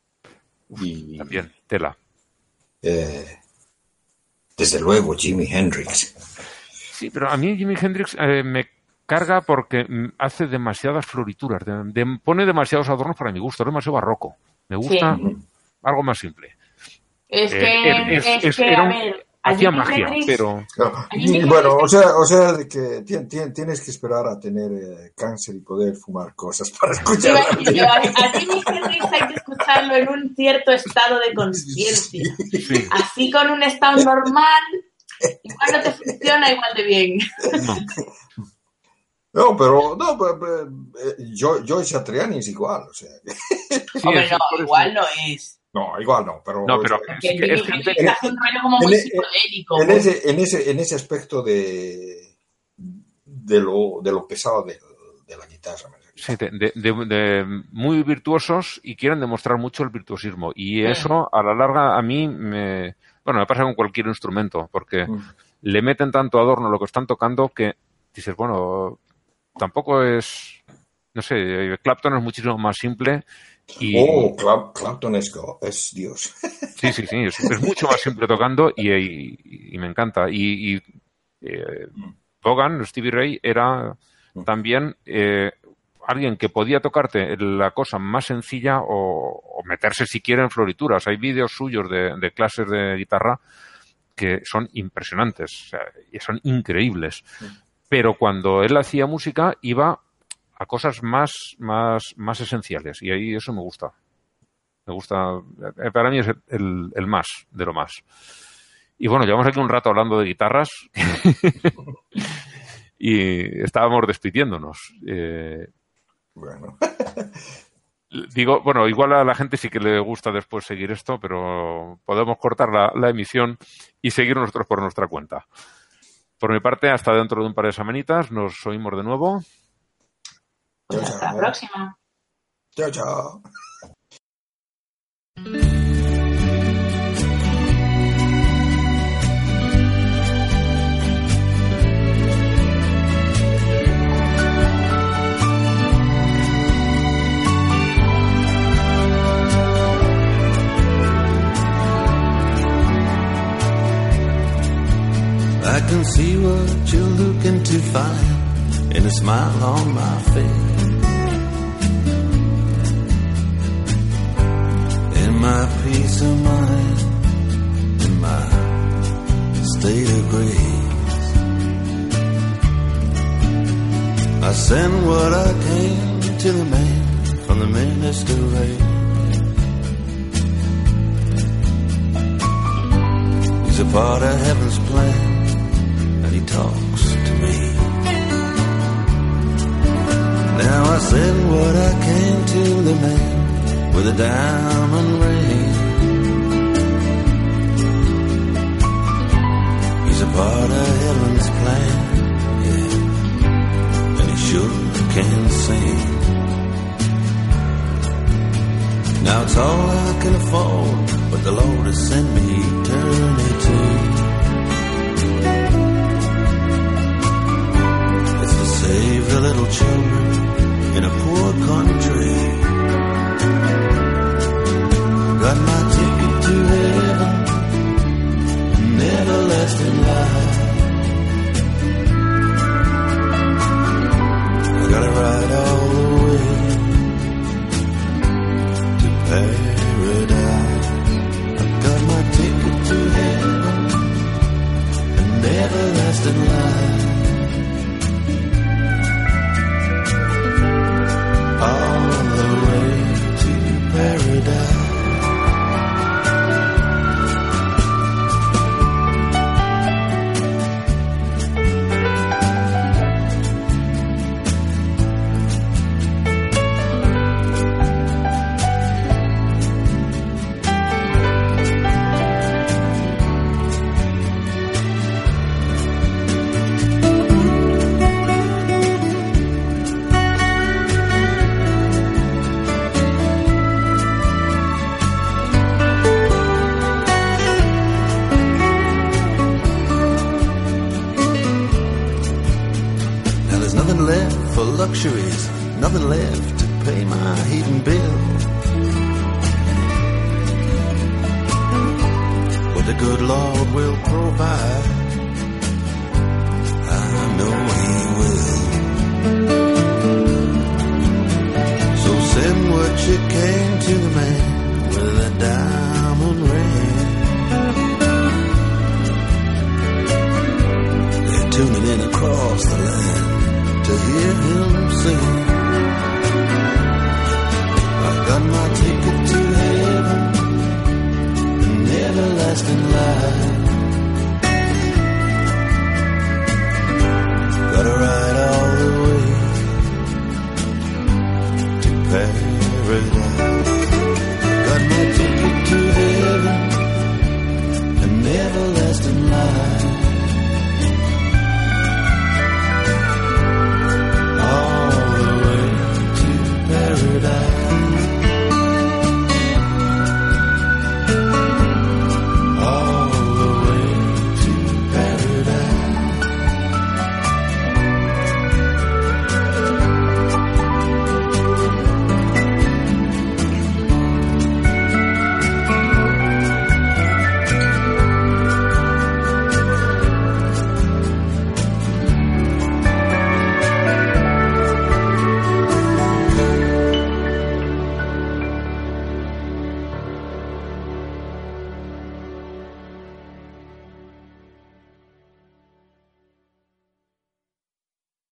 Y, también, tela. Eh, desde luego, Jimi Hendrix. Sí, pero a mí Jimi Hendrix eh, me carga porque hace demasiadas florituras, de, de, pone demasiados adornos para mi gusto, es demasiado barroco. Me gusta sí. algo más simple. Es que, eh, es, es, es que era a ver, hacía magia, Hendrix, pero... No, bueno, o sea, o sea, de que tien, tien, tienes que esperar a tener eh, cáncer y poder fumar cosas para escucharlo. Sí, a, a Jimi Hendrix hay que escucharlo en un cierto estado de conciencia. Sí, sí. Así con un estado normal, igual no te funciona igual de bien. No. No, pero no, pero, pero, yo, Joe Satriani es igual, o sea. Sí, hombre, no, igual no es. No, igual no, pero... No, pero es que es gente que hace un rollo como muy psicodélico. En ese, en ese, en ese aspecto de, de, lo, de lo pesado de, de la guitarra. Sí, de, de, de, de muy virtuosos y quieren demostrar mucho el virtuosismo. Y eso, a la larga, a mí me... Bueno, me pasa con cualquier instrumento, porque mm. le meten tanto adorno a lo que están tocando que dices, bueno, tampoco es... No sé, Clapton es muchísimo más simple. Y... Oh, Clapton es, es Dios. Sí, sí, sí, es, es mucho más simple tocando y, y, y me encanta. Y, y eh, Vaughan, Stevie Ray, era también eh, alguien que podía tocarte la cosa más sencilla o, o meterse si quiere en florituras. Hay vídeos suyos de, de clases de guitarra que son impresionantes, o sea, y son increíbles. Pero cuando él hacía música iba a cosas más, más, más esenciales. Y ahí eso me gusta. Me gusta, para mí es el, el más de lo más. Y bueno, llevamos aquí un rato hablando de guitarras y estábamos despidiéndonos. Eh, bueno. Digo, bueno, igual a la gente sí que le gusta después seguir esto, pero podemos cortar la, la emisión y seguir nosotros por nuestra cuenta. Por mi parte, hasta dentro de un par de semanitas, nos oímos de nuevo. Pues chao, hasta chao. la próxima. Chao, chao. I can see what you're looking to find in a smile on my face, in my peace of mind, in my state of grace. I send what I came to the man from the minister race. He's a part of heaven's plan, he talks to me. Now I said what I came to the man with a diamond ring. He's a part of heaven's plan, yeah, and he sure can sing. Now it's all I can afford, but the Lord has sent me eternity. Save the little children in a poor country. Got my ticket to heaven, an everlasting life. I gotta ride all the way to paradise. I got my ticket to heaven, an everlasting life. luxuries, nothing left to pay my heating bill. But the good Lord will provide, I know He will. So send what you can to the man with a diamond ring. They're tuning in across the land to hear him sing. I got my ticket to heaven, an everlasting life.